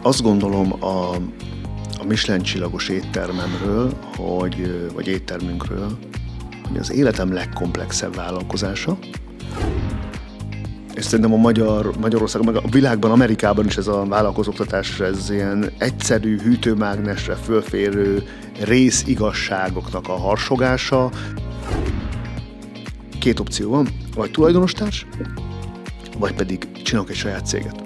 Azt gondolom a Michelin csillagos éttermemről, vagy éttermünkről, hogy az életem legkomplexebb vállalkozása. És szerintem Magyarországon, meg a világban, Amerikában is ez a vállalkozóktatás, ez ilyen egyszerű, hűtőmágnesre fölférő részigazságoknak a harsogása. 2 opció van, vagy tulajdonostárs, vagy pedig csinálok egy saját céget.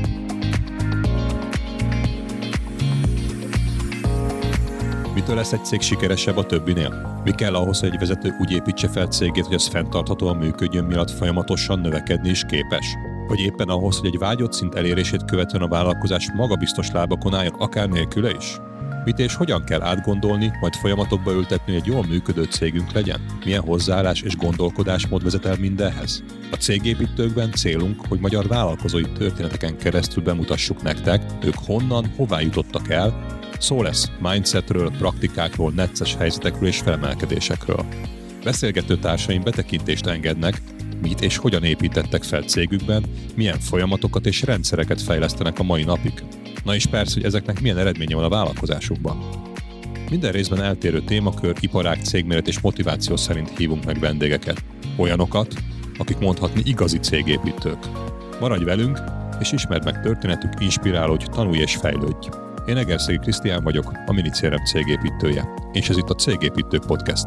Mitől lesz egy cég sikeresebb a többinél? Mi kell ahhoz, hogy egy vezető úgy építse fel cégét, hogy az fenntarthatóan működjön, miatt folyamatosan növekedni is képes? Vagy éppen ahhoz, hogy egy vágyott szint elérését követően a vállalkozás magabiztos lábakon álljon, akár nélküle is? Mit és hogyan kell átgondolni, majd folyamatokba ültetni, hogy egy jól működő cégünk legyen? Milyen hozzáállás és gondolkodásmód vezet el mindenhez? A cégépítőkben célunk, hogy magyar vállalkozói történeteken keresztül bemutassuk nektek, ők honnan, hová jutottak el. Szó lesz mindsetről, praktikákról, necces helyzetekről és felemelkedésekről. Beszélgető társaim betekintést engednek, mit és hogyan építettek fel cégükben, milyen folyamatokat és rendszereket fejlesztenek a mai napig. Na és persze, hogy ezeknek milyen eredménye van a vállalkozásukban. Minden részben eltérő témakör, iparág, cégméret és motiváció szerint hívunk meg vendégeket. Olyanokat, akik mondhatni igazi cégépítők. Maradj velünk, és ismerd meg történetük, inspirálódj, tanulj és fejlődj. Én Egerszegi Krisztián vagyok, a Minicérem cégépítője, és ez itt a Cégépítők Podcast.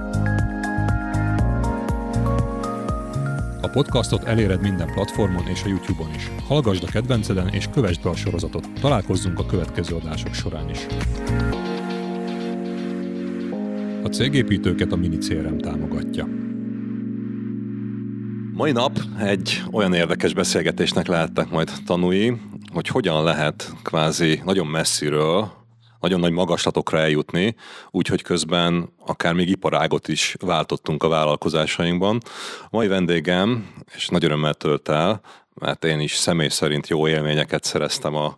A podcastot eléred minden platformon és a YouTube-on is. Hallgasd a kedvenceden és kövesd be a sorozatot. Találkozzunk a következő adások során is. A cégépítőket a Minicérem támogatja. Mai nap egy olyan érdekes beszélgetésnek lehettek majd tanúi, hogy hogyan lehet kvázi nagyon messziről, nagyon nagy magaslatokra eljutni, úgyhogy közben akár még iparágot is váltottunk a vállalkozásainkban. A mai vendégem, és nagy örömmel tölt el, mert én is személy szerint jó élményeket szereztem a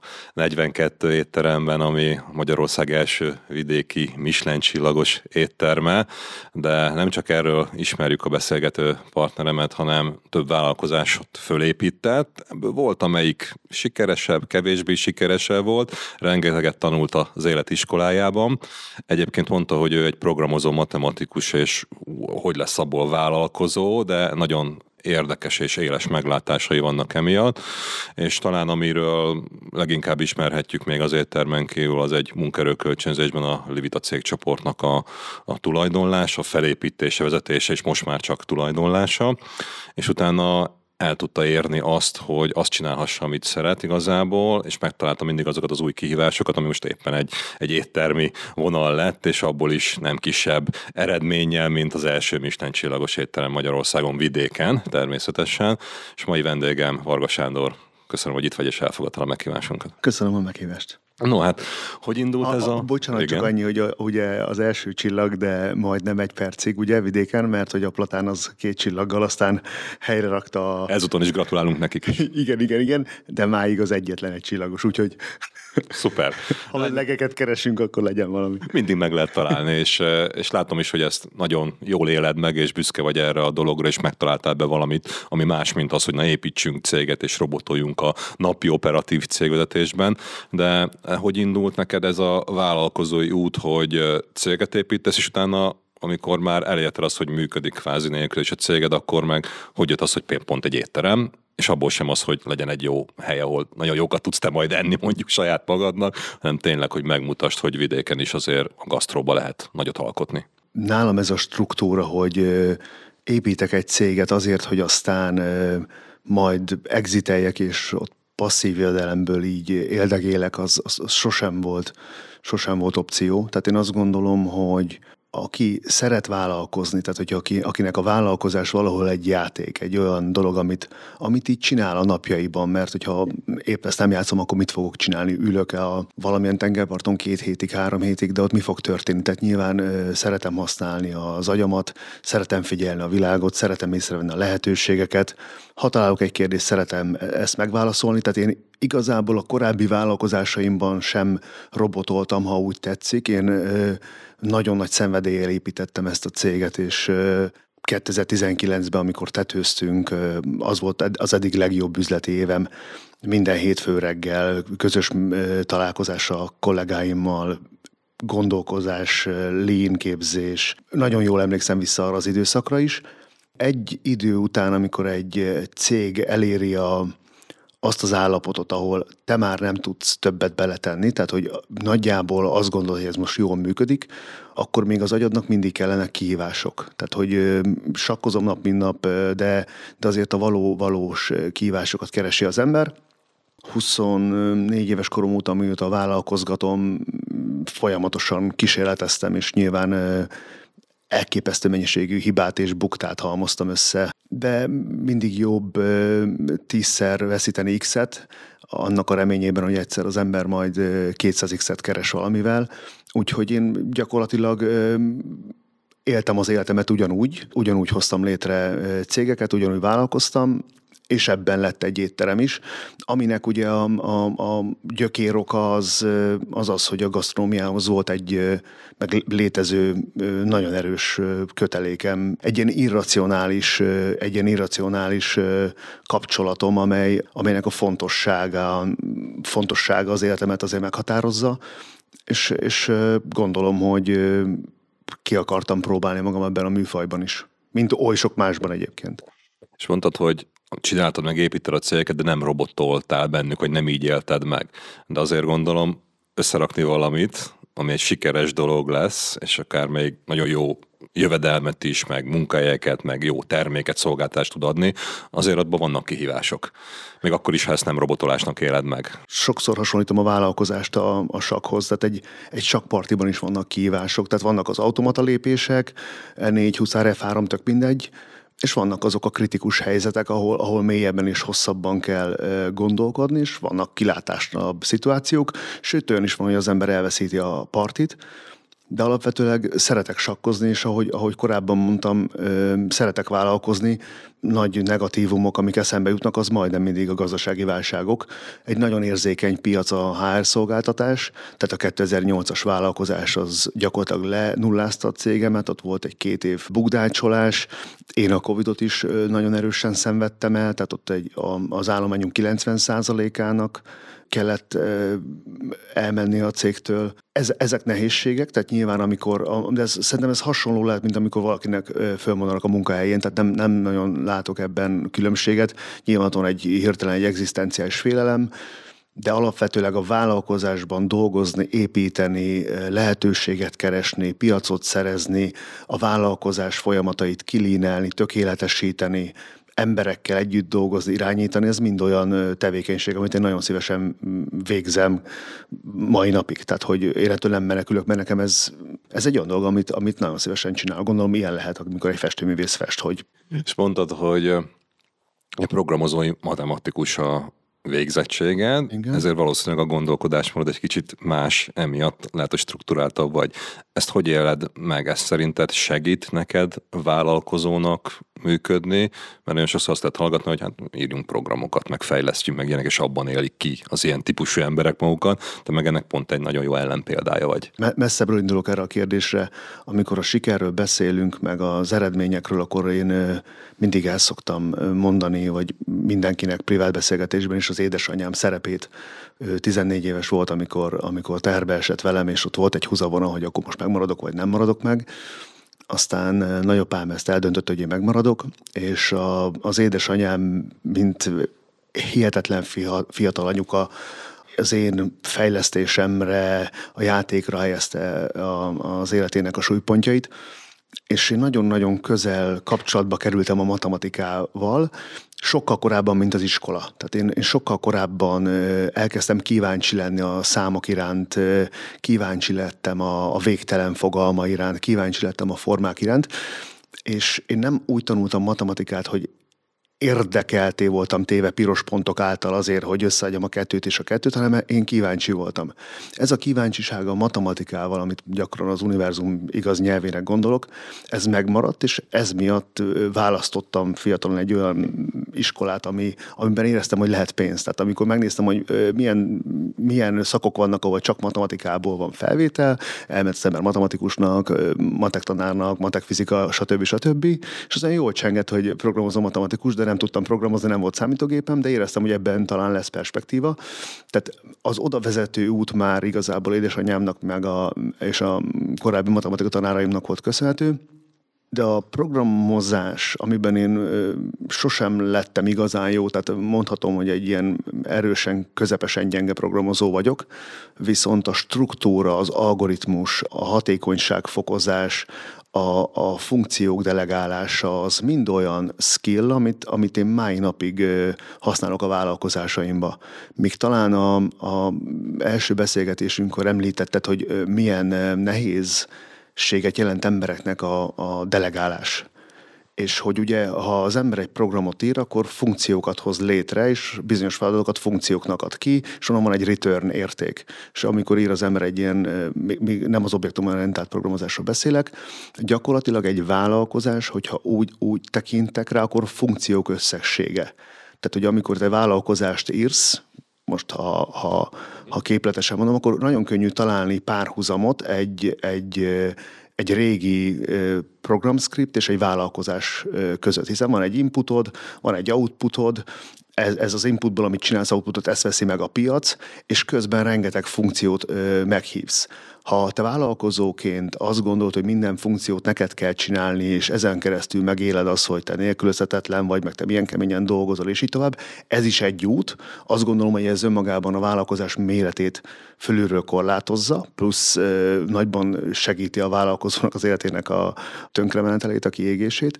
42 étteremben, ami Magyarország első vidéki Michelin csillagos étterme, de nem csak erről ismerjük a beszélgető partneremet, hanem több vállalkozásot fölépített. Ebből volt, amelyik sikeresebb, kevésbé sikeresebb volt, rengeteget tanult az életiskolájában. Egyébként mondta, hogy ő egy programozó matematikus, és hogy lesz abból vállalkozó, de nagyon érdekes és éles meglátásai vannak emiatt, és talán amiről leginkább ismerhetjük még az éttermen kívül, az egy munkaerőkölcsönzésben a Livita cégcsoportnak a tulajdonlása, a felépítése, vezetése, és most már csak tulajdonlása, és utána el tudta érni azt, hogy azt csinálhassa, amit szeret igazából, és megtalálta mindig azokat az új kihívásokat, ami most éppen egy éttermi vonal lett, és abból is nem kisebb eredménnyel, mint az első Michelin csillagos étterem Magyarországon vidéken, természetesen. És mai vendégem Varga Sándor. Köszönöm, hogy itt vagy, és elfogadtál a meghívásunkat. Köszönöm a meghívást. No, hát, hogy indult ez a... Bocsánat, igen. csak annyi, hogy ugye az első csillag, de majdnem 1 percig, ugye, vidéken, mert hogy a Platán az 2 csillaggal, aztán helyre rakta Ezúton is gratulálunk nekik. Igen, de máig az egyetlen 1 csillagos, úgyhogy Szuper. ha legeket keresünk, akkor legyen valami. Mindig meg lehet találni, és látom is, hogy ezt nagyon jól éled meg, és büszke vagy erre a dologra, és megtaláltál be valamit, ami más, mint az, hogy na építsünk céget, és robotoljunk a napi operatív cégvezetésben. De hogy indult neked ez a vállalkozói út, hogy céget építesz, és utána, amikor már elérted azt, hogy működik kvázi nélkül, és a céged, akkor meg hogy jött az, hogy pont egy étterem, és abból sem az, hogy legyen egy jó hely, ahol nagyon jókat tudsz te majd enni mondjuk saját magadnak, hanem tényleg, hogy megmutasd, hogy vidéken is azért a gasztróba lehet nagyot alkotni. Nálam ez a struktúra, hogy építek egy céget azért, hogy aztán majd exiteljek, és ott passzív jövedelemből így éldegélek, az sosem volt opció. Tehát én azt gondolom, hogy aki szeret vállalkozni, tehát hogyha akinek a vállalkozás valahol egy játék, egy olyan dolog, amit így csinál a napjaiban, mert hogyha épp ezt nem játszom, akkor mit fogok csinálni? Ülök-e valamilyen tengerparton 2 hétig, 3 hétig, de ott mi fog történni? Tehát nyilván szeretem használni az agyamat, szeretem figyelni a világot, szeretem észrevenni a lehetőségeket. Ha találok egy kérdést, szeretem ezt megválaszolni, tehát én igazából a korábbi vállalkozásaimban sem robotoltam, ha úgy tetszik. Én nagyon nagy szenvedéllyel építettem ezt a céget, és 2019-ben, amikor tetőztünk, az volt az eddig legjobb üzleti évem. Minden hétfő reggel közös találkozás a kollégáimmal, gondolkozás, lean képzés. Nagyon jól emlékszem vissza arra az időszakra is. Egy idő után, amikor egy cég eléri azt az állapotot, ahol te már nem tudsz többet beletenni, tehát hogy nagyjából azt gondolod, hogy ez most jól működik, akkor még az agyadnak mindig kellenek kihívások. Tehát, hogy sakkozom nap, mint nap, de azért a valós kihívásokat keresi az ember. 24 éves korom óta, mióta vállalkozgatom, folyamatosan kísérleteztem, és nyilván elképesztő mennyiségű hibát és buktát halmoztam össze, de mindig jobb 10-szer veszíteni X-et, annak a reményében, hogy egyszer az ember majd 200 X-et keres valamivel. Úgyhogy én gyakorlatilag éltem az életemet ugyanúgy hoztam létre cégeket, ugyanúgy vállalkoztam, és ebben lett egy étterem is, aminek ugye a gyökéroka az, hogy a gasztronómiához volt egy meg létező nagyon erős kötelékem, egy ilyen irracionális kapcsolatom, amelynek a fontossága az életemet azért meghatározza, és gondolom, hogy ki akartam próbálni magam ebben a műfajban is, mint oly sok másban egyébként. És mondtad, hogy csináltad meg, építed a cégeket, de nem robottoltál bennük, hogy nem így élted meg. De azért gondolom összerakni valamit, ami egy sikeres dolog lesz, és akár még nagyon jó jövedelmet is, meg munkahelyeket, meg jó terméket, szolgáltást tud adni, azért abban vannak kihívások. Még akkor is, ha ezt nem robotolásnak éled meg. Sokszor hasonlítom a vállalkozást a sakkhoz, tehát egy sakkpartiban is vannak kihívások, tehát vannak az automata lépések, E4, huszár, F3, tök mindegy, és vannak azok a kritikus helyzetek, ahol mélyebben és hosszabban kell gondolkodni, és vannak kilátásnabb szituációk, sőt olyan is van, hogy az ember elveszíti a partit, de alapvetőleg szeretek sakkozni, és ahogy korábban mondtam, szeretek vállalkozni. Nagy negatívumok, amik eszembe jutnak, az majdnem mindig a gazdasági válságok. Egy nagyon érzékeny piac a HR szolgáltatás, tehát a 2008-as vállalkozás az gyakorlatilag lenullázta a cégemet, ott volt egy 2 év bukdácsolás, én a Covidot is nagyon erősen szenvedtem el, tehát ott az állományunk 90%-ának kellett elmenni a cégtől. Ezek nehézségek, tehát nyilván de szerintem ez hasonló lehet, mint amikor valakinek fölmondanak a munkahelyén, tehát nem nagyon látok ebben különbséget. Nyilván van hirtelen egy egzisztenciális félelem, de alapvetőleg a vállalkozásban dolgozni, építeni, lehetőséget keresni, piacot szerezni, a vállalkozás folyamatait kilínelni, tökéletesíteni, emberekkel együtt dolgozni, irányítani, ez mind olyan tevékenység, amit én nagyon szívesen végzem mai napig. Tehát, hogy életől nem menekülök, mert nekem ez egy olyan dolog, amit nagyon szívesen csinálok. Gondolom, ilyen lehet, amikor egy festőművész fest, hogy... És mondtad, hogy egy programozói matematikus a végzettséged, igen. Ezért valószínűleg a gondolkodásmódod egy kicsit más, emiatt lehet, hogy strukturáltabb vagy. Ezt hogy éled meg? Ez szerinted segít neked vállalkozónak működni? Mert nagyon sokszor azt lehet hallgatni, hogy hát írjunk programokat, meg fejlesztjünk, meg ilyenek, és abban élik ki az ilyen típusú emberek magukat, te meg ennek pont egy nagyon jó ellenpéldája vagy. Messzebbről indulok erre a kérdésre. Amikor a sikerről beszélünk, meg az eredményekről, akkor én mindig el szoktam mondani, vagy mindenkinek privát beszélgetésben is az édesanyám szerepét. 14 éves volt, amikor teherbe esett velem, és ott volt egy húzavona, hogy akkor most megmaradok, vagy nem maradok meg. Aztán nagyapám ezt eldöntött, hogy én megmaradok, és az édesanyám, mint hihetetlen fiatal anyuka, az én fejlesztésemre, a játékra helyezte az életének a súlypontjait, és én nagyon-nagyon közel kapcsolatba kerültem a matematikával, sokkal korábban, mint az iskola. Tehát én sokkal korábban elkezdtem kíváncsi lenni a számok iránt, kíváncsi lettem a végtelen fogalma iránt, kíváncsi lettem a formák iránt, és én nem úgy tanultam matematikát, hogy érdekelté voltam téve piros pontok által azért, hogy összeadjam a kettőt és a kettőt, hanem én kíváncsi voltam. Ez a kíváncsisága a matematikával, amit gyakran az univerzum igaz nyelvére gondolok, ez megmaradt, és ez miatt választottam fiatalon egy olyan iskolát, amiben éreztem, hogy lehet pénz. Tehát amikor megnéztem, hogy milyen szakok vannak, ahol csak matematikából van felvétel, elment az ember matematikusnak, matek tanárnak, matek fizika, stb. És aztán jól csengett, hogy programozó matematikus, de nem tudtam programozni, nem volt számítógépem, de éreztem, hogy ebben talán lesz perspektíva. Tehát az oda vezető út már igazából édesanyámnak és a korábbi matematika tanáraimnak volt köszönhető, de a programozás, amiben én sosem lettem igazán jó, tehát mondhatom, hogy egy ilyen erősen, közepesen gyenge programozó vagyok, viszont a struktúra, az algoritmus, a hatékonyságfokozás, a funkciók delegálása az mind olyan skill, amit én mai napig használok a vállalkozásaimba. Míg talán a első beszélgetésünkkor említetted, hogy milyen nehézséget jelent embereknek a delegálás. És hogy ugye, ha az ember egy programot ír, akkor funkciókat hoz létre, és bizonyos feladatokat funkcióknak ad ki, és onnan van egy return érték. És amikor ír az ember egy ilyen, még nem az objektumorientált programozásról beszélek, gyakorlatilag egy vállalkozás, hogyha úgy tekintek rá, akkor funkciók összessége. Tehát, hogy amikor te vállalkozást írsz, most ha képletesen mondom, akkor nagyon könnyű találni párhuzamot egy régi programscript és egy vállalkozás között, hiszen van egy inputod, van egy outputod, ez az inputból, amit csinálsz, outputot, ezt veszi meg a piac, és közben rengeteg funkciót meghívsz. Ha te vállalkozóként azt gondolod, hogy minden funkciót neked kell csinálni, és ezen keresztül megéled azt, hogy te nélkülözhetetlen vagy, meg te milyen keményen dolgozol, és így tovább, ez is egy út. Azt gondolom, hogy ez önmagában a vállalkozás méretét fölülről korlátozza, plusz nagyban segíti a vállalkozónak az életének a tönkremenetelét, a kiégését.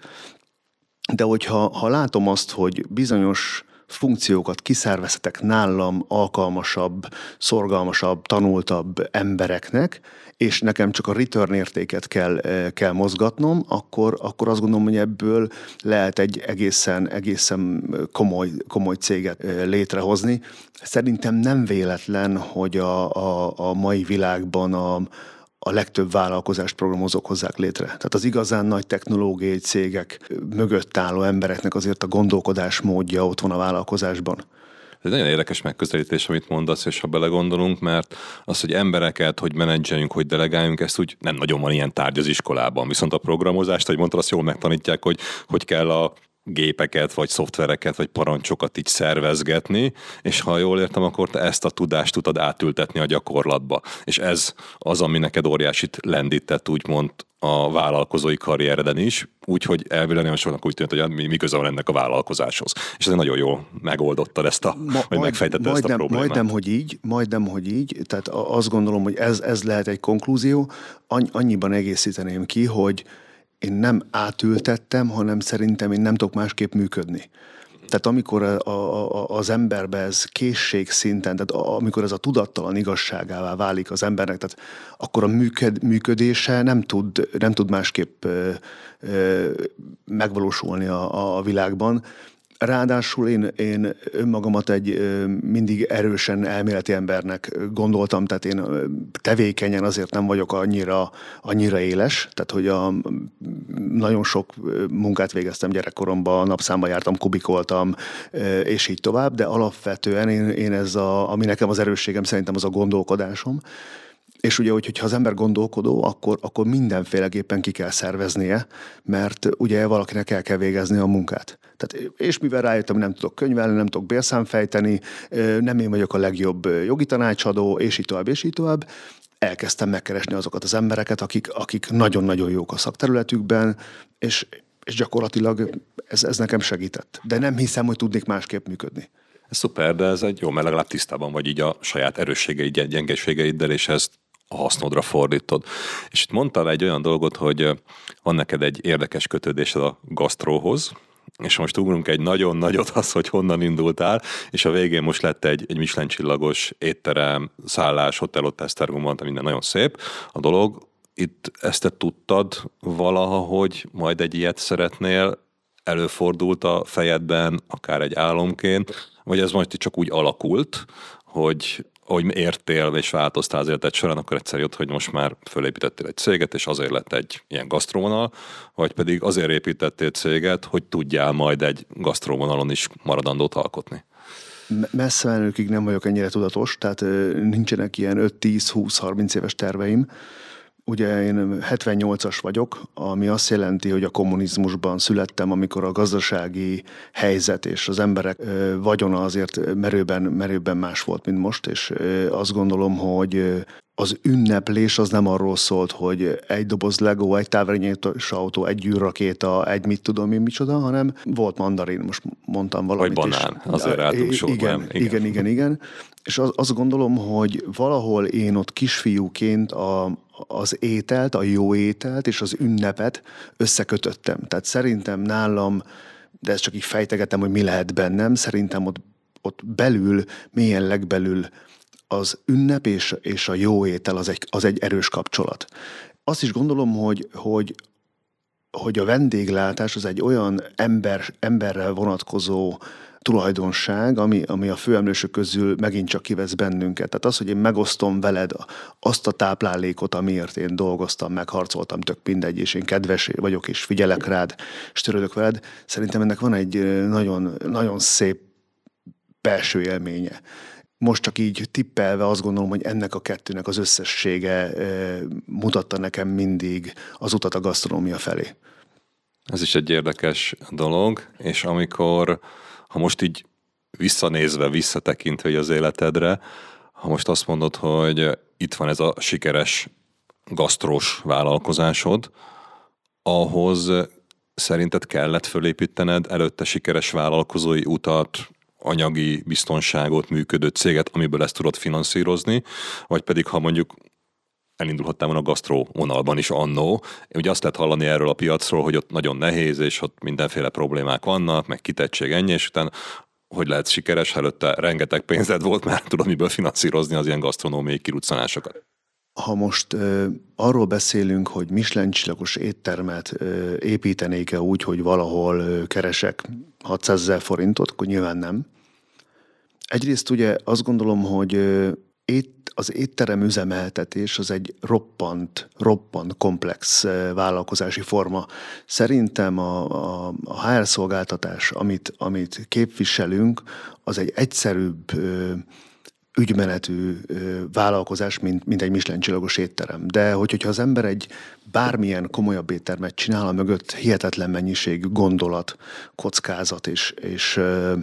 De hogyha látom azt, hogy bizonyos funkciókat kiszervezhetek nálam alkalmasabb, szorgalmasabb, tanultabb embereknek, és nekem csak a return értéket kell mozgatnom, akkor azt gondolom, hogy ebből lehet egy egészen komoly céget létrehozni. Szerintem nem véletlen, hogy a mai világban a legtöbb vállalkozást programozók hozzák létre. Tehát az igazán nagy technológiai cégek mögött álló embereknek azért a gondolkodásmódja ott van a vállalkozásban. Ez nagyon érdekes megközelítés, amit mondasz, és ha belegondolunk, mert az, hogy embereket, hogy menedzseljünk, hogy delegáljunk, ezt úgy nem nagyon van ilyen tárgy az iskolában. Viszont a programozást, hogy mondtad, azt jól megtanítják, hogy kell a gépeket, vagy szoftvereket, vagy parancsokat így szervezgetni, és ha jól értem, akkor te ezt a tudást tudod átültetni a gyakorlatba. És ez az, ami neked óriásit lendített, úgymond a vállalkozói karriereden is, úgyhogy elvileg nagyon soknak úgy tűnt, hogy mi köze van ennek a vállalkozáshoz. És ez nagyon jól megoldottad ezt vagy megfejtetted ezt a problémát. Majdnem, hogy így. Tehát azt gondolom, hogy ez lehet egy konklúzió. Annyiban egészíteném ki, hogy én nem átültettem, hanem szerintem én nem tudok másképp működni. Tehát amikor az emberbe ez készség szinten, tehát amikor ez a tudattalan igazságává válik az embernek, tehát akkor a működése nem tud másképp megvalósulni a világban. Ráadásul én önmagamat egy mindig erősen elméleti embernek gondoltam, tehát én tevékenyen azért nem vagyok annyira éles, tehát hogy nagyon sok munkát végeztem gyerekkoromban, napszámba jártam, kubikoltam, és így tovább, de alapvetően én ami nekem az erősségem, szerintem az a gondolkodásom. És ugye, hogyha az ember gondolkodó, akkor mindenféleképpen ki kell szerveznie, mert ugye valakinek el kell végezni a munkát. Tehát, és mivel rájöttem, nem tudok könyvelni, nem tudok bérszámfejteni, nem én vagyok a legjobb jogi tanácsadó, és így tovább, elkezdtem megkeresni azokat az embereket, akik nagyon-nagyon jók a szakterületükben, és gyakorlatilag ez nekem segített. De nem hiszem, hogy tudnék másképp működni. Ez szuper, de ez egy jó, mert legalább tisztában vagy így a saját erősségeid, gyengeségeiddel, és ezt a hasznodra fordítod. És itt mondtál egy olyan dolgot, hogy van neked egy érdekes kötődésed a gasztróhoz, és most ugrunk egy nagyon nagyot az, hogy honnan indultál, és a végén most lett egy Michelin csillagos étterem, szállás, hotelot, esztergom, mondta, minden nagyon szép a dolog. Itt ezt te tudtad valaha, hogy majd egy ilyet szeretnél előfordult a fejedben, akár egy álomként, vagy ez majd csak úgy alakult, hogy értél és változtál az életed során, akkor egyszer jött, hogy most már fölépítettél egy céget, és azért lett egy ilyen gasztróvonal, vagy pedig azért építettél céget, hogy tudjál majd egy gasztróvonalon is maradandót alkotni. Messze menőkig nem vagyok ennyire tudatos, tehát nincsenek ilyen 5-10-20-30 éves terveim. Ugye én 78-as vagyok, ami azt jelenti, hogy a kommunizmusban születtem, amikor a gazdasági helyzet és az emberek vagyona azért merőben más volt, mint most, és azt gondolom, hogy az ünneplés az nem arról szólt, hogy egy doboz Lego, egy távirányítós autó, egy űrrakéta, egy mit tudom én micsoda, hanem volt mandarin, most mondtam valamit. Vagy banán, azért rátúgsoltam. Igen. És azt gondolom, hogy valahol én ott kisfiúként az ételt, a jó ételt és az ünnepet összekötöttem. Tehát szerintem nálam, de ezt csak így fejtegetem, hogy mi lehet bennem, szerintem ott belül, mélyen legbelül az ünnep és a jó étel az egy erős kapcsolat. Azt is gondolom, hogy a vendéglátás az egy olyan emberrel vonatkozó tulajdonság, ami a főemlősök közül megint csak kivesz bennünket. Tehát az, hogy én megosztom veled azt a táplálékot, amiért én dolgoztam, megharcoltam, tök mindegy, és én kedves vagyok, és figyelek rád, és törődök veled, szerintem ennek van egy nagyon, nagyon szép belső élménye. Most csak így tippelve azt gondolom, hogy ennek a kettőnek az összessége mutatta nekem mindig az utat a gasztronómia felé. Ez is egy érdekes dolog, és ha most így visszatekintve az életedre, ha most azt mondod, hogy itt van ez a sikeres gasztrós vállalkozásod, ahhoz szerinted kellett fölépítened előtte sikeres vállalkozói utat, anyagi biztonságot, működő céget, amiből ezt tudod finanszírozni, vagy pedig ha mondjuk elindulhattál volna a gasztró vonalban is annó. Ugye azt lehet hallani erről a piacról, hogy ott nagyon nehéz, és ott mindenféle problémák vannak, meg kitettség ennyi, és utána hogy lehet sikeres, előtte rengeteg pénzed volt, mert tudod miből finanszírozni az ilyen gasztronómiai kiruccanásokat. Ha most arról beszélünk, hogy Michelin-csillagos éttermet építenék-e úgy, hogy valahol keresek 600 000 forintot, akkor nyilván nem. Egyrészt ugye azt gondolom, hogy az étterem üzemeltetés az egy roppant komplex vállalkozási forma. Szerintem a HR szolgáltatás, amit képviselünk, az egy egyszerűbb ügymenetű vállalkozás, mint egy Michelin-csillagos étterem. De hogyha az ember egy bármilyen komolyabb éttermet csinál, a mögött hihetetlen mennyiségű gondolat, kockázat és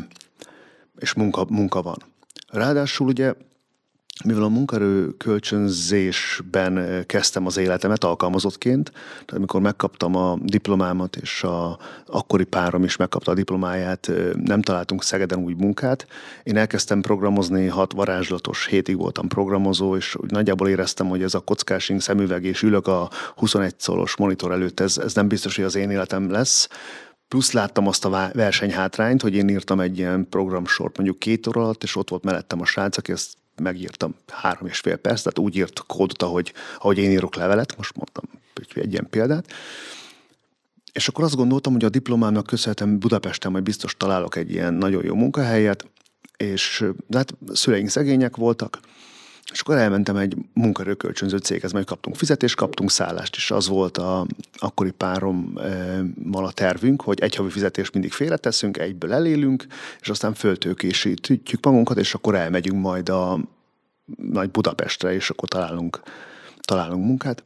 munka van. Ráadásul ugye, mivel a munkaerő kölcsönzésben kezdtem az életemet alkalmazottként, tehát amikor megkaptam a diplomámat, és akkori párom is megkapta a diplomáját, nem találtunk Szegeden úgy munkát. Én elkezdtem programozni, 6 varázslatos hétig voltam programozó, és nagyjából éreztem, hogy ez a kockásing szemüveg, és ülök a 21 szolos monitor előtt, ez nem biztos, hogy az én életem lesz. Plusz láttam azt a versenyhátrányt, hogy én írtam egy ilyen programsort mondjuk 2 óra alatt, és ott volt mellettem a srác, aki ezt megírtam 3,5 perc, tehát úgy írt kódot, ahogy én írok levelet, most mondtam egy ilyen példát. És akkor azt gondoltam, hogy a diplomámnak köszönhetem Budapesten majd biztos találok egy ilyen nagyon jó munkahelyet, és de hát szüleink szegények voltak, és akkor elmentem egy munkaerőkölcsönző céghez, majd kaptunk fizetést, kaptunk szállást, és az volt akkori párommal a tervünk, hogy egy havi fizetést mindig félreteszünk, egyből elélünk, és aztán föltőkésítjük magunkat, és akkor elmegyünk majd a nagy Budapestre, és akkor találunk munkát.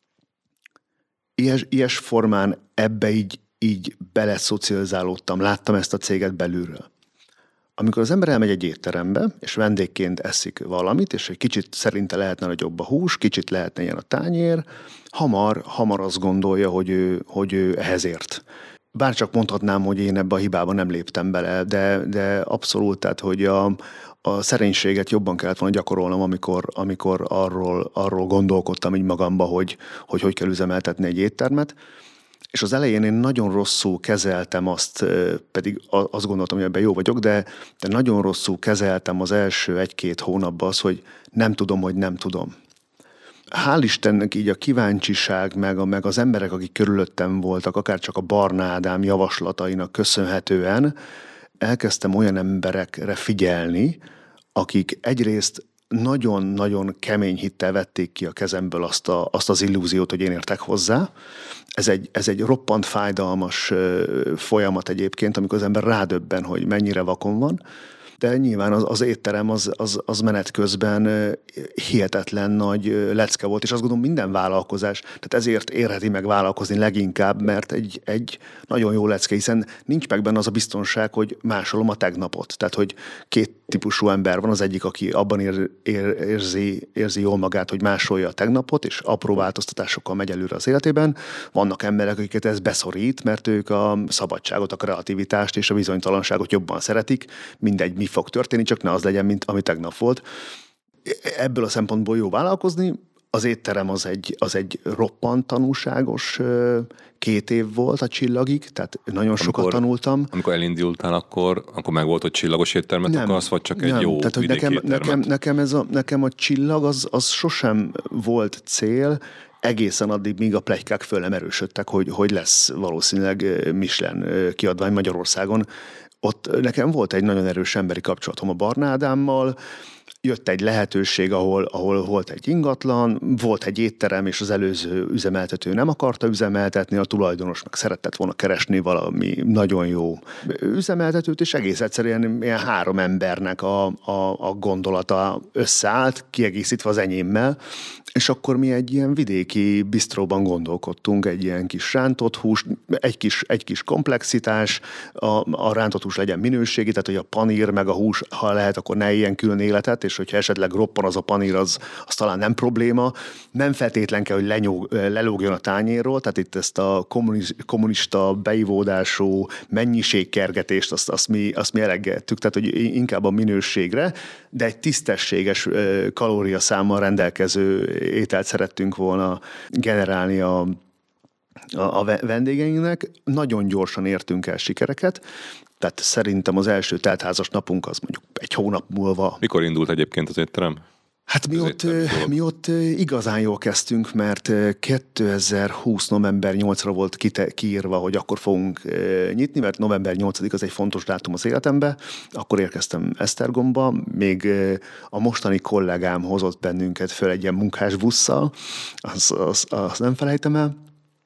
Ilyes formán ebbe így beleszocializálódtam, láttam ezt a céget belülről. Amikor az ember elmegy egy étterembe, és vendégként eszik valamit, és egy kicsit szerinte lehetne nagyobb a hús, kicsit lehetne ilyen a tányér, hamar azt gondolja, hogy ő ehhez ért. Bárcsak mondhatnám, hogy én ebbe a hibába nem léptem bele, de abszolút, tehát hogy a szerénységet jobban kellett volna gyakorolnom, amikor arról gondolkodtam így magamba, hogy kell üzemeltetni egy éttermet. És az elején én nagyon rosszul kezeltem azt, pedig azt gondoltam, hogy ebben jó vagyok, de nagyon rosszul kezeltem az első 1-2 hónapban azt, hogy nem tudom, hogy nem tudom. hál' Istennek így a kíváncsiság, meg az emberek, akik körülöttem voltak, akár csak a Barna Ádám javaslatainak köszönhetően, elkezdtem olyan emberekre figyelni, akik egyrészt nagyon-nagyon kemény hittel vették ki a kezemből azt az illúziót, hogy én értek hozzá. Ez egy roppant fájdalmas folyamat egyébként, amikor az ember rádöbben, hogy mennyire vakon van, de nyilván az étterem az menet közben hihetetlen nagy lecke volt, és azt gondolom minden vállalkozás, tehát ezért érheti meg vállalkozni leginkább, mert egy nagyon jó lecke, hiszen nincs meg benne az a biztonság, hogy másolom a tegnapot. Tehát, hogy két típusú ember van, az egyik, aki abban érzi jól magát, hogy másolja a tegnapot, és apró változtatásokkal megy előre az életében. Vannak emberek, akiket ez beszorít, mert ők a szabadságot, a kreativitást és a bizonytalanságot jobban szeretik. Mindegy, mi fog történni, csak ne az legyen, mint ami tegnap volt. Ebből a szempontból jó vállalkozni. Az étterem az egy roppant tanulságos 2 év volt a Csillagig, tehát nagyon sokat tanultam. Amikor elindultál, akkor meg volt, hogy csillagos éttermet akarsz, vagy csak egy jó tehát, vidéki éttermet? Nekem a csillag az sosem volt cél, egészen addig, míg a pletykák föl nem erősödtek, hogy lesz valószínűleg Michelin kiadvány Magyarországon. Ott nekem volt egy nagyon erős emberi kapcsolatom a Barna Ádámmal, jött egy lehetőség, ahol volt egy ingatlan, volt egy étterem, és az előző üzemeltető nem akarta üzemeltetni, a tulajdonos meg szeretett volna keresni valami nagyon jó üzemeltetőt, és egész egyszerűen ilyen 3 embernek a gondolata összeállt, kiegészítve az enyémmel, és akkor mi egy ilyen vidéki bistróban gondolkodtunk, egy ilyen kis rántott hús, egy kis komplexitás, a rántott hús legyen minőségi, tehát hogy a panír meg a hús, ha lehet, akkor ne ilyen külön életet, és hogyha esetleg roppan az a panír, az talán nem probléma. Nem feltétlen kell, hogy lelógjon a tányérról, tehát itt ezt a kommunista beivódású mennyiségkergetést, azt mi elegettük, tehát hogy inkább a minőségre, de egy tisztességes kalóriaszámmal rendelkező ételt szerettünk volna generálni a vendégeinknek. Nagyon gyorsan értünk el sikereket, tehát szerintem az első teltházas napunk az mondjuk 1 hónap múlva. Mikor indult egyébként az étterem? Hát mi ott igazán jól kezdtünk, mert 2020. november 8-ra volt kiírva, hogy akkor fogunk nyitni, mert november 8 az egy fontos dátum az életemben. Akkor érkeztem Esztergomba, még a mostani kollégám hozott bennünket föl egy ilyen munkásbusszal, azt nem felejtem el.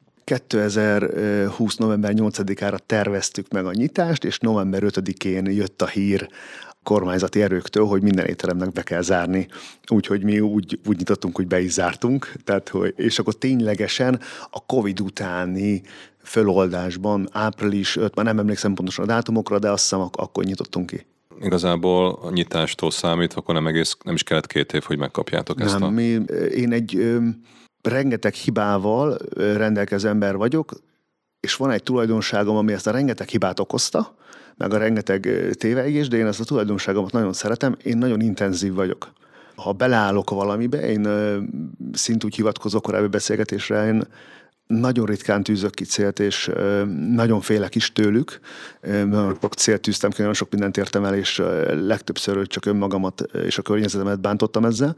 2020. november 8-ára terveztük meg a nyitást, és november 5-én jött a hír kormányzati erőktől, hogy minden étteremnek be kell zárni. Úgyhogy mi úgy nyitottunk, hogy be is zártunk. És akkor ténylegesen a Covid utáni föloldásban április 5, már nem emlékszem pontosan a dátumokra, de azt hiszem akkor nyitottunk ki. Igazából a nyitástól számít, akkor nem is kellett 2 év, hogy megkapjátok ezt én egy rengeteg hibával rendelkező ember vagyok, és van egy tulajdonságom, ami ezt a rengeteg hibát okozta, meg a rengeteg téveigés, de én ezt a tulajdonságomat nagyon szeretem, én nagyon intenzív vagyok. Ha beleállok valamibe, én szintúgy hivatkozok korábbi beszélgetésre, én nagyon ritkán tűzök ki célt, és nagyon félek is tőlük. Nagyon sok célt tűztem ki, nagyon sok mindent értem el, és legtöbbször csak önmagamat és a környezetemet bántottam ezzel.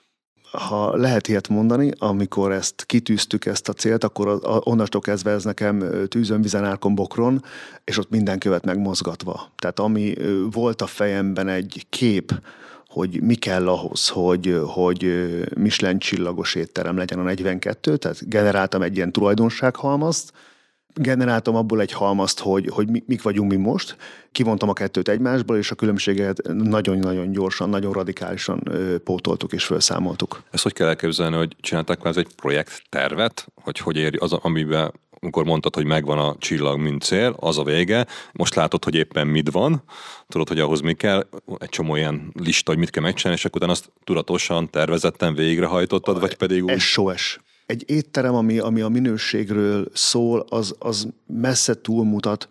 Ha lehet ilyet mondani, amikor ezt kitűztük, ezt a célt, akkor onnastól kezdve ez nekem tűzön, vizen, árkon, bokron, és ott minden követ megmozgatva. Tehát ami volt a fejemben egy kép, hogy mi kell ahhoz, hogy Michelin csillagos étterem legyen a 42, tehát generáltam egy ilyen tulajdonsághalmazt, generáltam abból egy halmazt, hogy mik vagyunk mi most, kivontam a 2 egymásból, és a különbséget nagyon-nagyon gyorsan, nagyon radikálisan pótoltuk és felszámoltuk. Ezt hogy kell elképzelni, hogy csinálták kvázi egy projekttervet, hogy éri az, amiben amikor mondtad, hogy megvan a csillag, mint cél, az a vége, most látod, hogy éppen mit van, tudod, hogy ahhoz mi kell, egy csomó ilyen lista, hogy mit kell megcsinálni, és akkor azt tudatosan, tervezetten végrehajtottad, vagy pedig úgy... SOS. Egy étterem, ami a minőségről szól, az messze túlmutat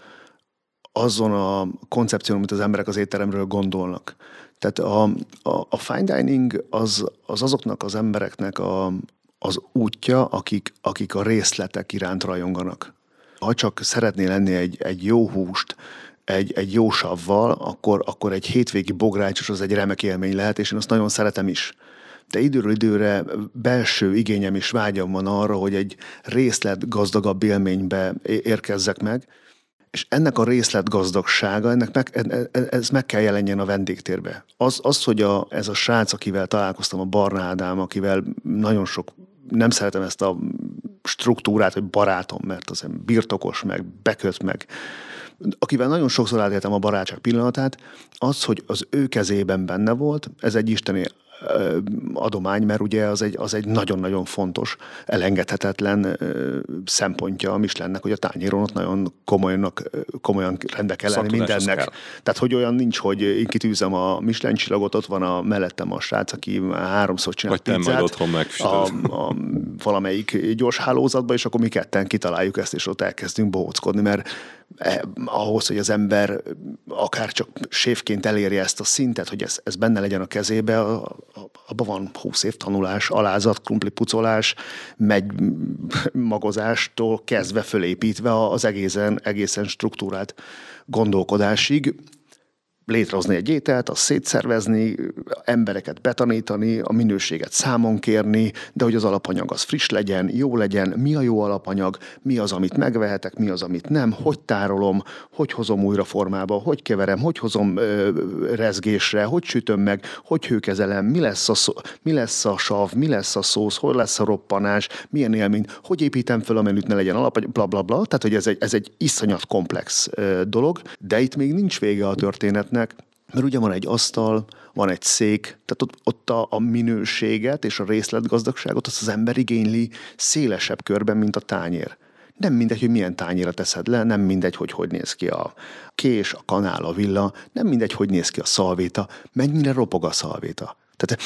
azon a koncepción, amit az emberek az étteremről gondolnak. Tehát a fine dining az azoknak az embereknek az útja, akik a részletek iránt rajonganak. Ha csak szeretnél lenni egy jó húst, egy jó savval, akkor egy hétvégi bográcsos az egy remek élmény lehet, és én azt nagyon szeretem is. de időről időre belső igényem és vágyam van arra, hogy egy részletgazdagabb élménybe érkezzek meg, és ennek a részletgazdagsága, ez meg kell jelenjen a vendégtérbe. Az hogy ez a srác, akivel találkoztam, a Barna Ádám, akivel nagyon sok, nem szeretem ezt a struktúrát, hogy barátom, mert az birtokos, meg beköt, meg akivel nagyon sokszor átéltem a barátság pillanatát, az, hogy az ő kezében benne volt, ez egy isteni adomány, mert ugye az egy nagyon-nagyon fontos, elengedhetetlen szempontja a Michelinnek, hogy a tányéron ott nagyon komolyan rendbe kell lenni mindennek. Tehát, hogy olyan nincs, hogy én kitűzem a Michelin csillagot, ott van mellettem a srác, aki már 3-szor csinál pizzát. Vagy te majd otthon a valamelyik gyors hálózatba, és akkor mi ketten kitaláljuk ezt, és ott elkezdünk bohóckodni, mert ahhoz, hogy az ember akár csak séfként elérje ezt a szintet, hogy ez benne legyen a kezébe, abban van 20 év tanulás, alázat, krumplipucolás, magozástól kezdve fölépítve az egészen struktúrát gondolkodásig, létrehozni egy ételt, azt szétszervezni, embereket betanítani, a minőséget számon kérni, de hogy az alapanyag az friss legyen, jó legyen, mi a jó alapanyag, mi az, amit megvehetek, mi az, amit nem, hogy tárolom, hogy hozom újra formába, hogy keverem, hogy hozom rezgésre, hogy sütöm meg, hogy hőkezelem, mi lesz a sav, mi lesz a szósz, hol lesz a roppanás, milyen élmény, hogy építem fel a menüt, ne legyen alapanyag, blablabla. Tehát, hogy ez egy iszonyat komplex dolog, de itt még nincs vége a történetnek, mert ugye van egy asztal, van egy szék, tehát ott a minőséget és a részletgazdagságot azt az ember igényli szélesebb körben, mint a tányér. Nem mindegy, hogy milyen tányérra teszed le, nem mindegy, hogy néz ki a kés, a kanál, a villa, nem mindegy, hogy néz ki a szalvéta, mennyire ropog a szalvéta. Tehát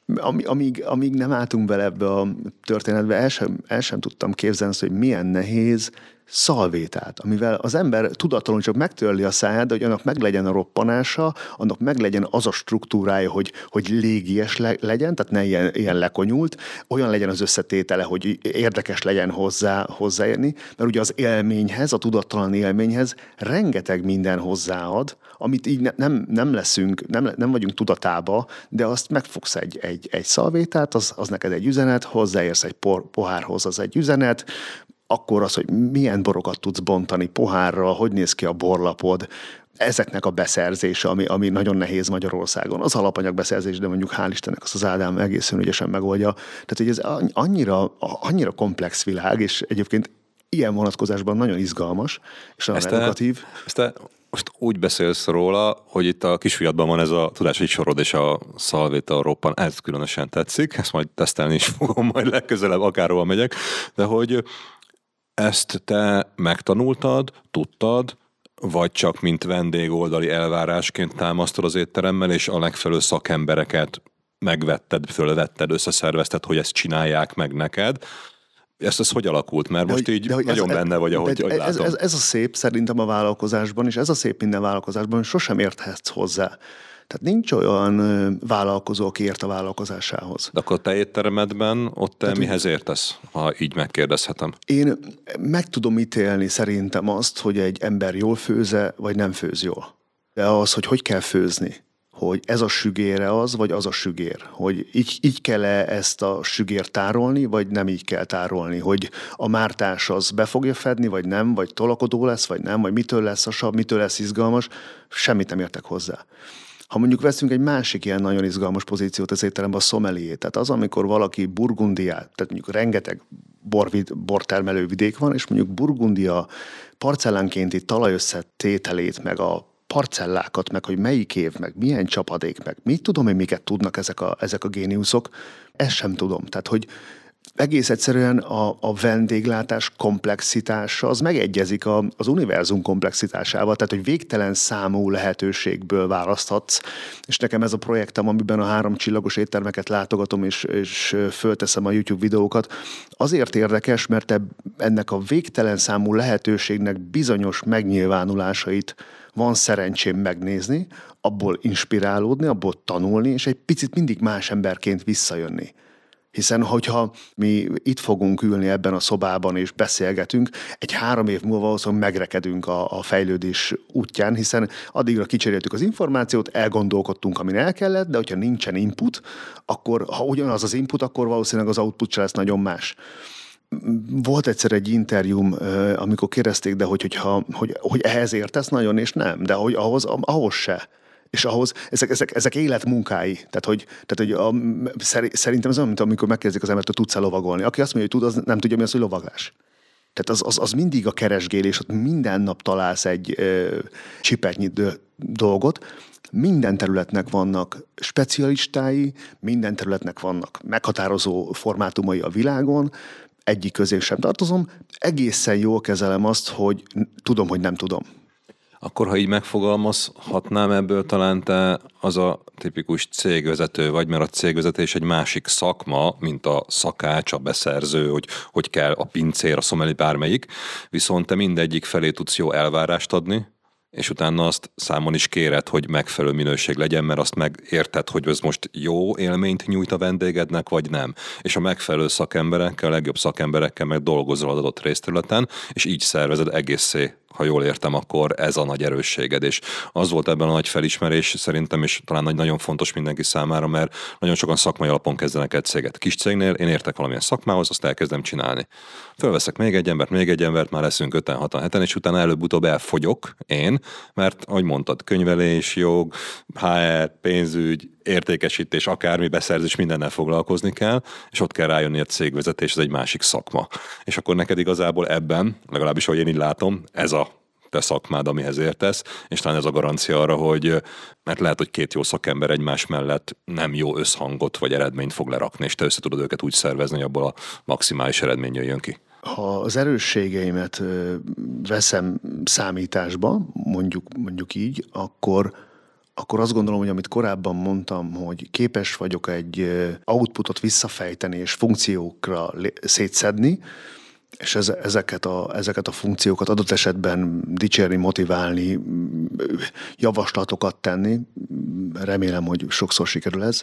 amíg nem álltunk bele ebbe a történetbe, el sem tudtam képzelni azt, hogy milyen nehéz szalvétát, amivel az ember tudatlanul csak megtörli a száját, de hogy annak meglegyen a roppanása, annak meglegyen az a struktúrája, hogy légies legyen, tehát ne ilyen lekonyult, olyan legyen az összetétele, hogy érdekes legyen hozzáérni, mert ugye az élményhez, a tudattalan élményhez rengeteg minden hozzáad, amit így nem leszünk, nem vagyunk tudatába, de azt megfogsz egy szalvétát, az neked egy üzenet, hozzáérsz egy pohárhoz, az egy üzenet, akkor az, hogy milyen borokat tudsz bontani pohárral, hogy néz ki a borlapod, ezeknek a beszerzése, ami nagyon nehéz Magyarországon. Az alapanyag beszerzés, de mondjuk hál' Istennek azt az Ádám egészen ügyesen megoldja. Tehát, hogy ez annyira komplex világ, és egyébként ilyen vonatkozásban nagyon izgalmas, és nagyon edukatív. Most úgy beszélsz róla, hogy itt a kisfiadban van ez a tudás, hogy sorod és a szalvéta, a roppan. Ez különösen tetszik, ezt majd tesztelni is fogom majd legközelebb, akárhol megyek, de hogy ezt te megtanultad, tudtad, vagy csak mint vendégoldali elvárásként támasztod az étteremmel, és a legfelelőbb szakembereket fölvetted, összeszervezted, hogy ezt csinálják meg neked. Ez hogy alakult? Mert most így nagyon benne vagy, ahogy látom. Ez a szép szerintem a vállalkozásban, és ez a szép minden vállalkozásban, hogy sosem érthetsz hozzá. Tehát nincs olyan vállalkozó, aki ért a vállalkozásához. De akkor te étteremedben ott te mihez értesz, ha így megkérdezhetem? Én meg tudom ítélni szerintem azt, hogy egy ember jól főze, vagy nem főz jól. De az, hogy kell főzni, hogy ez a sügére az, vagy az a sügér. Hogy így kell-e ezt a sügért tárolni, vagy nem így kell tárolni. Hogy a mártás az be fogja fedni, vagy nem, vagy tolakodó lesz, vagy nem, vagy mitől lesz a sav, mitől lesz izgalmas, semmit nem értek hozzá. Ha mondjuk veszünk egy másik ilyen nagyon izgalmas pozíciót az étteremben, a sommelier, tehát az, amikor valaki Burgundiát, tehát mondjuk rengeteg bortermelő vidék van, és mondjuk Burgundia parcellánkénti talajösszetételét, meg a parcellákat, meg hogy melyik év, meg milyen csapadék, meg mit tudom én, miket tudnak ezek a géniuszok, ezt sem tudom. Tehát, hogy egész egyszerűen a vendéglátás komplexitása az megegyezik az univerzum komplexitásával, tehát hogy végtelen számú lehetőségből választhatsz, és nekem ez a projektem, amiben a 3 csillagos éttermeket látogatom, és fölteszem a YouTube videókat, azért érdekes, mert ennek a végtelen számú lehetőségnek bizonyos megnyilvánulásait van szerencsém megnézni, abból inspirálódni, abból tanulni, és egy picit mindig más emberként visszajönni. Hiszen, hogyha mi itt fogunk ülni ebben a szobában és beszélgetünk, egy 3 év múlva valószínűleg megrekedünk a fejlődés útján, hiszen addigra kicseréltük az információt, elgondolkodtunk, amin el kellett, de hogyha nincsen input, akkor ha ugyanaz az input, akkor valószínűleg az output se lesz nagyon más. Volt egyszer egy interjúm, amikor kérdezték, de hogy ehhez értesz nagyon, és nem, de hogy ahhoz se. És ahhoz, ezek életmunkái. Tehát, hogy szerintem ez olyan, mint amikor megkezdik az embert, hogy tudsz-e lovagolni. Aki azt mondja, hogy tud, az nem tudja, mi az, hogy lovaglás. Tehát az mindig a keresgélés, ott minden nap találsz egy csipetnyi dolgot. Minden területnek vannak specialistái, minden területnek vannak meghatározó formátumai a világon, egyik közé sem tartozom. Egészen jól kezelem azt, hogy tudom, hogy nem tudom. Akkor, ha így megfogalmazhatnám ebből, talán te az a tipikus cégvezető vagy, mert a cégvezetés egy másik szakma, mint a szakács, a beszerző, hogy kell a pincér, a szomeli, bármelyik, viszont te mindegyik felé tudsz jó elvárást adni, és utána azt számon is kéred, hogy megfelelő minőség legyen, mert azt megérted, hogy ez most jó élményt nyújt a vendégednek, vagy nem. És a megfelelő szakemberekkel, a legjobb szakemberekkel meg dolgozol az adott részterületen, és így szervezed egészé, ha jól értem, akkor ez a nagy erősséged. És az volt ebben a nagy felismerés szerintem, és talán nagyon fontos mindenki számára, mert nagyon sokan szakmai alapon kezdenek egy céget. Kis cégnél én értek valamilyen szakmához, azt elkezdem csinálni. Fölveszek még egy embert, már leszünk 5-en, 6-an, 7-en, és utána előbb-utóbb elfogyok én, mert ahogy mondtad, könyvelés, jog, HR, pénzügy, értékesítés, akármi beszerzés, mindennel foglalkozni kell, és ott kell rájönni, a cégvezetés, ez egy másik szakma. És akkor neked igazából ebben, legalábbis ahogy én így látom, ez a te szakmád, amihez értesz, és talán ez a garancia arra, hogy mert lehet, hogy 2 jó szakember egymás mellett nem jó összhangot vagy eredményt fog lerakni, és te össze tudod őket úgy szervezni, hogy abból a maximális eredmény jöjjön ki. Ha az erősségeimet veszem számításba, mondjuk így, akkor azt gondolom, hogy amit korábban mondtam, hogy képes vagyok egy outputot visszafejteni és funkciókra szétszedni, és ezeket a funkciókat adott esetben dicsérni, motiválni, javaslatokat tenni, remélem, hogy sokszor sikerül ez,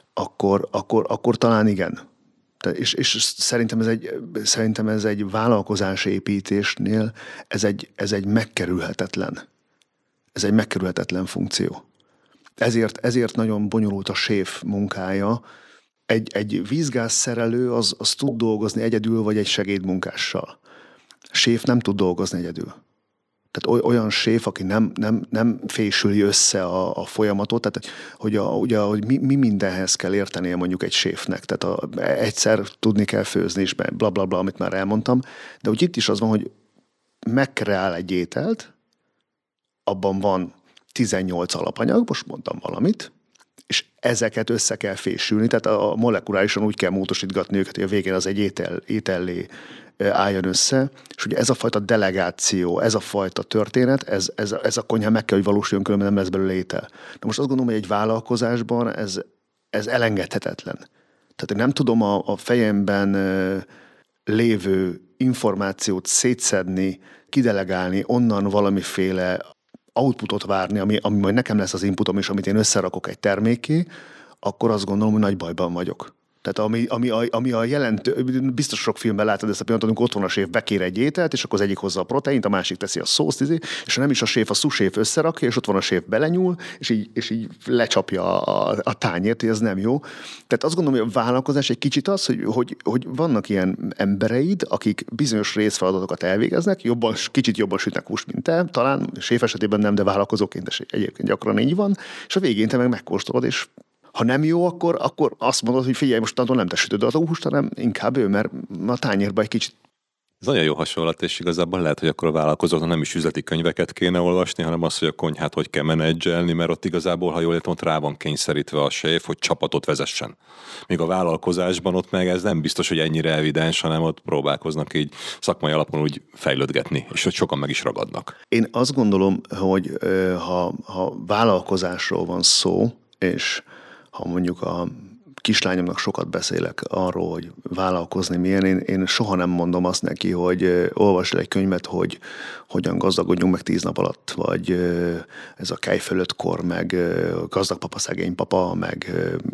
akkor talán igen. És szerintem ez egy vállalkozásépítésnél ez egy megkerülhetetlen. Ez egy megkerülhetetlen funkció. Ezért nagyon bonyolult a séf munkája. Egy vízgázszerelő az tud dolgozni egyedül, vagy egy segédmunkással. Séf nem tud dolgozni egyedül. Tehát olyan séf, aki nem fésüli össze a folyamatot, tehát hogy mi mindenhez kell értenie mondjuk egy séfnek. Tehát egyszer tudni kell főzni, és blablabla, amit már elmondtam. De úgy itt is az van, hogy megkreál egy ételt, abban van 18 alapanyag, most mondtam valamit, és ezeket össze kell fésülni, tehát a molekulárisan úgy kell módosítgatni őket, hogy a végén az egy étellé álljon össze, és ugye ez a fajta delegáció, ez a fajta történet, ez a konyhán meg kell, hogy valósuljon, különben nem lesz belőle étel. De most azt gondolom, hogy egy vállalkozásban ez elengedhetetlen. Tehát én nem tudom a fejemben lévő információt szétszedni, kidelegálni, onnan valamiféle outputot várni, ami majd nekem lesz az inputom, és amit én összerakok egy terméké, akkor azt gondolom, hogy nagy bajban vagyok. Tehát ami a jelentő, biztos sok filmben látod ezt a pillanatot, amikor ott van a séf, bekér egy ételt, és akkor az egyik hozza a proteint, a másik teszi a szószt, és ha nem is a séf, a sous-séf összerakja, és ott van a séf, belenyúl, és így lecsapja a tányért, hogy ez nem jó. Tehát azt gondolom, hogy a vállalkozás egy kicsit az, hogy vannak ilyen embereid, akik bizonyos részfeladatokat elvégeznek, kicsit jobban sütnek húst, mint te, talán séf esetében nem, de vállalkozóként egyébként gyakran így van, és a végén te meg megkóstolod, és ha nem jó, akkor azt mondod, hogy figyelj, most nem te sütöd a húst, hanem inkább ő, mert a tányérba egy kicsit. Ez nagyon jó hasonlat, és igazából lehet, hogy akkor a vállalkozóknak nem is üzleti könyveket kéne olvasni, hanem az, hogy a konyhát hogy kell menedzselni, mert ott igazából, ha jól értem, ott rá van kényszerítve a séf, hogy csapatot vezessen. Míg a vállalkozásban ott meg ez nem biztos, hogy ennyire evidens, hanem ott próbálkoznak így szakmai alapon úgy fejlődgetni, és hogy sokan meg is ragadnak. Én azt gondolom, hogy ha vállalkozásról van szó, és ha mondjuk a kislányomnak sokat beszélek arról, hogy vállalkozni milyen. Én soha nem mondom azt neki, hogy olvasd el egy könyvet, hogy hogyan gazdagodjunk meg 10 nap alatt, vagy ez a kej fölött kor, meg gazdag papa, szegény papa, meg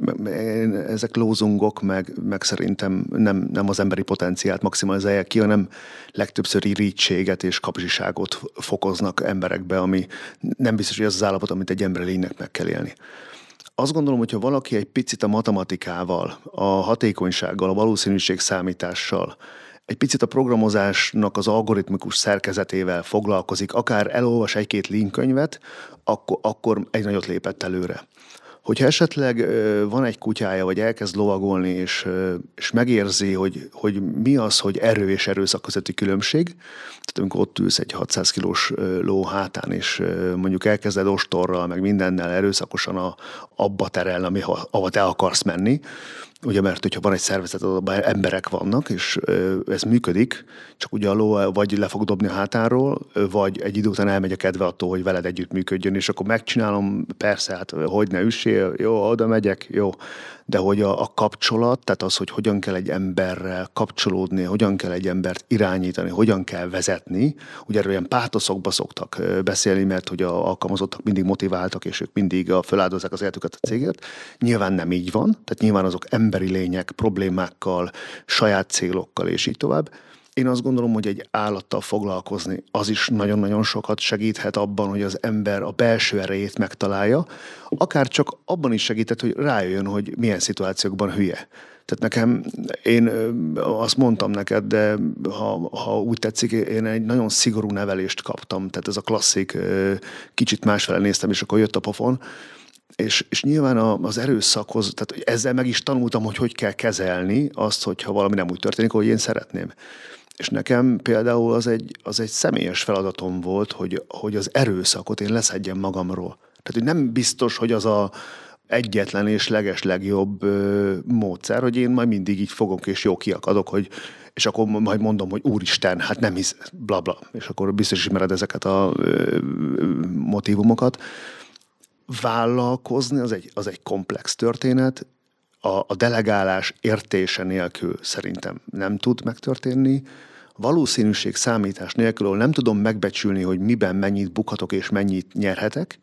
ezek lózungok, meg szerintem nem az emberi potenciált maximalizálják ki, hanem legtöbbször irítséget és kapzsiságot fokoznak emberekbe, ami nem biztos, hogy az állapot, amit egy emberi lénynek meg kell élni. Azt gondolom, hogyha valaki egy picit a matematikával, a hatékonysággal, a valószínűségszámítással, egy picit a programozásnak az algoritmikus szerkezetével foglalkozik, akár elolvas egy-két lean könyvet, akkor egy nagyot lépett előre. Hogyha esetleg van egy kutyája, vagy elkezd lovagolni, és megérzi, hogy mi az, hogy erő és erőszak közötti különbség, tehát amikor ott ülsz egy 600 kilós ló hátán, és mondjuk elkezded ostorral, meg mindennel erőszakosan abba terelni, ahova te akarsz menni, ugye, mert hogyha van egy szervezet, abban emberek vannak, és ez működik, csak ugye a ló vagy le fog dobni a hátáról, vagy egy idő után elmegy a kedve attól, hogy veled együtt működjön, és akkor megcsinálom, persze, hát hogy ne üssél, jó, oda megyek, jó. De hogy a kapcsolat, tehát az, hogy hogyan kell egy emberrel kapcsolódni, hogyan kell egy embert irányítani, hogyan kell vezetni, ugye erről ilyen pátoszokba szoktak beszélni, mert hogy a alkalmazottak mindig motiváltak, és ők mindig feláldozzák az életüket a cégért. Nyilván nem így van, tehát nyilván azok emberi lények, problémákkal, saját célokkal, és így tovább. Én azt gondolom, hogy egy állattal foglalkozni az is nagyon-nagyon sokat segíthet abban, hogy az ember a belső erejét megtalálja, akár csak abban is segített, hogy rájöjjön, hogy milyen szituációkban hülye. Tehát nekem, én azt mondtam neked, de ha úgy tetszik, én egy nagyon szigorú nevelést kaptam, tehát ez a klasszik, kicsit másfele néztem, és akkor jött a pofon, és nyilván az erőszakhoz, tehát ezzel meg is tanultam, hogy kell kezelni azt, hogyha valami nem úgy történik, ahogy én szeretném. És nekem például az egy személyes feladatom volt, hogy az erőszakot én leszedjem magamról. Tehát, hogy nem biztos, hogy az a egyetlen és legjobb módszer, hogy én majd mindig így fogok és jó kiakadok, és akkor majd mondom, hogy úristen, hát nem hisz, blabla. És akkor biztos ismered ezeket a motívumokat. Vállalkozni az egy komplex történet, a delegálás értése nélkül szerintem nem tud megtörténni. Valószínűség számítás nélkül, ahol nem tudom megbecsülni, hogy miben mennyit bukhatok és mennyit nyerhetek.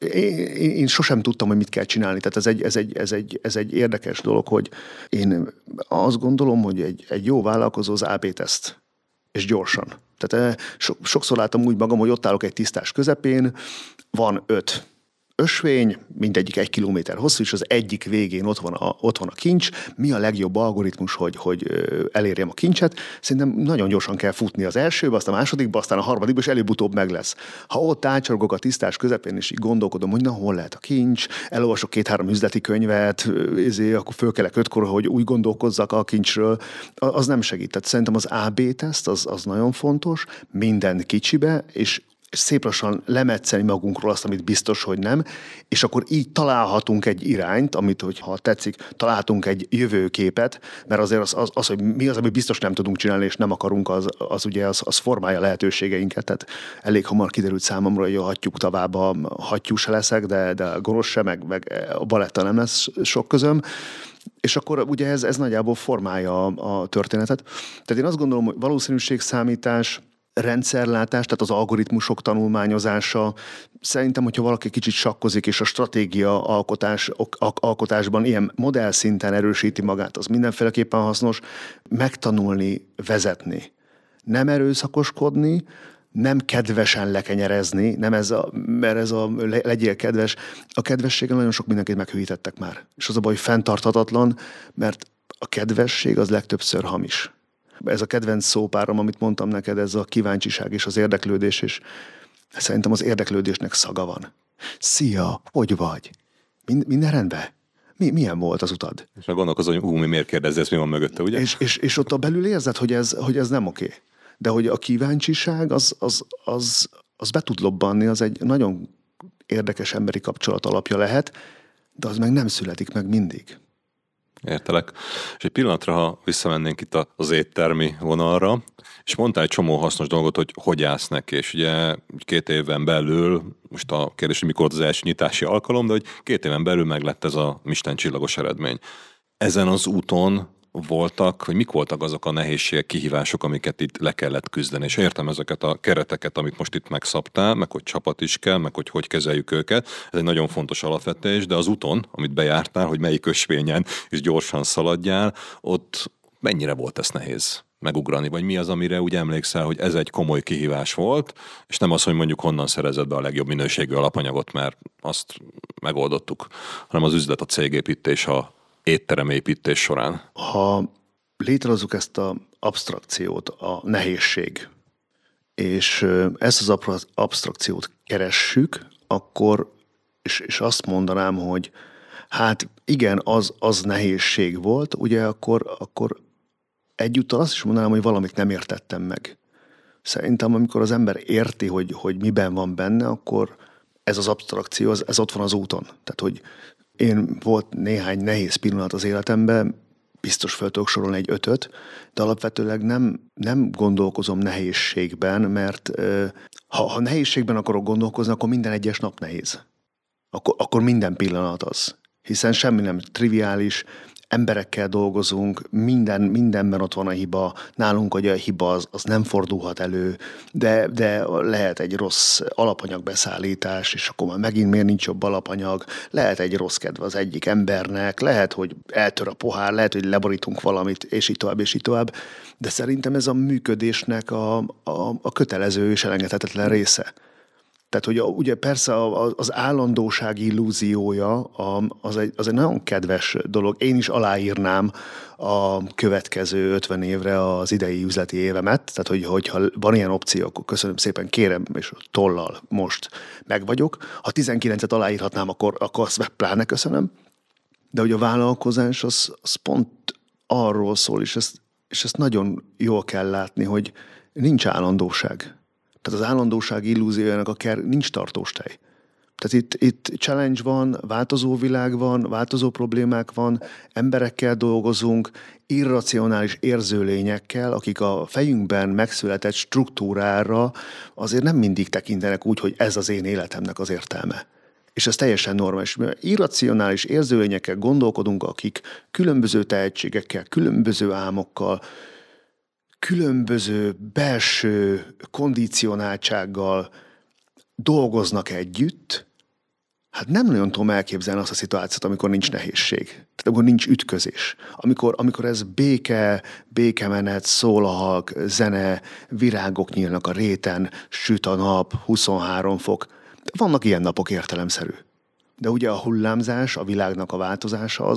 Én sosem tudtam, hogy mit kell csinálni. Tehát ez egy érdekes dolog, hogy én azt gondolom, hogy egy jó vállalkozó az AB-teszt, és gyorsan. Tehát sokszor látom úgy magam, hogy ott állok egy tisztás közepén, van 5 ösvény, mindegyik 1 kilométer hosszú, és az egyik végén ott van a kincs. Mi a legjobb algoritmus, hogy elérjem a kincset? Szerintem nagyon gyorsan kell futni az elsőbe, aztán a másodikba, aztán a harmadikba, és előbb-utóbb meg lesz. Ha ott ácsorgok a tisztás közepén, és így gondolkodom, hogy na, hol lehet a kincs, elolvasok 2-3 üzleti könyvet, akkor fölkelek 5-kor, hogy úgy gondolkozzak a kincsről, az nem segít. Tehát szerintem az AB-teszt az nagyon fontos, minden kicsibe, és szép lassan lemetszeni magunkról azt, amit biztos, hogy nem, és akkor így találhatunk egy irányt, amit, hogyha tetszik, találhatunk egy jövőképet, mert azért az, hogy mi az, amit biztos nem tudunk csinálni, és nem akarunk, az formálja lehetőségeinket. Tehát elég hamar kiderült számomra, hogy a hattyúk tavába hattyú se leszek, de gonosz se, meg a baletta nem lesz sok közöm. És akkor ugye ez nagyjából formálja a történetet. Tehát én azt gondolom, hogy valószínűségszámítás, rendszerlátás, tehát az algoritmusok tanulmányozása. Szerintem, hogyha valaki kicsit sakkozik, és a stratégia alkotásban ilyen modell szinten erősíti magát, az mindenféleképpen hasznos. Megtanulni, vezetni. Nem erőszakoskodni, nem kedvesen lekenyerezni, mert legyél kedves. A kedvességgel nagyon sok mindenkit meghűítettek már. És az a baj, hogy fenntarthatatlan, mert a kedvesség az legtöbbször hamis. Ez a kedvenc szópárom, amit mondtam neked, ez a kíváncsiság és az érdeklődés, és szerintem az érdeklődésnek szaga van. Szia, hogy vagy? Minden rendben? Milyen volt az utad? És meg gondolkozom, hogy miért kérdezi ezt, mi van mögötte, ugye? És ott a belül érzed, hogy ez nem oké. De hogy a kíváncsiság az be tud lobbanni, az egy nagyon érdekes emberi kapcsolat alapja lehet, de az meg nem születik meg mindig. Értelek. És egy pillanatra, ha visszamennénk itt az éttermi vonalra, és mondtál egy csomó hasznos dolgot, hogy állsz neki, és ugye 2 éven belül, most a kérdés, hogy mikor volt az első nyitási alkalom, de hogy 2 éven belül meglett ez a Michelin csillagos eredmény. ezen az úton voltak, hogy mik voltak azok a nehézségek, kihívások, amiket itt le kellett küzdeni. És értem ezeket a kereteket, amit most itt megszabtál, meg hogy csapat is kell, meg hogy kezeljük őket. Ez egy nagyon fontos alapvetés, de az úton, amit bejártál, hogy melyik ösvényen is gyorsan szaladjál, ott mennyire volt ez nehéz megugrani, vagy mi az, amire úgy emlékszel, hogy ez egy komoly kihívás volt, és nem az, hogy mondjuk honnan szerezed be a legjobb minőségű alapanyagot, mert azt megoldottuk, hanem az üzlet, a cégépítés, a étteremépítés során. Ha létrehozzuk ezt az absztrakciót, a nehézség, és ezt az absztrakciót keressük, akkor, és azt mondanám, hogy hát igen, az nehézség volt, ugye akkor egyúttal azt is mondanám, hogy valamit nem értettem meg. Szerintem, amikor az ember érti, hogy miben van benne, akkor ez az absztrakció, ez ott van az úton. Tehát, hogy én volt néhány nehéz pillanat az életemben, biztos fel tudok sorolni egy 5-öt, de alapvetőleg nem gondolkozom nehézségben, mert ha nehézségben akarok gondolkozni, akkor minden egyes nap nehéz. Akkor minden pillanat az. Hiszen semmi nem triviális, emberekkel dolgozunk, mindenben ott van a hiba, nálunk hogy a hiba az nem fordulhat elő, de lehet egy rossz alapanyagbeszállítás, és akkor már megint miért nincs jobb alapanyag, lehet egy rossz kedve az egyik embernek, lehet, hogy eltör a pohár, lehet, hogy leborítunk valamit, és így tovább, és így tovább, de szerintem ez a működésnek a kötelező és elengedhetetlen része. Tehát, hogy ugye persze az állandóság illúziója az egy nagyon kedves dolog. Én is aláírnám a következő 50 évre az idei üzleti évemet. Tehát, hogyha van ilyen opció, akkor köszönöm szépen, kérem, és tollal most meg vagyok. Ha 19-et aláírhatnám, akkor azt meg pláne köszönöm. De hogy a vállalkozás az pont arról szól, és ezt nagyon jól kell látni, hogy nincs állandóság. Tehát az állandóság illúziójának akár nincs tartós tej. Tehát itt challenge van, változó világ van, változó problémák van, emberekkel dolgozunk, irracionális érzőlényekkel, akik a fejünkben megszületett struktúrára azért nem mindig tekintenek úgy, hogy ez az én életemnek az értelme. És ez teljesen normális. Irracionális érzőlényekkel gondolkodunk, akik különböző tehetségekkel, különböző álmokkal, különböző belső kondicionáltsággal dolgoznak együtt, hát nem nagyon tudom elképzelni azt a szituációt, amikor nincs nehézség. Tehát amikor nincs ütközés. Amikor ez békemenet, szól a halk, zene, virágok nyílnak a réten, süt a nap, 23 fok. Vannak ilyen napok értelemszerű. De ugye a hullámzás, a világnak a változása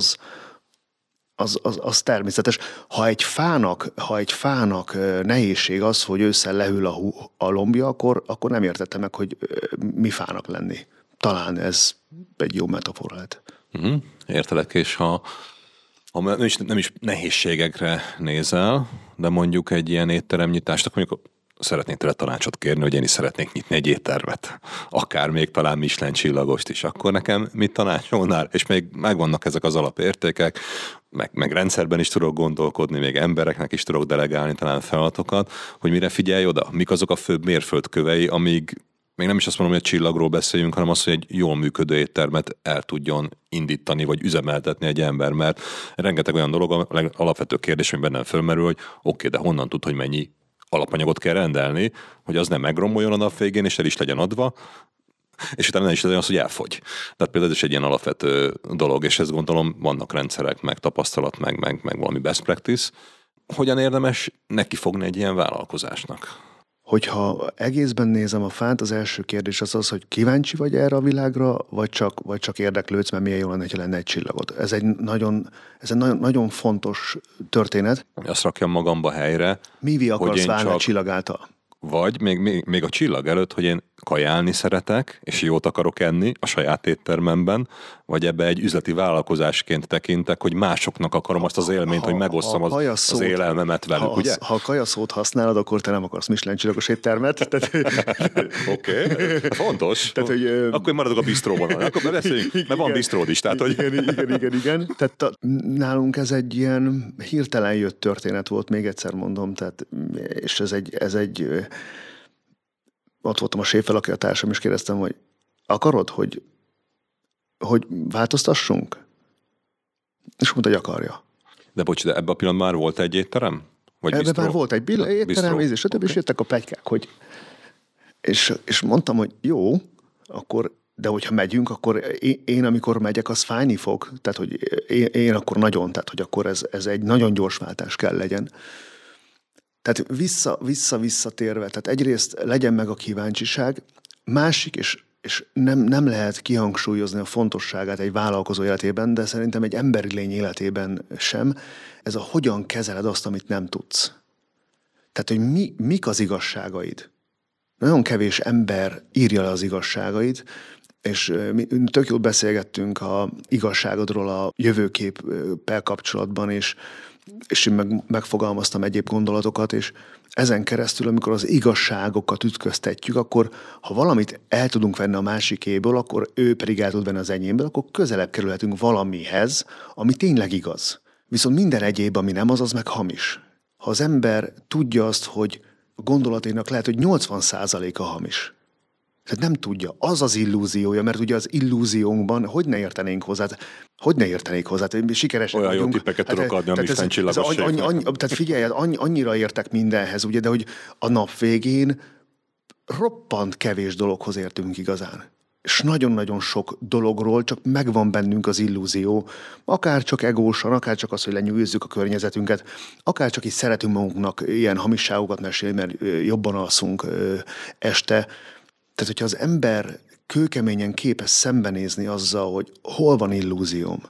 az természetes. Ha egy fának nehézség az, hogy ősszel lehűl a lombja, akkor nem értettem meg, hogy mi fának lenni. Talán ez egy jó metafora lehet. Értelek, és ha nem is nehézségekre nézel, de mondjuk egy ilyen étteremnyitást, akkor mondjuk szeretnék tőle tanácsot kérni, hogy én is szeretnék nyitni egy éttermet. Akár még talán Michelin csillagost is. Akkor nekem mit tanácsolnál? És még megvannak ezek az alapértékek, meg rendszerben is tudok gondolkodni, még embereknek is tudok delegálni talán feladatokat, hogy mire figyelj oda? Mik azok a főbb mérföldkövei, amíg még nem is azt mondom, hogy egy csillagról beszéljünk, hanem azt, hogy egy jól működő éttermet el tudjon indítani, vagy üzemeltetni egy ember, mert rengeteg olyan dolog, a alapvető kérdés, ami bennem fölmerül, hogy oké, de honnan tud, hogy mennyi alapanyagot kell rendelni, hogy az nem megromoljon a nap végén, és el is legyen adva, és utána nem is legyen az, hogy elfogy. Tehát például ez is egy ilyen alapvető dolog, és ezt gondolom vannak rendszerek, meg tapasztalat, meg valami best practice. Hogyan érdemes nekifogni egy ilyen vállalkozásnak? Hogyha egészben nézem a fát, az első kérdés az, hogy kíváncsi vagy erre a világra, vagy csak érdeklődsz, mert milyen jó lenne, ha lenne egy csillagod. Ez egy nagyon fontos történet. Azt rakjam magamba helyre. Mivé akarsz válni a csillag által? Vagy még a csillag előtt, hogy én kajálni szeretek, és jót akarok enni a saját éttermemben, vagy ebbe egy üzleti vállalkozásként tekintek, hogy másoknak akarom azt az élményt, hogy megosszam az élelmemet velük, ugye? Ha a kajaszót használod, akkor te nem akarsz Michelin csillagos éttermet. Oké, fontos. Tehát, hogy, akkor maradok a bistróban. Akkor beszéljünk, mert van bistród is. Tehát, Igen. Tehát nálunk ez egy ilyen hirtelen jött történet volt, még egyszer mondom, tehát, és ez egy ott voltam a séffel, aki a társam, és kérdeztem, hogy akarod, hogy változtassunk? És mondta, hogy akarja. De bocs, de ebben a pillanatban már volt egy étterem? Vagy ebben már volt egy étterem, és jöttek a pletykák, hogy... És mondtam, hogy jó, akkor, de hogyha megyünk, akkor én amikor megyek, az fájni fog. Tehát, hogy én akkor nagyon, tehát, hogy akkor ez egy nagyon gyors váltás kell legyen. Tehát visszatérve, tehát egyrészt legyen meg a kíváncsiság, másik, és nem lehet kihangsúlyozni a fontosságát egy vállalkozó életében, de szerintem egy emberi lény életében sem, ez a hogyan kezeled azt, amit nem tudsz. Tehát, hogy mik az igazságaid. Nagyon kevés ember írja le az igazságait, és mi tök jól beszélgettünk a igazságodról a jövőképpel kapcsolatban, és én megfogalmaztam egyéb gondolatokat, és ezen keresztül, amikor az igazságokat ütköztetjük, akkor ha valamit el tudunk venni a másikéből, akkor ő pedig el tud venni az enyémből, akkor közelebb kerülhetünk valamihez, ami tényleg igaz. Viszont minden egyéb, ami nem az meg hamis. Ha az ember tudja azt, hogy a gondolaténak lehet, hogy 80%-a hamis. Tehát nem tudja. Az az illúziója, mert ugye az illúziónkban hogy ne értenénk hozzá? Hogy ne értenék hozzá? Sikeresek olyan vagyunk. Jó tippeket tudok adni a Michelin csillagos tehát figyelj, annyira értek mindenhez, ugye, de hogy a nap végén roppant kevés dologhoz értünk igazán. És nagyon-nagyon sok dologról csak megvan bennünk az illúzió, akár csak egósan, akár csak az, hogy lenyűgözzük a környezetünket, akár csak így szeretünk magunknak ilyen hamisságokat mesélni, mert jobban alszunk este. Tehát, hogyha az ember kőkeményen képes szembenézni azzal, hogy hol van illúzióm,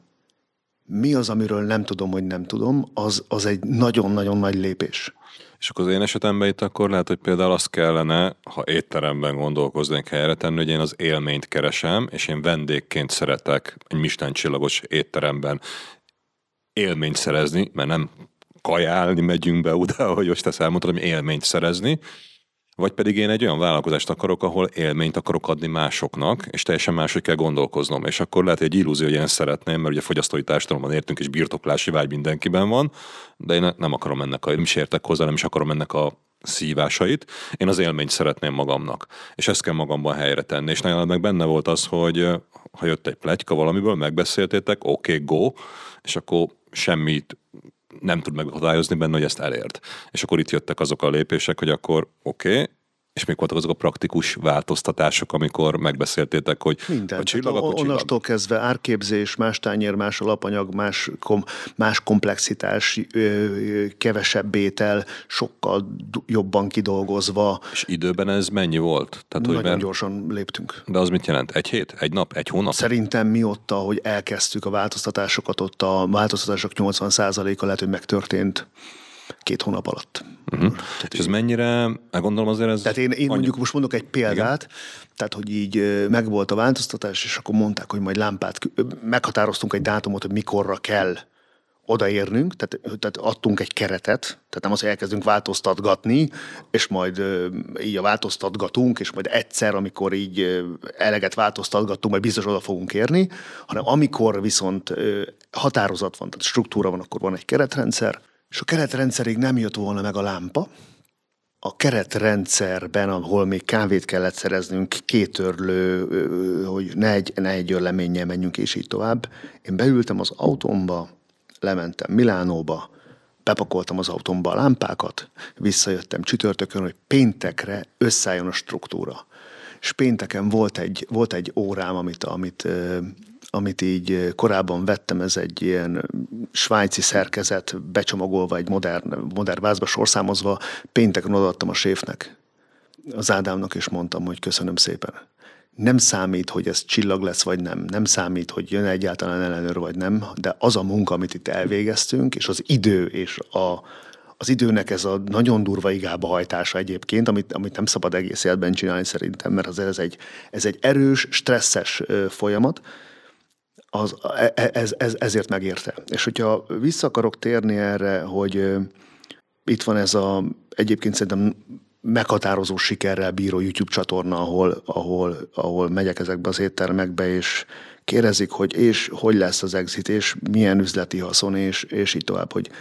mi az, amiről nem tudom, hogy nem tudom, az egy nagyon-nagyon nagy lépés. És akkor az én esetemben itt akkor lehet, hogy például azt kellene, ha étteremben gondolkoznék helyre tenni, hogy én az élményt keresem, és én vendégként szeretek egy Michelin csillagos étteremben élményt szerezni, mert nem kajálni megyünk be oda, ahogy most ezt elmondtam, hogy élményt szerezni, vagy pedig én egy olyan vállalkozást akarok, ahol élményt akarok adni másoknak, és teljesen máshogy kell gondolkoznom. És akkor lehet, hogy egy illúzió, hogy én szeretném, mert ugye fogyasztói társadalomban értünk, és birtoklási vágy mindenkiben van, de én nem akarom nem is értek hozzá, nem is akarom ennek a szívásait. Én az élményt szeretném magamnak. És ezt kell magamban helyre tenni. És nagyon meg benne volt az, hogy ha jött egy pletyka valamiből, megbeszéltétek, oké, go, és akkor semmit nem tud megakadályozni benne, hogy ezt elérd. És akkor itt jöttek azok a lépések, hogy akkor oké, és még voltak azok a praktikus változtatások, amikor megbeszéltétek, hogy minden. A csillag, akkor csillag. Onnastól kezdve árképzés, más tányér, más alapanyag, más komplexitás, kevesebb étel, sokkal jobban kidolgozva. És időben ez mennyi volt? Tehát, nagyon gyorsan léptünk. De az mit jelent? Egy hét? Egy nap? Egy hónap? Szerintem mióta, hogy elkezdtük a változtatásokat, ott a változtatások 80%-a lehet, hogy megtörtént 2 hónap alatt. És ez mennyire, gondolom azért ez... Tehát én mondjuk most mondok egy példát, igen? Tehát, hogy így megvolt a változtatás, és akkor mondták, hogy majd lámpát, meghatároztunk egy dátumot, hogy mikorra kell odaérnünk, tehát adtunk egy keretet, tehát nem az, hogy elkezdünk változtatgatni, és majd így a változtatgatunk, és majd egyszer, amikor így eleget változtatgatunk, majd biztos oda fogunk érni, hanem amikor viszont határozat van, tehát struktúra van, akkor van egy keretrendszer, és a keretrendszerig nem jött volna meg a lámpa. A keretrendszerben, ahol még kávét kellett szereznünk, 2 törlő, hogy ne egy leménnyel menjünk, és így tovább. Én beültem az autómba, lementem Milánóba, bepakoltam az autómba a lámpákat, visszajöttem csütörtökön, hogy péntekre összeálljon a struktúra. És pénteken volt egy órám, amit így korábban vettem, ez egy ilyen svájci szerkezet, becsomagolva, egy modern vázba sorszámozva, pénteken odaadtam a séfnek, az Ádámnak, és mondtam, hogy köszönöm szépen. Nem számít, hogy ez csillag lesz, vagy nem. Nem számít, hogy jön egyáltalán ellenőr, vagy nem, de az a munka, amit itt elvégeztünk, és az idő, és az időnek ez a nagyon durva igába hajtása egyébként, amit nem szabad egész életben csinálni szerintem, mert azért ez egy erős, stresszes folyamat, ezért megérte. És hogyha vissza akarok térni erre, hogy itt van ez egyébként szerintem meghatározó sikerrel bíró YouTube csatorna, ahol megyek ezekbe az éttermekbe, és kérdezik, hogy és hogy lesz az exit, és milyen üzleti haszon, és így tovább, hogy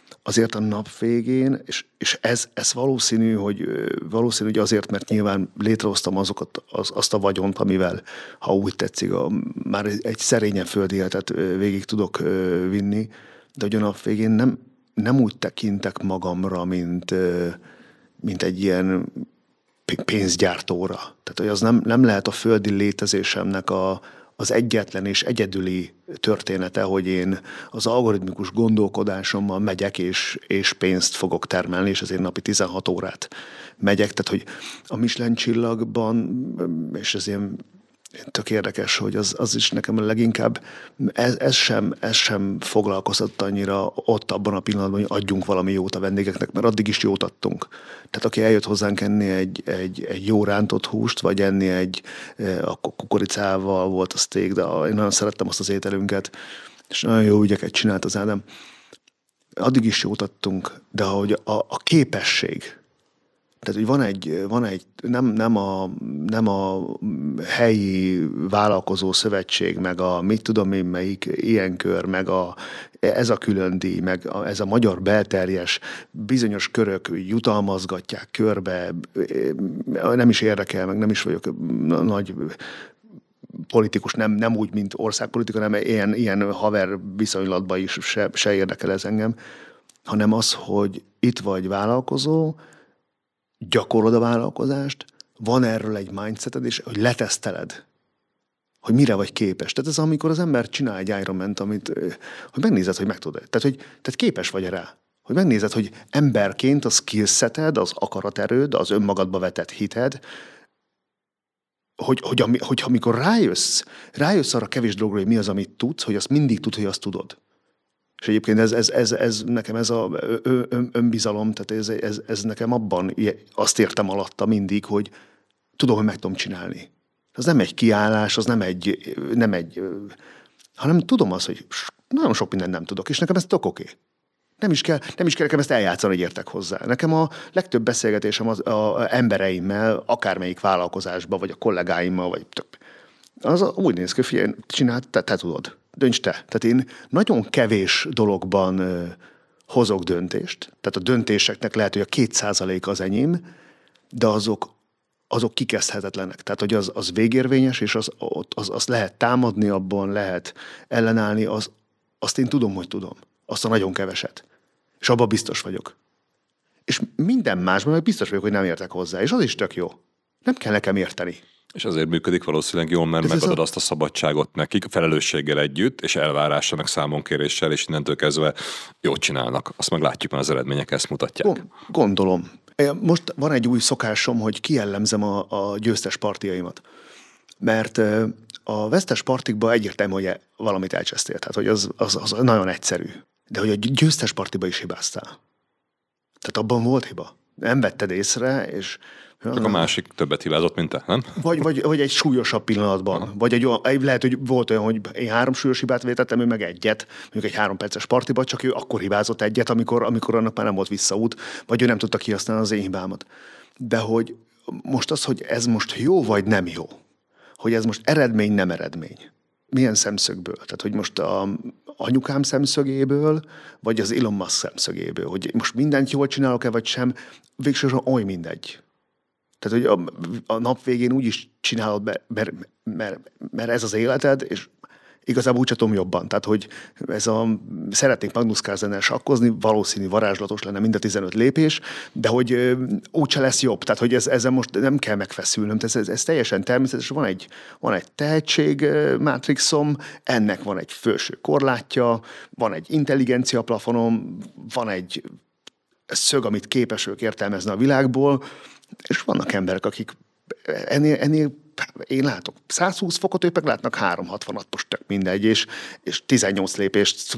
azért a nap végén, és ez valószínű, hogy azért, mert nyilván létrehoztam azt a vagyont, amivel, ha úgy tetszik, már egy szerényen földi életet végig tudok vinni, de hogy a nap végén nem úgy tekintek magamra, mint egy ilyen pénzgyártóra. Tehát, hogy az nem lehet a földi létezésemnek az egyetlen és egyedüli története, hogy én az algoritmikus gondolkodásommal megyek, és pénzt fogok termelni, és ezért napi 16 órát megyek. Tehát, hogy a Michelin csillagban, és ez ilyen tök érdekes, hogy az is nekem a leginkább, ez sem foglalkoztatott annyira ott abban a pillanatban, hogy adjunk valami jót a vendégeknek, mert addig is jót adtunk. Tehát aki eljött hozzánk enni egy jó rántott húst, vagy enni a kukoricával volt a steak, de én nagyon szerettem azt az ételünket, és nagyon jó ügyeket csinált az Ádám. Addig is jót adtunk, de hogy a képesség, tehát, hogy van egy nem a helyi vállalkozó szövetség, meg a mit tudom én melyik ilyen kör, meg ez a külön díj, meg ez a magyar belterjes, bizonyos körök jutalmazgatják körbe, nem is érdekel, meg nem is vagyok nagy politikus, nem úgy, mint országpolitika, nem ilyen haver viszonylatban is se érdekel ez engem, hanem az, hogy itt vagy vállalkozó, gyakorlod a vállalkozást, van erről egy mindseted, és hogy leteszteled, hogy mire vagy képes. Tehát ez amikor az ember csinál egy Ironman-t, hogy megnézed, hogy meg tudod. Tehát képes vagy rá. Hogy megnézed, hogy emberként a skillseted, az akaraterőd, az önmagadba vetett hited, hogy amikor rájössz arra kevés dologra, hogy mi az, amit tudsz, hogy azt mindig tudod, hogy azt tudod. És egyébként ez nekem ez a önbizalom, tehát ez nekem abban azt értem alatta mindig, hogy tudom, hogy meg tudom csinálni. Az nem egy kiállás, az nem egy hanem tudom azt, hogy nagyon sok mindent nem tudok, és nekem ez tök oké. Nem is kell nekem ezt eljátszani, hogy értek hozzá. Nekem a legtöbb beszélgetésem az embereimmel, akármelyik vállalkozásban, vagy a kollégáimmal, vagy több. Az úgy néz ki, figyelj, csináld, te tudod. Dönts te. Tehát én nagyon kevés dologban hozok döntést. Tehát a döntéseknek lehet, hogy a 2% az enyém, de azok kikezdhetetlenek. Tehát, hogy az végérvényes, és az lehet támadni abban, lehet ellenállni, azt én tudom, hogy tudom. Azt a nagyon keveset. És abban biztos vagyok. És minden másban meg biztos vagyok, hogy nem értek hozzá. És az is tök jó. Nem kell nekem érteni. És azért működik valószínűleg jól, mert megadod azt a szabadságot nekik, felelősséggel együtt, és elvárással, meg számonkéréssel, és innentől kezdve jót csinálnak. Azt meg látjuk, mert az eredmények ezt mutatják. Gondolom. Most van egy új szokásom, hogy kijellemzem a győztes partiaimat. Mert a vesztes partikban egyértelmű, hogy valamit elcsesztél. Tehát, hogy az nagyon egyszerű. De hogy a győztes partiba is hibáztál. Tehát abban volt hiba. Nem vetted észre, és csak a másik többet hibázott, mint te, nem? Vagy egy súlyosabb pillanatban. Vagy lehet, hogy volt olyan, hogy én 3 súlyos hibát vétettem, ő meg egyet, mondjuk egy 3 perces partiba, csak ő akkor hibázott egyet, amikor annak már nem volt visszaút, vagy ő nem tudta kihasználni az én hibámat. De hogy most az, hogy ez most jó vagy nem jó, hogy ez most eredmény, nem eredmény. Milyen szemszögből? Tehát, hogy most a anyukám szemszögéből, vagy az Elon Musk szemszögéből, hogy most mindent jól csinálok-e, vagy sem, végsősorban oly mindegy. Tehát, hogy a nap végén úgy is csinálod be, mert ez az életed, és igazából úgy sem tudom jobban. Tehát, hogy szeretnék Magnus Carlsennel sakkozni, valószínű varázslatos lenne mind a 15 lépés, de hogy úgyse lesz jobb. Tehát, hogy ezzel most nem kell megfeszülnöm. Ez teljesen természetes. Van egy tehetség mátrixom, ennek van egy felső korlátja, van egy intelligencia plafonom, van egy szög, amit képes ők értelmezni a világból, és vannak emberek, akik ennél én látok 120 fokot, ők meg látnak 360-at, most tök mindegy, és 18 lépést,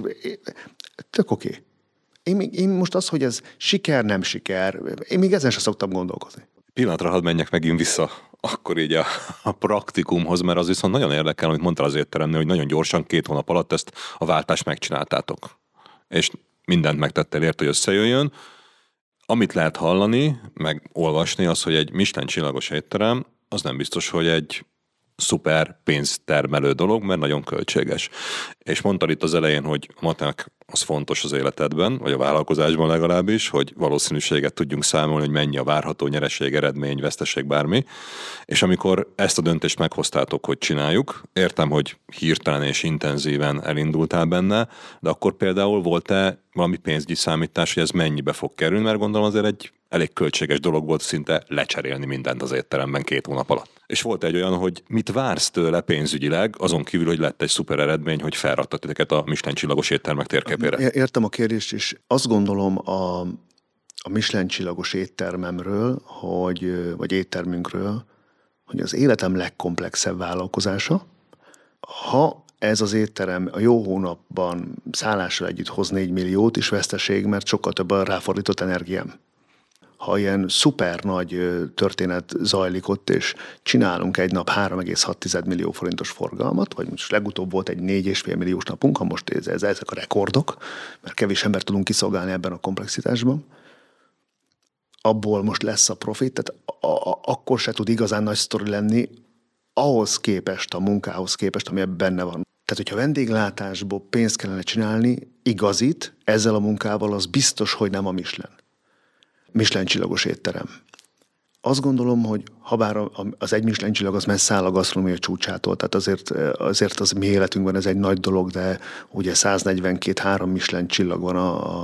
tök oké. Én most az, hogy ez siker, nem siker, én még ezen sem szoktam gondolkozni. Pillanatra hadd menjek megint vissza akkor így a praktikumhoz, mert az viszont nagyon érdekel, amit mondtál az étteremnél, hogy nagyon gyorsan 2 hónap alatt ezt a váltást megcsináltátok. És mindent megtettél érte, hogy összejöjjön. Amit lehet hallani, meg olvasni, az, hogy egy Michelin csillagos étterem, az nem biztos, hogy egy szuper pénztermelő dolog, mert nagyon költséges. És mondtad itt az elején, hogy a matek az fontos az életedben, vagy a vállalkozásban legalábbis, hogy valószínűséget tudjunk számolni, hogy mennyi a várható nyereség, eredmény, veszteség, bármi. És amikor ezt a döntést meghoztátok, hogy csináljuk, értem, hogy hirtelen és intenzíven elindultál benne, de akkor például volt-e valami pénzügyi számítás, hogy ez mennyibe fog kerülni, mert gondolom azért egy elég költséges dolog volt szinte lecserélni mindent az étteremben 2 hónap alatt. És volt egy olyan, hogy mit vársz tőle pénzügyileg, azon kívül, hogy lett egy szuper eredmény, hogy felraktak titeket a Michelin csillagos éttermek térképére. Értem a kérdést, és azt gondolom a Michelin csillagos éttermemről, vagy éttermünkről, hogy az életem legkomplexebb vállalkozása. Ha ez az étterem a jó hónapban szállással együtt hoz 4 milliót is veszteség, mert sokkal több a ráfordított energiám. Ha ilyen szuper nagy történet zajlik ott, és csinálunk egy nap 3,6 millió forintos forgalmat, vagy most legutóbb volt egy 4,5 milliós napunk, ha most ezek a rekordok, mert kevés embert tudunk kiszolgálni ebben a komplexitásban, abból most lesz a profit, tehát akkor se tud igazán nagy sztori lenni ahhoz képest, a munkához képest, ami ebben benne van. Tehát, hogyha vendéglátásból pénzt kellene csinálni, igazit, ezzel a munkával, az biztos, hogy nem a Michelin csillagos étterem. Azt gondolom, hogy habár az egy Michelin csillag az messze áll a gasztronómia csúcsától, tehát azért az mi életünkben ez egy nagy dolog, de ugye 142-3 Michelin csillag van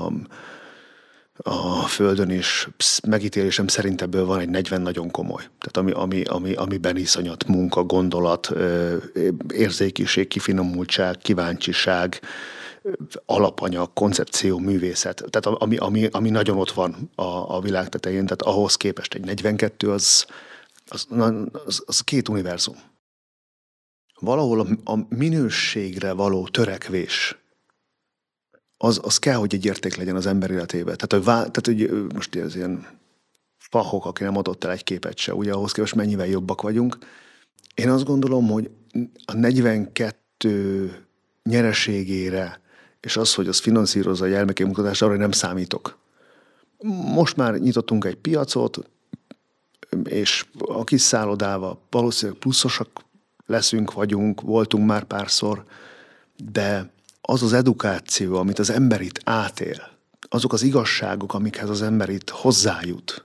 a Földön, és megítélésem szerint ebből van egy 40 nagyon komoly. Tehát amiben iszonyat munka, gondolat, érzékiség, kifinomultság, kíváncsiság, alapanyag, koncepció, művészet. Tehát ami nagyon ott van a világ tetején, tehát ahhoz képest egy 42 az 2 univerzum. Valahol a minőségre való törekvés az kell, hogy egy érték legyen az ember életében. Tehát hogy most ez ilyen fahok, aki nem adott el egy képet se, ugye ahhoz képest mennyivel jobbak vagyunk. Én azt gondolom, hogy a 42 nyereségére, és az, hogy az finanszírozza a gyermekémutatást, arra nem számítok. Most már nyitottunk egy piacot, és a kis szállodával valószínűleg pluszosak vagyunk, voltunk már párszor, de az az edukáció, amit az ember itt átél, azok az igazságok, amikhez az ember itt hozzájut,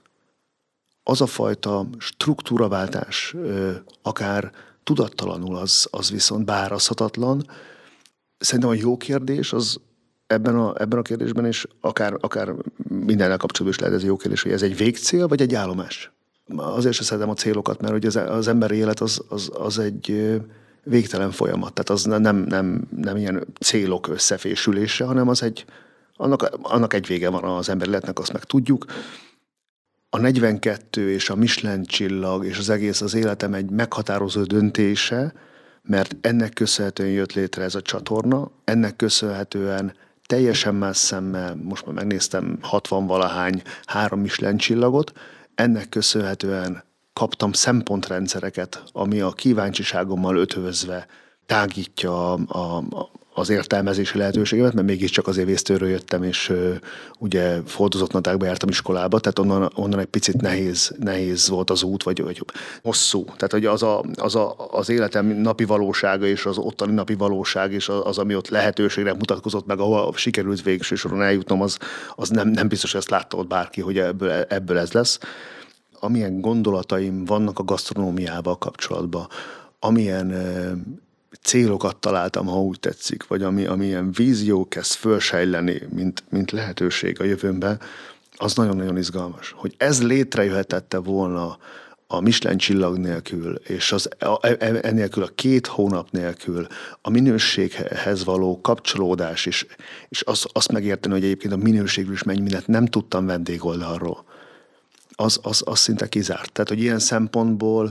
az a fajta struktúraváltás, akár tudattalanul, az viszont beárazhatatlan. Szerintem a jó kérdés az ebben a kérdésben, és akár mindennel kapcsolatban is lehet ez a jó kérdés, hogy ez egy végcél, vagy egy állomás. Azért sem szeretem a célokat, mert hogy az emberi élet az egy végtelen folyamat. Tehát az nem ilyen célok összefésülése, hanem annak egy vége van az emberi életnek, azt meg tudjuk. A 42 és a Michelin csillag és az egész az életem egy meghatározó döntése, mert ennek köszönhetően jött létre ez a csatorna, ennek köszönhetően teljesen más szemmel, most már megnéztem 60-valahány 3 Michelin csillagot, ennek köszönhetően kaptam szempontrendszereket, ami a kíváncsiságommal ötvözve tágítja az értelmezési lehetőségemet, mert mégiscsak azért vésztőről jöttem, és ugye foldozott nadrágba jártam iskolába, tehát onnan egy picit nehéz volt az út, vagy hosszú. Tehát hogy az életem napi valósága, és az ottani napi valóság, és az, ami ott lehetőségre mutatkozott meg, ahol sikerült végső soron eljutnom, az nem biztos, hogy ezt látta ott bárki, hogy ebből ez lesz. Amilyen gondolataim vannak a gasztronómiával kapcsolatban, amilyen célokat találtam, ha úgy tetszik, vagy amilyen vízió kezd fölsejleni, mint lehetőség a jövőmben, az nagyon-nagyon izgalmas. Hogy ez létrejöhetette volna a Michelin csillag nélkül, és ennélkül a 2 hónap nélkül a minőséghez való kapcsolódás, és azt megérteni, hogy egyébként a minőségről is mennyi mindent nem tudtam vendégoldalról. Az szinte kizárt. Tehát, hogy ilyen szempontból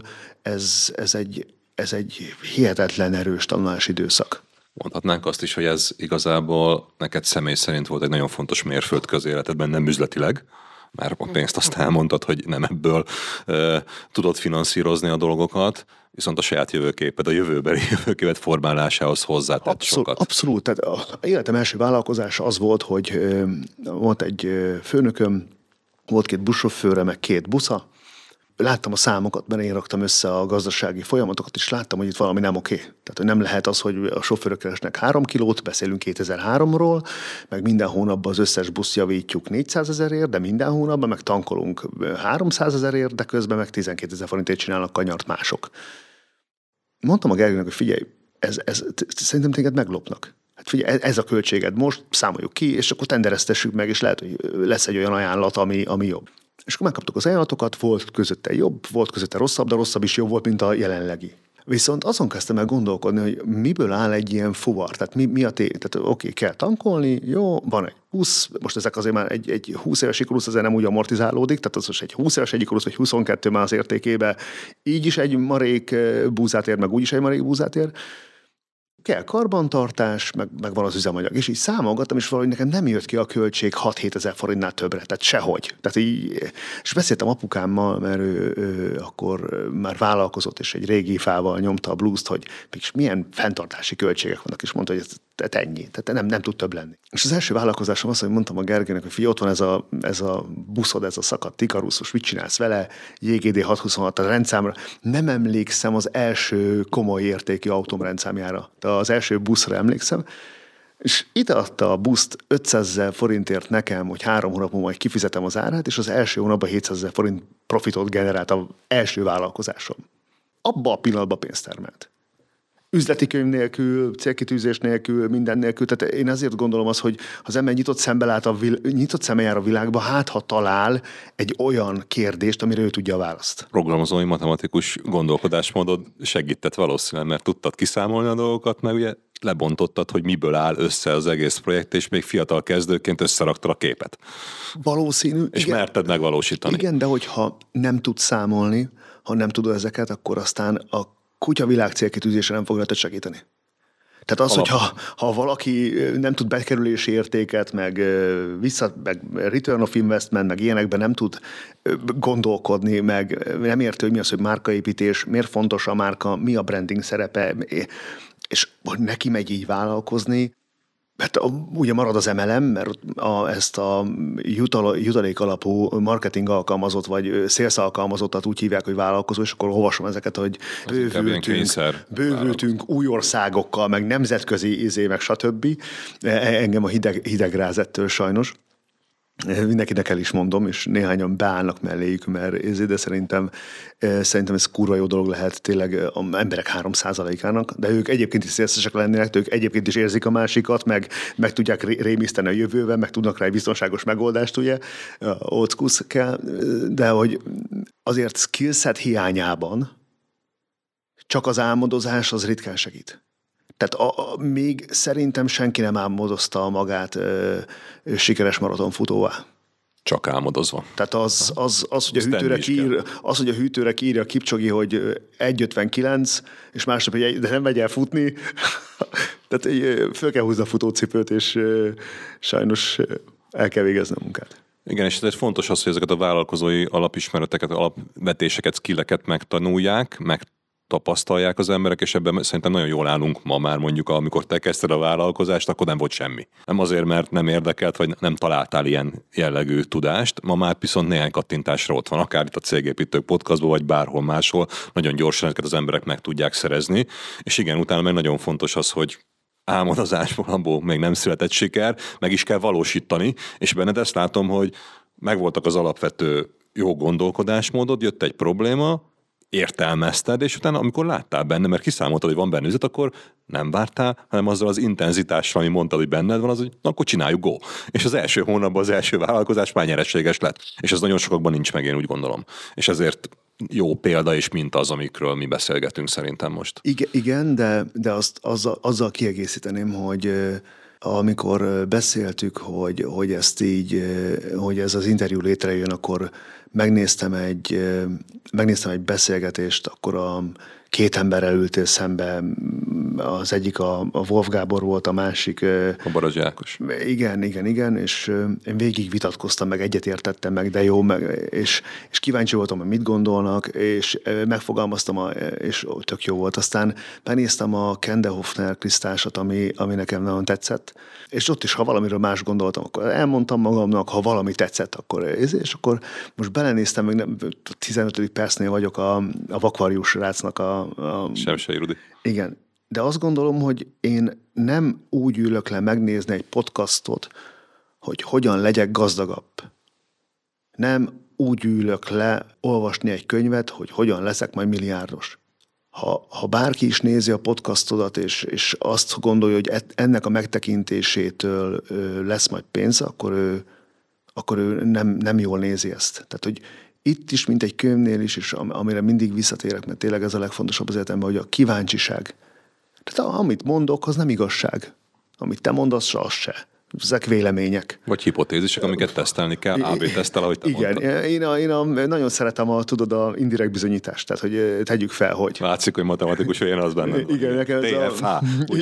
ez egy hihetetlen erős tanulási időszak. Mondhatnánk azt is, hogy ez igazából neked személy szerint volt egy nagyon fontos mérföldkő életedben, nem üzletileg, már a pénzt azt elmondtad, hogy nem ebből tudod finanszírozni a dolgokat, viszont a saját jövőképed, a jövőbeli jövőképed formálásához hozzátett sokat. Abszolút. Tehát az életem első vállalkozása az volt, hogy volt egy főnököm, volt 2 buszsofőre, meg 2 busza, láttam a számokat, mert én raktam össze a gazdasági folyamatokat, és láttam, hogy itt valami nem oké. Tehát, hogy nem lehet az, hogy a sofőrök keresnek 3 kilót, beszélünk 2003-ról, meg minden hónapban az összes buszt javítjuk 400 000-ért, de minden hónapban meg tankolunk 300 000-ért, de közben meg 12 000 forintért csinálnak kanyart mások. Mondtam a Gergőnek, hogy figyelj, ez szerintem téged meglopnak. Hát figyelj, ez a költséged most, számoljuk ki, és akkor tendereztessük meg, és lehet, hogy lesz egy olyan ajánlat, ami jobb. És akkor megkaptuk az ajánlatokat, volt közötte jobb, volt közötte rosszabb, de rosszabb is jobb volt, mint a jelenlegi. Viszont azon kezdtem el gondolkodni, hogy miből áll egy ilyen fuvar, tehát mi a tehát oké, kell tankolni, jó, van egy 20, most ezek azért már egy 20 éves ikurusz azért nem úgy amortizálódik, tehát az most egy 20 éves egy ikurusz, vagy 22 már az értékébe, így is egy marék búzát ér, meg úgy is egy marék búzát ér. Kell karbantartás, meg van az üzemanyag. És így számolgattam, és valahogy nekem nem jött ki a költség 6-7 ezer forintnál többre. Tehát sehogy. Tehát így, és beszéltem apukámmal, mert ő akkor már vállalkozott, és egy régi fával nyomta a blues-t, hogy milyen fenntartási költségek vannak, és mondta, hogy ez ennyi. Tehát nem tud több lenni. És az első vállalkozásom az, hogy mondtam a Gergőnek, hogy figyelj, ott van ez a buszod, ez a szakadt Ikarusz, mit csinálsz vele? JGD 626, a rendszámra. Nem emlékszem az első komoly értékű autóm rendszámjára. De az első buszra emlékszem, és ide adta a buszt 500 000 forintért nekem, hogy 3 hónapon majd kifizetem az árát, és az első hónapban 700 000 forint profitot generált az első vállalkozásom. Abba a pillanatban pénzt termelt. Üzleti könyv nélkül, célkitűzés nélkül, minden nélkül. Tehát én azért gondolom azt, hogy az ember nyitott szemmel jár a világba, hát ha talál egy olyan kérdést, amire ő tudja a választ. Programozói matematikus gondolkodásmódod segített valószínűleg, mert tudtad kiszámolni a dolgokat, meg ugye lebontottad, hogy miből áll össze az egész projekt, és még fiatal kezdőként összeraktad a képet. Valószínű. És igen, merted megvalósítani. Igen, de hogyha nem tudsz számolni, ha nem tudod ezeket, akkor aztán a kutyavilág célkitűzése nem fog neked segíteni. Tehát az, hogy ha valaki nem tud bekerülési értéket, meg return of investment, meg ilyenekben nem tud gondolkodni, meg nem érti, hogy mi az, hogy márkaépítés, miért fontos a márka, mi a branding szerepe, és neki megy így vállalkozni, hát ugye marad az MLM, mert ezt a jutalék alapú marketing alkalmazott, vagy sales alkalmazottat úgy hívják, hogy vállalkozó, és akkor olvasom ezeket, hogy bővültünk új országokkal, meg nemzetközi meg stb. Engem a hidegráz ettől sajnos. Mindenkinek el is mondom, és néhányan beállnak melléjük, mert de szerintem ez kurva jó dolog lehet tényleg az emberek 3%-ának, de ők egyébként is szélszesek lennének, ők egyébként is érzik a másikat, meg tudják rémiszteni a jövőben, meg tudnak rá egy biztonságos megoldást, ugye, old school kell, de hogy azért skillset hiányában csak az álmodozás az ritkán segít. Tehát még szerintem senki nem álmodozta magát sikeres maratonfutóvá. Csak álmodozva. Tehát hogy a hűtőre kiírja Kipcsogi, hogy 1:59, és másnap, hogy de nem megy el futni. Tehát föl kell húzni a futócipőt, és sajnos el kell végezni a munkát. Igen, és ez fontos az, hogy ezeket a vállalkozói alapismereteket, alapvetéseket, skilleket megtanulják, tapasztalják az emberek, és ebben szerintem nagyon jól állunk ma már, mondjuk, amikor te kezdted a vállalkozást, akkor nem volt semmi. Nem azért, mert nem érdekelt, vagy nem találtál ilyen jellegű tudást, ma már viszont néhány kattintásra ott van, akár itt a Cégépítők podcastban, vagy bárhol máshol, nagyon gyorsan ezeket az emberek meg tudják szerezni, és igen, utána meg nagyon fontos az, hogy álmodozásból abból még nem született siker, meg is kell valósítani, és benned ezt látom, hogy megvoltak az alapvető jó gondolkodásmódod, jött egy probléma, értelmezted, és utána, amikor láttál benne, mert kiszámoltad, hogy van benne üzlet, akkor nem vártál, hanem azzal az intenzitással, ami mondtad, hogy benned van, az, hogy na, akkor csináljuk, go. És az első hónapban az első vállalkozás már nyereséges lett. És ez nagyon sokakban nincs meg, én úgy gondolom. És ezért jó példa és minta az, amikről mi beszélgetünk szerintem most. Igen, de azzal kiegészíteném, hogy amikor beszéltük, hogy ezt így, hogy ez az interjú létrejön, akkor megnéztem egy beszélgetést, akkor a 2 emberrel ültél szembe, az egyik a Wolf Gábor volt, a másik... A Barazsi Ákos. Igen, és én végig vitatkoztam, meg egyetértettem meg, de jó, és kíváncsi voltam, hogy mit gondolnak, és megfogalmaztam, és tök jó volt. Aztán benéztem a Kende Hoffner Krisztásat, ami nekem nagyon tetszett, és ott is, ha valamiről más gondoltam, akkor elmondtam magamnak, ha valami tetszett, akkor és akkor most belenéztem, meg 15. percnél vagyok a Vakvarjus rácnak a Semsei Rudi. Igen, de azt gondolom, hogy én nem úgy ülök le megnézni egy podcastot, hogy hogyan legyek gazdagabb. Nem úgy ülök le olvasni egy könyvet, hogy hogyan leszek majd milliárdos. Ha bárki is nézi a podcastodat, és azt gondolja, hogy ennek a megtekintésétől lesz majd pénz, akkor ő nem jól nézi ezt. Tehát, hogy itt is, mint egy könyvnél is, és amire mindig visszatérek, mert tényleg ez a legfontosabb az életemben, hogy a kíváncsiság. Tehát amit mondok, az nem igazság. Amit te mondasz, az se. Ezek vélemények. Vagy hipotézisek, amiket tesztelni kell, AB tesztel, ahogy te mondtad. Igen, én nagyon szeretem a indirekt bizonyítást, tehát hogy tegyük fel, hogy... Látszik, hogy matematikus olyan az benne. Igen, nekem TFH.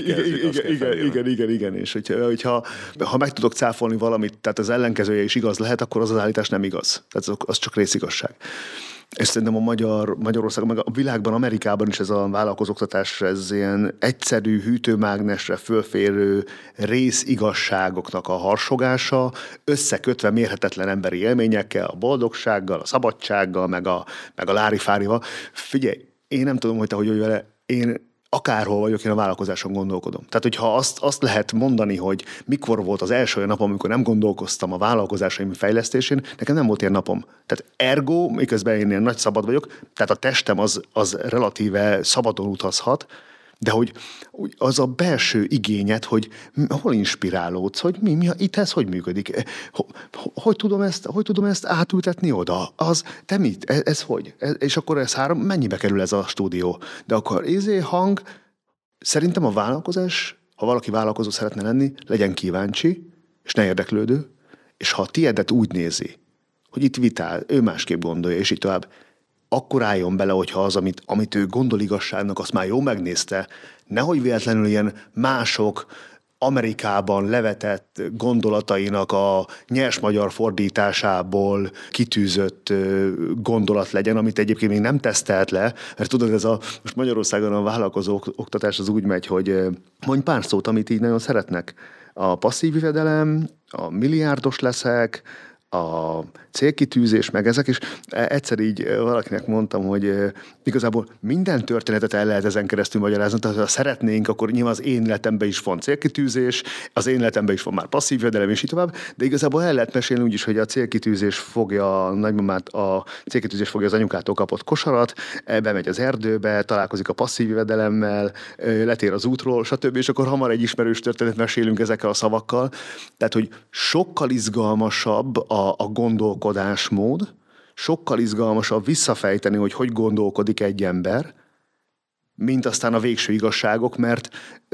Igen, és hogyha meg tudok cáfolni valamit, tehát az ellenkezője is igaz lehet, akkor az állítás nem igaz. Tehát az csak részigazság. És szerintem Magyarországon, meg a világban, Amerikában is ez a vállalkozóktatás, ez ilyen egyszerű, hűtőmágnesre fölférő részigazságoknak a harsogása, összekötve mérhetetlen emberi élményekkel, a boldogsággal, a szabadsággal, meg a lárifárival. Figyelj, én nem tudom, hogy te hogy vagy vele, én akárhol vagyok, én a vállalkozáson gondolkodom. Tehát, hogyha azt lehet mondani, hogy mikor volt az első olyan napom, amikor nem gondolkoztam a vállalkozásaim fejlesztésén, nekem nem volt ilyen napom. Tehát ergo, miközben én ilyen nagy szabad vagyok, tehát a testem az relatíve szabadon utazhat, de hogy az a belső igényed, hogy hol inspirálódsz, hogy itt ez hogy működik, hogy tudom ezt átültetni oda, te mit, ez hogy? És akkor ez mennyibe kerül ez a stúdió? De akkor hang, szerintem a vállalkozás, ha valaki vállalkozó szeretne lenni, legyen kíváncsi, és ne érdeklődő, és ha a tiédet úgy nézi, hogy itt vitál, ő másképp gondolja, és így tovább, akkor álljon bele, hogyha az, amit ő gondol igazságnak, azt már jó megnézte, nehogy véletlenül ilyen mások Amerikában levetett gondolatainak a nyers magyar fordításából kitűzött gondolat legyen, amit egyébként még nem tesztelt le, mert tudod, most Magyarországon a vállalkozó oktatás az úgy megy, hogy mondj pár szót, amit így nagyon szeretnek. A passzív jövedelem, a milliárdos leszek, a célkitűzés, meg ezek, és egyszer így valakinek mondtam, hogy igazából minden történetet el lehet ezen keresztül magyarázni, tehát ha szeretnénk, akkor nyilván az én életemben is van célkitűzés, az én életemben is van már passzív jövedelem, és így tovább, de igazából el lehet mesélni úgy is, hogy a célkitűzés fogja a nagymamát, a célkitűzés fogja az anyukától kapott kosarat, bemegy az erdőbe, találkozik a passzív jövedelemmel, letér az útról, stb. És akkor hamar egy ismerős történet mesélünk ezekkel a szavakkal. Tehát, hogy sokkal izgalmasabb a gondolkodásmód, sokkal izgalmasabb visszafejteni, hogy gondolkodik egy ember, mint aztán a végső igazságok, mert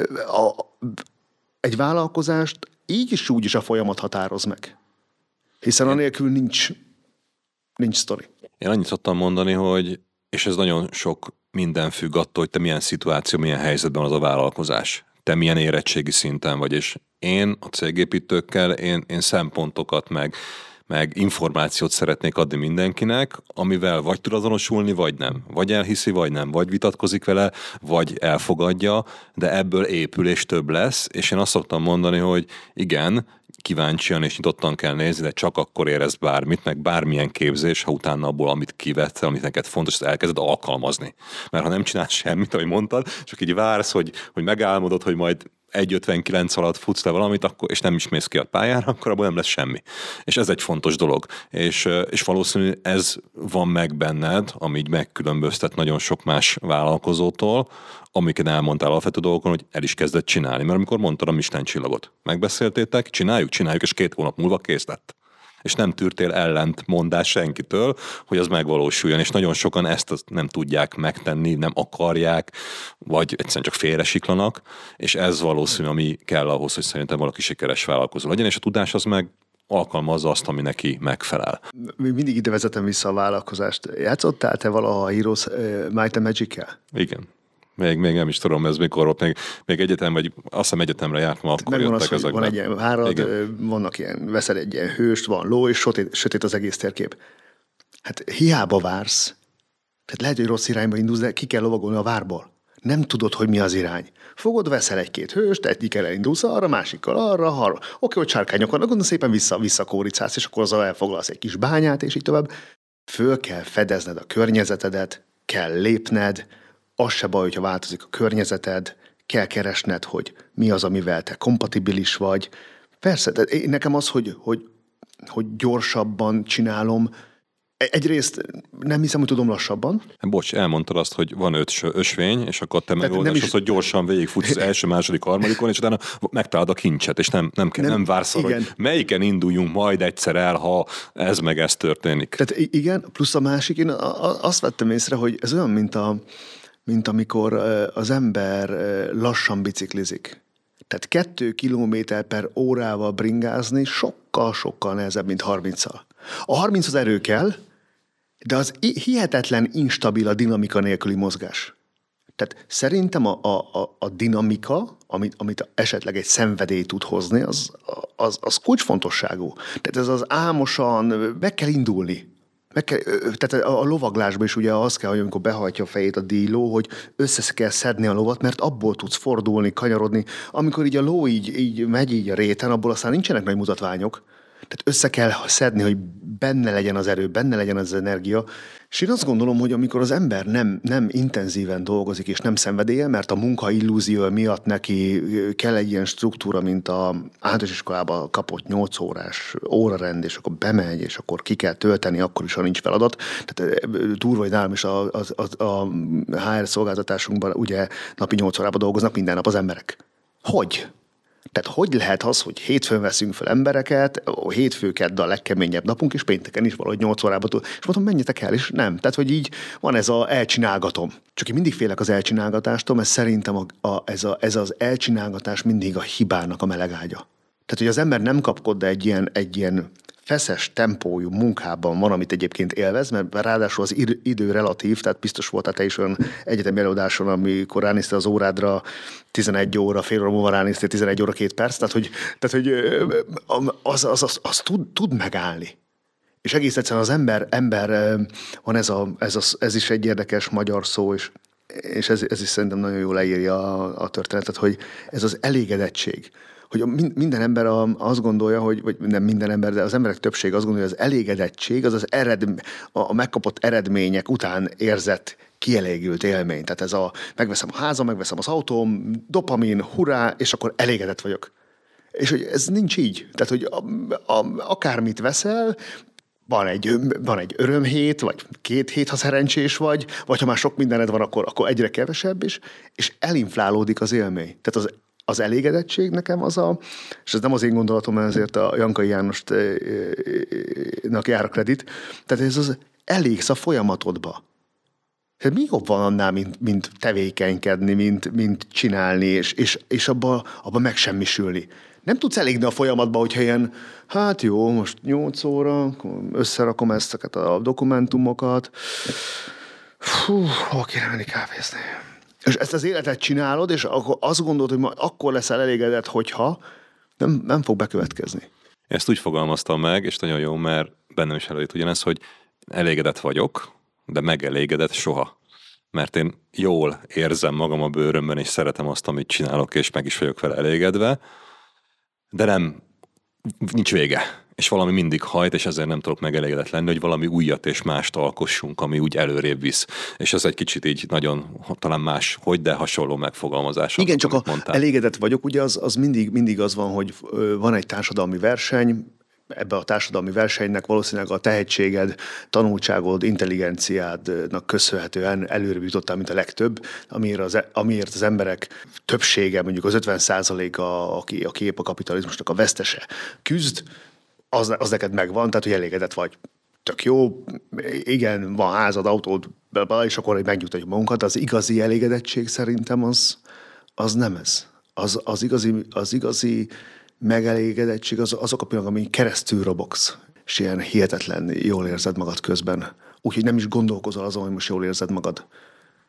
egy vállalkozást így is úgy is a folyamat határoz meg. Hiszen anélkül nincs sztori. Én annyit szoktam mondani, hogy, és ez nagyon sok minden függ attól, hogy te milyen szituáció, milyen helyzetben az a vállalkozás. Te milyen érettségi szinten vagy, és én a cégépítőkkel, én szempontokat meg információt szeretnék adni mindenkinek, amivel vagy tud azonosulni, vagy nem. Vagy elhiszi, vagy nem. Vagy vitatkozik vele, vagy elfogadja, de ebből épül és több lesz, és én azt szoktam mondani, hogy igen, kíváncsian és nyitottan kell nézni, de csak akkor érez bármit, meg bármilyen képzés, ha utána abból, amit kivetsz, amit neked fontos, ezt elkezded alkalmazni. Mert ha nem csinálsz semmit, ahogy mondtad, csak így vársz, hogy megálmodod, hogy majd 1,59 alatt futsz le valamit, akkor, és nem is mész ki a pályára, akkor abból nem lesz semmi. És ez egy fontos dolog. És valószínű ez van meg benned, ami így megkülönböztet nagyon sok más vállalkozótól, amiket elmondtál alapvető dolgokon, hogy el is kezdett csinálni. Mert amikor mondtad a Michelin csillagot, megbeszéltétek, csináljuk, és 2 hónap múlva kész lett. És nem tűrtél ellentmondás senkitől, hogy az megvalósuljon, és nagyon sokan ezt nem tudják megtenni, nem akarják, vagy egyszerűen csak félresiklanak, és ez valószínű, ami kell ahhoz, hogy szerintem valaki sikeres vállalkozó legyen, és a tudás az meg alkalmazza azt, ami neki megfelel. Mindig ide vezetem vissza a vállalkozást. Játszottál te valaha a Heroes Might and Magic-kel? Igen. Még nem is tudom, ez mikor volt, még egyetem, vagy azt hiszem egyetemre jártam, akkor megvan jöttek az, hogy ezekben. van egy ilyen várad, vannak ilyen, veszel egy ilyen hőst, van ló, és sötét az egész térkép. Hát hiába vársz, tehát lehet, hogy rossz irányba indulsz, de ki kell lovagolni a várból. Nem tudod, hogy mi az irány. Fogod, veszel egy-két hőst, egyikkel elindulsz arra, másikkal arra. Oké, hogy sárkányok vannak, gondolom szépen visszakóricálsz, és akkor azzal elfoglalsz egy kis bányát, és így tovább. Föl kell fedezned a környezetedet, kell lépned, az se baj, hogyha változik a környezeted, kell keresned, hogy mi az, amivel te kompatibilis vagy. Persze, de nekem az, hogy gyorsabban csinálom, egyrészt nem hiszem, hogy tudom lassabban. Bocs, elmondtad azt, hogy van 5 ösvény, és akkor te megoldás az, hogy gyorsan végigfutsz az első, második, harmadikon, és utána megtalálod a kincset, és nem vársz arra, hogy melyiken induljunk majd egyszer el, ha ez meg ez történik. Tehát igen, plusz a másik, én azt vettem észre, hogy ez olyan, mint amikor az ember lassan biciklizik. Tehát 2 km/órával bringázni sokkal nehezebb, mint 30-al. A 30 az erő kell, de az hihetetlen instabil a dinamika nélküli mozgás. Tehát szerintem a dinamika, amit esetleg egy szenvedély tud hozni, az kulcsfontosságú. Tehát ez az álmosan, meg kell indulni. Tehát a lovaglásban is ugye az kell, hogy amikor behajtja a fejét a díló, hogy össze kell szedni a lovat, mert abból tudsz fordulni, kanyarodni. Amikor így a ló így megy így a réten, abból aztán nincsenek nagy mutatványok. Tehát össze kell szedni, hogy benne legyen az erő, benne legyen az energia. És én azt gondolom, hogy amikor az ember nem intenzíven dolgozik és nem szenvedélye, mert a munka illúzió miatt neki kell egy ilyen struktúra, mint a általános iskolában kapott 8 órás órarend, és akkor bemegy, és akkor ki kell tölteni, akkor is, ha nincs feladat. Tehát durva, hogy nálam is a HR szolgáltatásunkban ugye napi 8 órában dolgoznak minden nap az emberek. Hogy? Tehát hogy lehet az, hogy hétfőn veszünk fel embereket, hétfő-kedd a legkeményebb napunk, és pénteken is valahogy 8 órában tud. És mondom, menjetek el, és nem. Tehát, hogy így van ez az elcsinálgatom. Csak én mindig félek az elcsinálgatástól, mert szerintem ez az elcsinálgatás mindig a hibának a melegágya. Tehát, hogy az ember nem kapkod, de egy ilyen feszes tempójú munkában van, amit egyébként élvez, mert ráadásul az idő relatív, tehát biztos voltál te is olyan egyetemi előadáson, amikor ránéztél az órádra 11 óra, fél óra múlva ránéztél 11 óra 2 perc, tehát hogy az tud megállni. És egész egyszerűen az ember van ez is egy érdekes magyar szó, és ez is szerintem nagyon jól leírja a történetet, hogy ez az elégedettség. Hogy minden ember azt gondolja, vagy nem minden ember, de az emberek többsége azt gondolja, hogy az elégedettség az a megkapott eredmények után érzett kielégült élmény. Tehát megveszem a házam, megveszem az autóm, dopamin, hurrá, és akkor elégedett vagyok. És hogy ez nincs így. Tehát, hogy akármit veszel, van egy örömhét, vagy 2 hét, ha szerencsés vagy ha már sok mindened van, akkor egyre kevesebb is, és elinflálódik az élmény. Tehát az elégedettség nekem és ez nem az én gondolatom, ezért a Jankai Jánosnak jár a kredit, tehát ez az elégsz a folyamatodba. Tehát mi jobb van annál, mint tevékenykedni, mint csinálni, és abba megsemmisülni. Nem tudsz elégni a folyamatba, hogyha ilyen, hát jó, most 8 óra, összerakom ezeket a dokumentumokat, hol kéne menni kávézni. És ezt az életet csinálod, és akkor azt gondolod, hogy akkor leszel elégedett, hogyha nem fog bekövetkezni. Ezt úgy fogalmaztam meg, és nagyon jó, mert bennem is előtt ugyanez, hogy elégedett vagyok, de megelégedett soha. Mert én jól érzem magam a bőrömben, és szeretem azt, amit csinálok, és meg is vagyok vele elégedve, de nincs vége. És valami mindig hajt, és ezért nem tudok megelégedett lenni, hogy valami újat és mást alkossunk, ami úgy előrébb visz. És ez egy kicsit így nagyon, talán más, de hasonló megfogalmazás. Igen, csak elégedett vagyok, ugye az mindig az van, hogy van egy társadalmi verseny, ebbe a társadalmi versenynek valószínűleg a tehetséged, tanultságod, intelligenciádnak köszönhetően előrébb jutottál, mint a legtöbb, amiért az emberek többsége, mondjuk az 50%-a, aki épp a kapitalizmusnak a vesztese küzd, az neked megvan, tehát hogy elégedett vagy. Tök jó, igen, van házad, autód, és akkor megnyugtatjuk magunkat, az igazi elégedettség szerintem az nem ez. Az igazi megelégedettség azok a pillanatok, amin keresztül robogsz, és ilyen hihetetlen jól érzed magad közben. Úgyhogy nem is gondolkozol azon, hogy most jól érzed magad.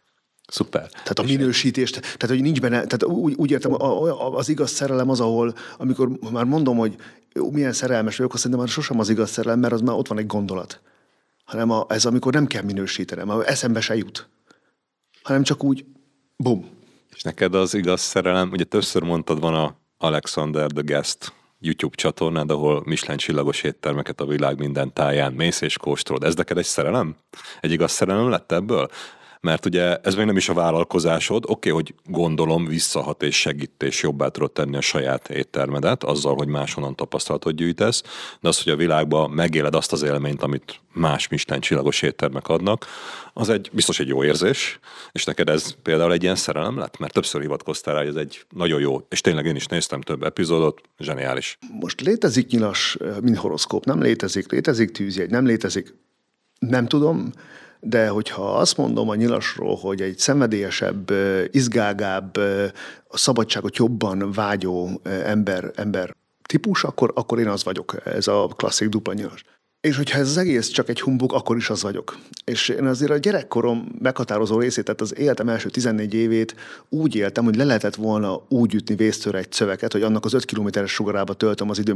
Szuper. Tehát a minősítést, tehát hogy nincs benne, tehát úgy értem, az igaz szerelem az, ahol, amikor már mondom, hogy milyen szerelmes vagyok, azt szerintem már sosem az igaz szerelem, mert az már ott van egy gondolat. Hanem ez, amikor nem kell minősítenem, eszembe se jut. Hanem csak úgy, bum. És neked az igaz szerelem, ugye többször mondtad, van a Alexander the Guest YouTube csatornád, ahol Michelin csillagos éttermeket a világ minden táján mész és kóstolod. Ez neked egy szerelem? Egy igaz szerelem lett ebből? Mert ugye ez még nem is a vállalkozásod, oké, hogy gondolom visszahat és segít és jobbá tudod tenni a saját éttermedet, azzal, hogy máshonnan tapasztalatot gyűjtesz, de az, hogy a világban megéled azt az élményt, amit más Michelin csillagos éttermek adnak, az biztos egy jó érzés, és neked ez például egy ilyen szerelem lett? Mert többször hivatkoztál rá, hogy ez egy nagyon jó, és tényleg én is néztem több epizódot, zseniális. Most létezik nyilas, mint horoszkóp, nem létezik tűzjegy, nem létezik, nem tudom, de hogyha azt mondom a nyilasról, hogy egy szenvedélyesebb, izgágább, a szabadságot jobban vágyó ember típus, akkor én az vagyok, ez a klasszik dupla nyilas. És hogyha ez az egész csak egy humbug, akkor is az vagyok. És én azért a gyerekkorom meghatározó részét, tehát az életem első 14 évét úgy éltem, hogy le lehetett volna úgy ütni vésztőre egy szöveget, hogy annak az 5 kilométeres sugarába töltöm az időm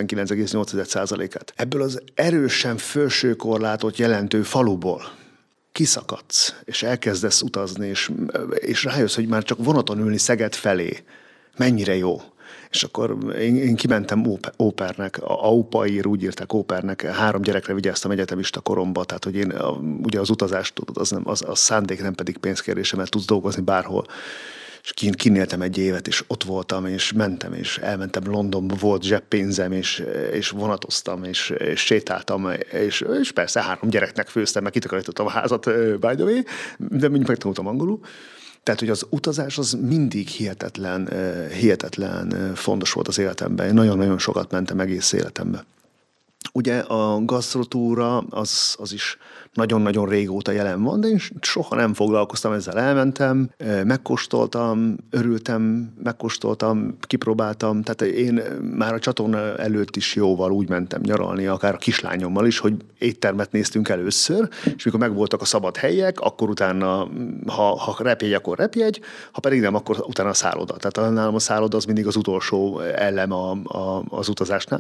99,8%-át. Ebből az erősen felsőkorlátot jelentő faluból kiszakadsz, és elkezdesz utazni, és rájössz, hogy már csak vonaton ülni Szeged felé. Mennyire jó. És akkor én kimentem ópernek, Aupair, úgy írták ópernek, 3 gyerekre vigyáztam egyetemista koromba, tehát hogy én ugye az utazást tudod, az szándék, nem pedig pénzkérdése, mert tudsz dolgozni bárhol. És kinéltem egy évet, és ott voltam, és mentem, és elmentem Londonba, volt zseppénzem, és vonatoztam, és sétáltam, és persze 3 gyereknek főztem, meg kitakarítottam a házat, by the way, de mindjárt megtanultam angolul. Tehát, hogy az utazás az mindig hihetetlen fontos volt az életemben. Én nagyon-nagyon sokat mentem egész életemben. Ugye a gasztrotúra az is nagyon-nagyon régóta jelen van, de én soha nem foglalkoztam ezzel. Elmentem, megkóstoltam, örültem, kipróbáltam. Tehát én már a csatorna előtt is jóval úgy mentem nyaralni, akár a kislányommal is, hogy éttermet néztünk először, és mikor megvoltak a szabad helyek, akkor utána, ha repjegy, akkor repjegy, ha pedig nem, akkor utána a szálloda. Tehát nálam a szálloda az mindig az utolsó elem az utazásnál.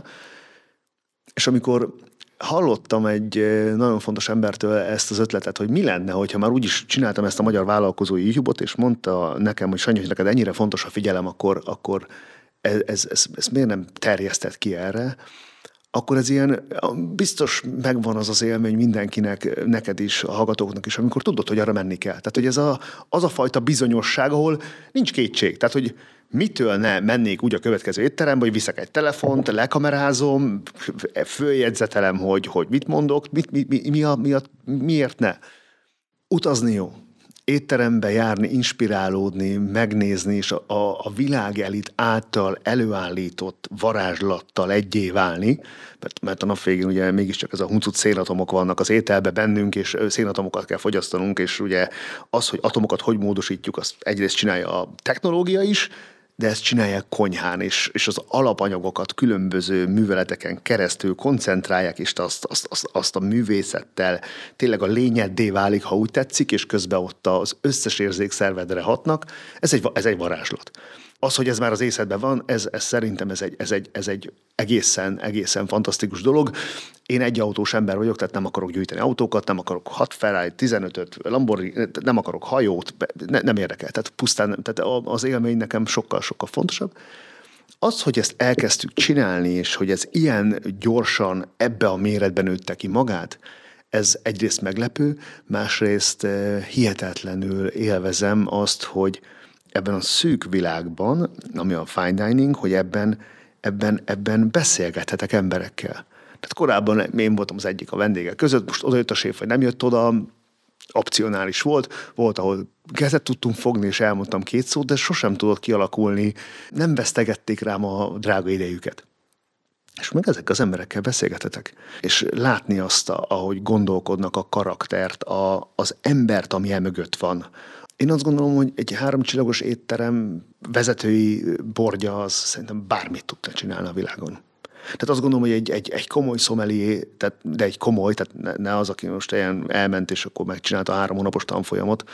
És amikor hallottam egy nagyon fontos embertől ezt az ötletet, hogy mi lenne, hogyha már úgyis csináltam ezt a magyar vállalkozói YouTube-ot, és mondta nekem, hogy Sanyi, hogy neked ennyire fontos a figyelem, akkor ez miért nem terjesztett ki erre, akkor ez ilyen, biztos megvan az élmény mindenkinek, neked is, a hallgatóknak is, amikor tudod, hogy arra menni kell. Tehát, hogy ez az a fajta bizonyosság, ahol nincs kétség. Tehát, hogy mitől ne mennék úgy a következő étterembe, hogy viszek egy telefont, lekamerázom, följegyzetelem, hogy mit mondok, miért ne? Utazni jó. Étterembe járni, inspirálódni, megnézni, és a világelit által előállított varázslattal egyé válni, mert a nap végén ugye mégiscsak ez a huncut szénatomok vannak az ételbe bennünk, és szénatomokat kell fogyasztanunk, és ugye az, hogy atomokat hogy módosítjuk, azt egyrészt csinálja a technológia is, de ezt csinálják konyhán, és az alapanyagokat különböző műveleteken keresztül koncentrálják, és azt a művészettel tényleg a lényeddé válik, ha úgy tetszik, és közben ott az összes érzékszervedre hatnak. Ez egy varázslat. Az, hogy ez már az észedben van, ez szerintem ez egy egészen fantasztikus dolog. Én egy autós ember vagyok, tehát nem akarok gyűjteni autókat, nem akarok 6 Ferrari, 15-öt Lamborghini, nem akarok hajót, nem érdekel. Tehát pusztán tehát az élmény nekem sokkal fontosabb. Az, hogy ezt elkezdtük csinálni, és hogy ez ilyen gyorsan ebbe a méretben nőtte ki magát, ez egyrészt meglepő, másrészt hihetetlenül élvezem azt, hogy ebben a szűk világban, ami a fine dining, hogy ebben beszélgethetek emberekkel. Tehát korábban én voltam az egyik a vendégek között, most oda jött a séf, vagy nem jött oda, opcionális volt, ahol kezet tudtunk fogni, és elmondtam 2 szót, de sosem tudott kialakulni, nem vesztegették rám a drága idejüket. És meg ezekkel az emberekkel beszélgethetek. És látni azt, ahogy gondolkodnak, a karaktert, az embert, ami mögött van. Én azt gondolom, hogy egy 3 csillagos étterem vezetői bordja az szerintem bármit tudna csinálni a világon. Tehát azt gondolom, hogy egy komoly szomelié, de egy komoly, tehát ne az, aki most elment, és akkor megcsinálta a 3 hónapos tanfolyamot,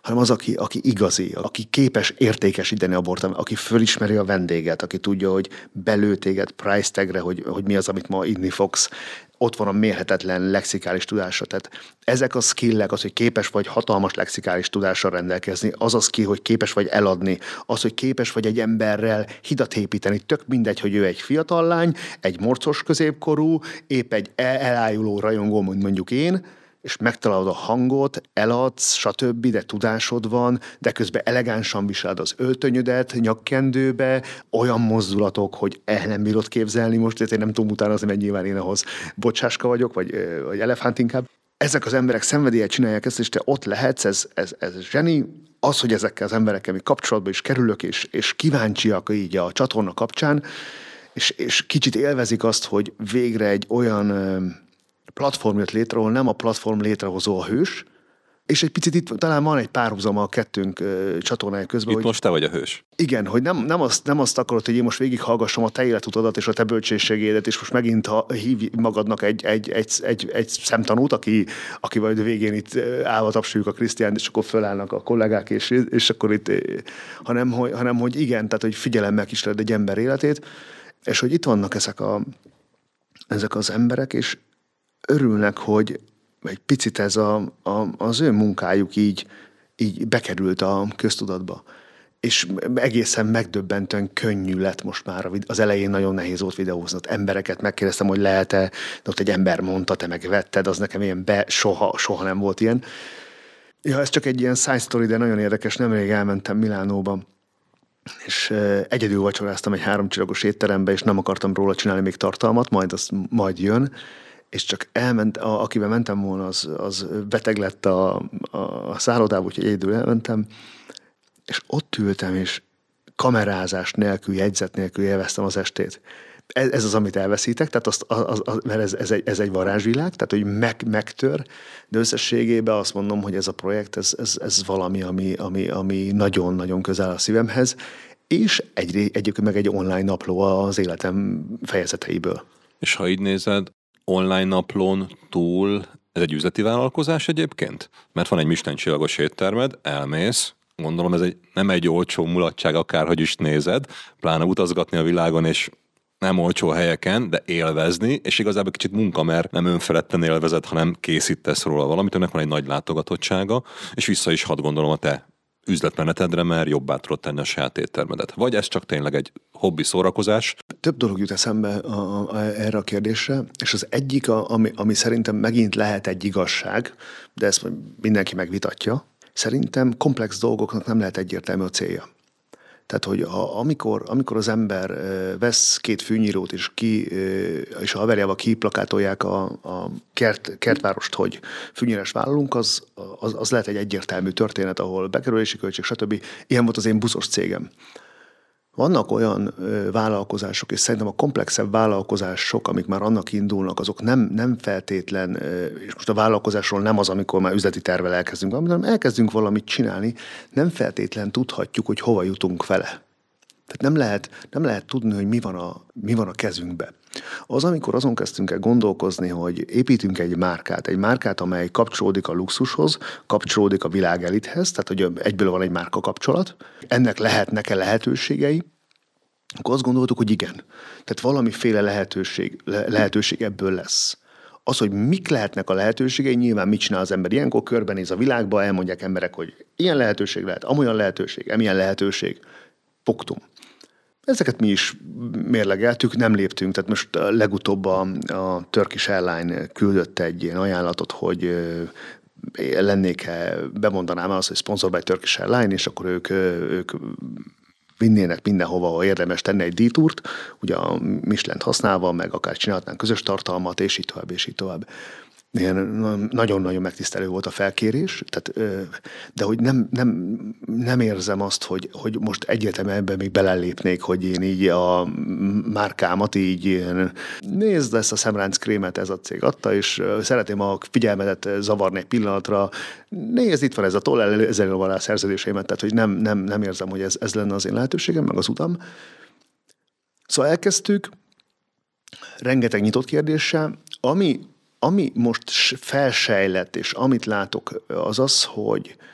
hanem az, aki igazi, aki képes értékesíteni a bort, aki fölismeri a vendéget, aki tudja, hogy belő téged price tagre, hogy mi az, amit ma inni fogsz. Ott van a mérhetetlen lexikális tudása. Tehát ezek a skillek, az, hogy képes vagy hatalmas lexikális tudással rendelkezni, az a skill, hogy képes vagy eladni, az, hogy képes vagy egy emberrel hidat építeni. Tök mindegy, hogy ő egy fiatal lány, egy morcos középkorú, épp egy elájuló rajongó, mondjuk én, és megtalálod a hangot, eladsz, stb., de tudásod van, de közben elegánsan viseled az öltönyödet, nyakkendőbe, olyan mozdulatok, hogy el nem bírod képzelni most, én nem tudom utánozni, mert nyilván én ahhoz bocsáska vagyok, vagy elefánt inkább. Ezek az emberek szenvedéllyel csinálják ezt, és te ott lehetsz, ez zseni. Az, hogy ezekkel az emberekkel kapcsolatba is kerülök, és kíváncsiak így a csatorna kapcsán, és kicsit élvezik azt, hogy végre egy olyan platform jött létre, ahol nem a platform létrehozó a hős, és egy picit itt talán van egy párhuzama a kettőnk csatornája közben. Itt hogy most te vagy a hős. Igen, hogy nem azt akarod, hogy én most végighallgassam a te életutadat és a te bölcsességédet, és most megint hívj magadnak egy szemtanút, aki majd végén itt állva tapsoljuk a Krisztiánt, és akkor fölállnak a kollégák, és akkor itt, hanem hogy igen, tehát hogy figyelemmel kíséred egy ember életét, és hogy itt vannak ezek az emberek, és örülnek, hogy egy picit ez az ő munkájuk így bekerült a köztudatba. És egészen megdöbbentően könnyű lett most már. Az elején nagyon nehéz volt videózni. Embereket megkérdeztem, hogy lehet-e, de ott egy ember mondta, te megvetted, az nekem ilyen soha nem volt ilyen. Ja, ez csak egy ilyen side story, de nagyon érdekes. Nemrég elmentem Milánóba, és egyedül vacsoráztam egy 3 csillagos étterembe, és nem akartam róla csinálni még tartalmat, majd jön. És csak akivel mentem volna, az beteg lett a szállodába, úgyhogy egyedül elmentem, és ott ültem, és kamerázás nélkül, jegyzet nélkül élveztem az estét. Ez az, amit elveszítek, tehát mert ez egy varázsvilág, tehát hogy megtör, de összességében azt mondom, hogy ez a projekt, ez valami, ami nagyon-nagyon közel a szívemhez, és egyébként meg egy online napló az életem fejezeteiből. És ha így nézed, online naplón túl ez egy üzleti vállalkozás egyébként? Mert van egy Michelin csillagos éttermed, elmész, gondolom ez nem egy olcsó mulatság, akárhogy is nézed, pláne utazgatni a világon, és nem olcsó helyeken, de élvezni, és igazából kicsit munka, mert nem önfeledten élvezed, hanem készítesz róla valamit, önnek van egy nagy látogatottsága, és vissza is gondolom a te üzletmenetedre, mert jobbá tudod tenni a saját éttermedet. Vagy ez csak tényleg egy hobbi szórakozás? Több dolog jut eszembe erre a kérdésre, és az egyik, ami szerintem megint lehet egy igazság, de ezt mindenki megvitatja, szerintem komplex dolgoknak nem lehet egyértelmű a célja. Tehát, hogy amikor az ember vesz 2 fűnyírót, és a haverjával kiplakátolják a kertvárost, hogy fűnyírás vállalunk, az lehet egy egyértelmű történet, ahol bekerülési költség, stb. Ilyen volt az én buszos cégem. Vannak olyan vállalkozások, és szerintem a komplexebb vállalkozások, amik már annak indulnak, azok nem feltétlen, és most a vállalkozásról nem az, amikor már üzleti tervvel elkezdünk, hanem elkezdünk valamit csinálni, nem feltétlen tudhatjuk, hogy hova jutunk vele. Tehát nem lehet tudni, hogy mi van a kezünkbe. Az, amikor azon kezdtünk el gondolkozni, hogy építünk egy márkát, amely kapcsolódik a luxushoz, kapcsolódik a világelithez, tehát hogy egyből van egy márka kapcsolat, ennek lehetnek-e lehetőségei, akkor azt gondoltuk, hogy igen. Tehát valamiféle lehetőség ebből lesz. Az, hogy mik lehetnek a lehetőségei, nyilván mit csinál az ember ilyenkor, körbenéz a világba, elmondják emberek, hogy ilyen lehetőség lehet, amolyan lehetőség, emilyen lehetőség, poktum. Ezeket mi is mérlegeltük, nem léptünk, tehát most legutóbb a Turkish Airlines küldött egy ilyen ajánlatot, hogy bemondanám azt, hogy sponsor by Turkish Airlines, és akkor ők vinnének mindenhova, ahol érdemes tenni egy díjtúrt, ugye a Michelin-t használva, meg akár csinálhatnánk közös tartalmat, és így tovább, és így tovább. Ilyen nagyon-nagyon megtisztelő volt a felkérés, tehát, de hogy nem érzem azt, hogy most egyértelműen ebben még belelépnék, hogy én így a márkámat így ilyen, nézd ezt a szemránckrémet, ez a cég adta, és szeretném a figyelmedet zavarni egy pillanatra, nézd, itt van ez a toll, ezzel van a szerződéseimet, tehát hogy nem érzem, hogy ez lenne az én lehetőségem, meg az utam. Szóval elkezdtük, rengeteg nyitott kérdéssel, ami most felsejlett, és amit látok, az az, hogy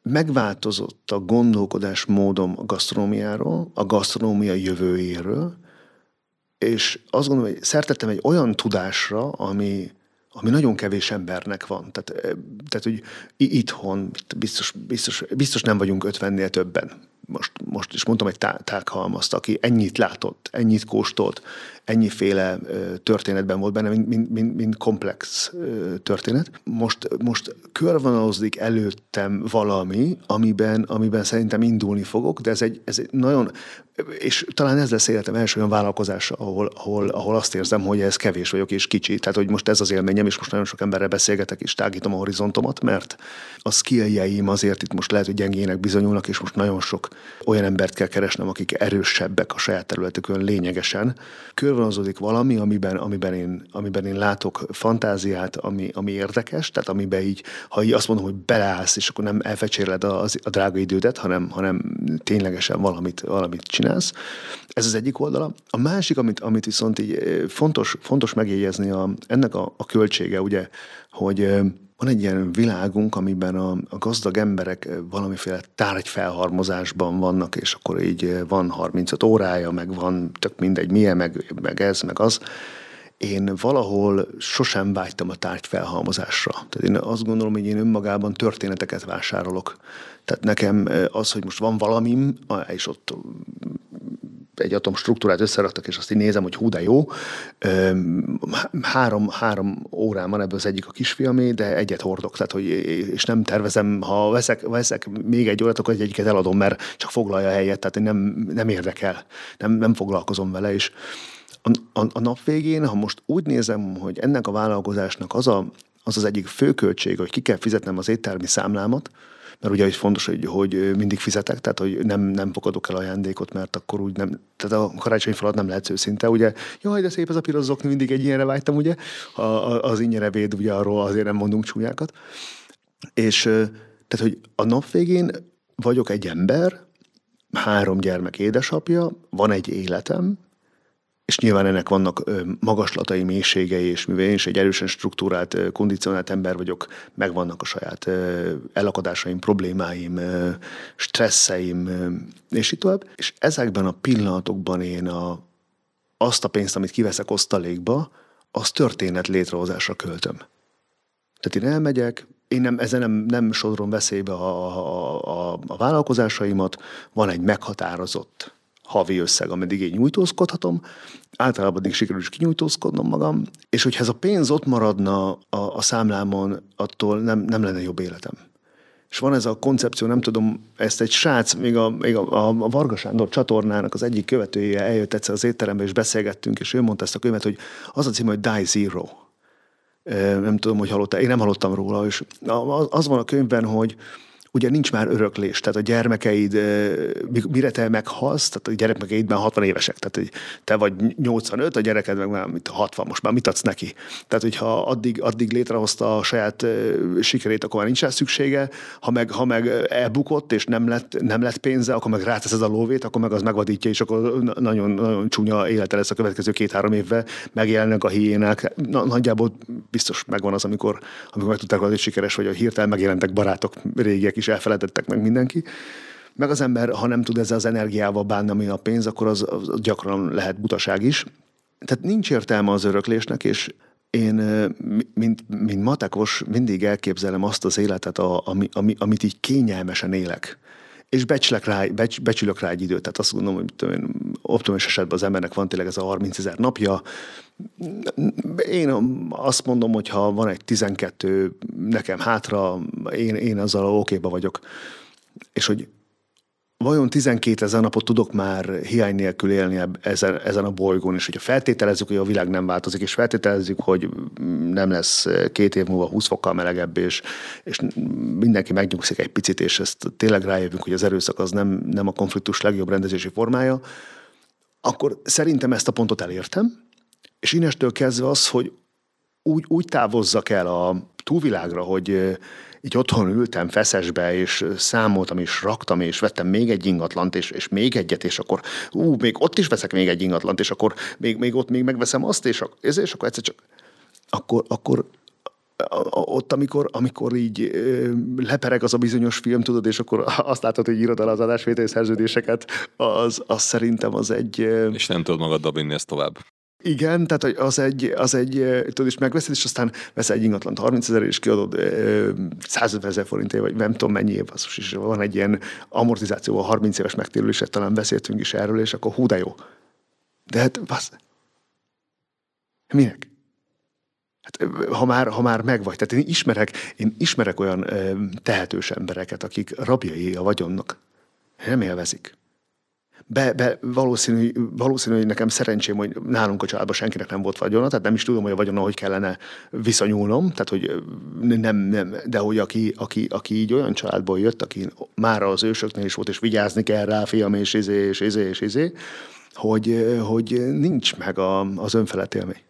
megváltozott a gondolkodásmódom a gasztronómiáról, a gasztronómia jövőjéről, és azt gondolom, hogy szertettem egy olyan tudásra, ami nagyon kevés embernek van. Tehát hogy itthon biztos nem vagyunk 50-nél többen. Most is mondtam egy tághalmazt, aki ennyit látott, ennyit kóstolt, ennyiféle történetben volt benne, mint komplex történet. Most körvonalazódik előttem valami, amiben szerintem indulni fogok, de ez egy nagyon, és talán ez lesz életem első olyan vállalkozása, ahol azt érzem, hogy ez kevés vagyok és kicsi. Tehát, hogy most ez az élményem, és most nagyon sok emberrel beszélgetek, és tágítom a horizontomat, mert a skilljeim azért itt most lehet, hogy gyengének bizonyulnak, és most nagyon sok olyan embert kell keresnem, akik erősebbek a saját területükön lényegesen. Körvonalazódik valami, amiben én látok fantáziát, ami érdekes, tehát amiben így, ha így azt mondom, hogy beleállsz, és akkor nem elfecsérled a drága idődet, hanem ténylegesen valamit csinálsz. Ez az egyik oldala. A másik, amit viszont így fontos megjegyezni, ennek a költsége, ugye, hogy van egy ilyen világunk, amiben a gazdag emberek valamiféle tárgyfelhalmozásban vannak, és akkor így van 35 órája, meg van tök mindegy milyen, meg ez, meg az. Én valahol sosem vágytam a tárgyfelhalmozásra. Tehát én azt gondolom, hogy én önmagában történeteket vásárolok. Tehát nekem az, hogy most van valamim, és ott egy atomstruktúrát összeraktak, és azt így nézem, hogy hú, de jó. 3 órán van ebből az egyik a kisfiamé, de egyet hordok. Tehát, hogy, és nem tervezem, ha veszek még egy órát, akkor egyiket eladom, mert csak foglalja a helyet, tehát nem érdekel. Nem foglalkozom vele, és a nap végén, ha most úgy nézem, hogy ennek a vállalkozásnak az egyik fő költség, hogy ki kell fizetnem az éttermi számlámat, mert ugye fontos, hogy mindig fizetek, tehát hogy nem fogadok el ajándékot, mert akkor úgy nem, tehát a karácsonyfalat nem lehet őszinte, ugye, jaj, de szép ez a piros zokni, mindig egy ilyenre vágytam, ugye, az ingyenre véd, ugye arról azért nem mondunk csúnyákat. És tehát, hogy a nap végén vagyok egy ember, 3 gyermek édesapja, van egy életem, és nyilván ennek vannak magaslatai, mélységei, és mivel én is egy erősen struktúrált, kondicionált ember vagyok, megvannak a saját elakadásaim, problémáim, stresszeim, és így tovább. És ezekben a pillanatokban én azt a pénzt, amit kiveszek osztalékba, az történet létrehozásra költöm. Tehát én elmegyek, ezzel nem sodrom veszélybe a vállalkozásaimat, van egy meghatározott havi összeg, ameddig én nyújtózkodhatom, általában addig sikerül is kinyújtózkodnom magam, és hogyha ez a pénz ott maradna a számlámon, attól nem lenne jobb életem. És van ez a koncepció, nem tudom, ezt egy srác, még a Varga Sándor csatornának az egyik követője eljött egyszer az étterembe, és beszélgettünk, és ő mondta ezt a könyvet, hogy az a cím, hogy Die Zero. Nem tudom, hogy hallottál, én nem hallottam róla, és az van a könyvben, hogy ugye nincs már öröklés, tehát a gyermekeid, mire te meghalsz, tehát a gyermekeidben 60 évesek, tehát te vagy 85, a gyereked meg már 60, most már mit adsz neki? Tehát, hogyha addig létrehozta a saját sikerét, akkor már nincs rá szüksége, ha meg elbukott, és nem lett pénze, akkor meg ráteszed a lóvét, akkor meg az megvadítja, és akkor nagyon, nagyon csúnya élete lesz a következő 2-3 évben, megjelennek a hiénák. Nagyjából biztos megvan az, amikor meg tudták hogy sikeres vagy, hogy hirtelen megjelentek barátok régiek is, elfeledettek meg mindenki. Meg az ember, ha nem tud ezzel az energiával bánni, ami a pénz, akkor az gyakran lehet butaság is. Tehát nincs értelme az öröklésnek, és én, mint matekos, mindig elképzelem azt az életet, amit így kényelmesen élek. És becsülök rá egy időt. Tehát azt gondolom, hogy optimális esetben az embernek van tényleg ez a 30 000 napja. Én azt mondom, hogy ha van egy 12 nekem hátra, én azzal okéba vagyok. És hogy vajon 12 000 napot tudok már hiány nélkül élni ezen a bolygón, és hogyha feltételezzük, hogy a világ nem változik, és feltételezzük, hogy nem lesz 2 év múlva 20 fokkal melegebb, és mindenki megnyugszik egy picit, és ezt tényleg rájövünk, hogy az erőszak az nem a konfliktus legjobb rendezési formája, akkor szerintem ezt a pontot elértem, és innestől kezdve az, hogy úgy távozzak el a túlvilágra, hogy így otthon ültem feszesbe, és számoltam, és raktam, és vettem még egy ingatlant, és még egyet, és akkor még ott is veszek még egy ingatlant, és akkor még ott még megveszem azt, és akkor egyszer csak akkor ott, amikor így lepereg az a bizonyos film, tudod, és akkor azt látod, hogy írod el az adásvételi szerződéseket, az szerintem az egy... És nem tudod magaddal vinni ezt tovább. Igen, tehát az egy tudod, és megveszed, és aztán veszel egy ingatlant 30 000 és kiadod 150 000 forintért, vagy nem tudom mennyi év, és van egy ilyen amortizációval 30 éves megtérüléset, talán beszéltünk is erről, és akkor hú, de jó. De hát, minek? Hát, ha már megvagy. Tehát én ismerek olyan tehetős embereket, akik rabjai a vagyonnak. Nem élvezik. Valószínű, hogy nekem szerencsém, hogy nálunk a családban senkinek nem volt vagyona, tehát nem is tudom, hogy a vagyona hogy kellene viszonyulnom, tehát hogy nem, de hogy aki így olyan családból jött, aki már az ősöknél is volt, és vigyázni kell rá, fiam, és hogy nincs meg az önfelett élmény.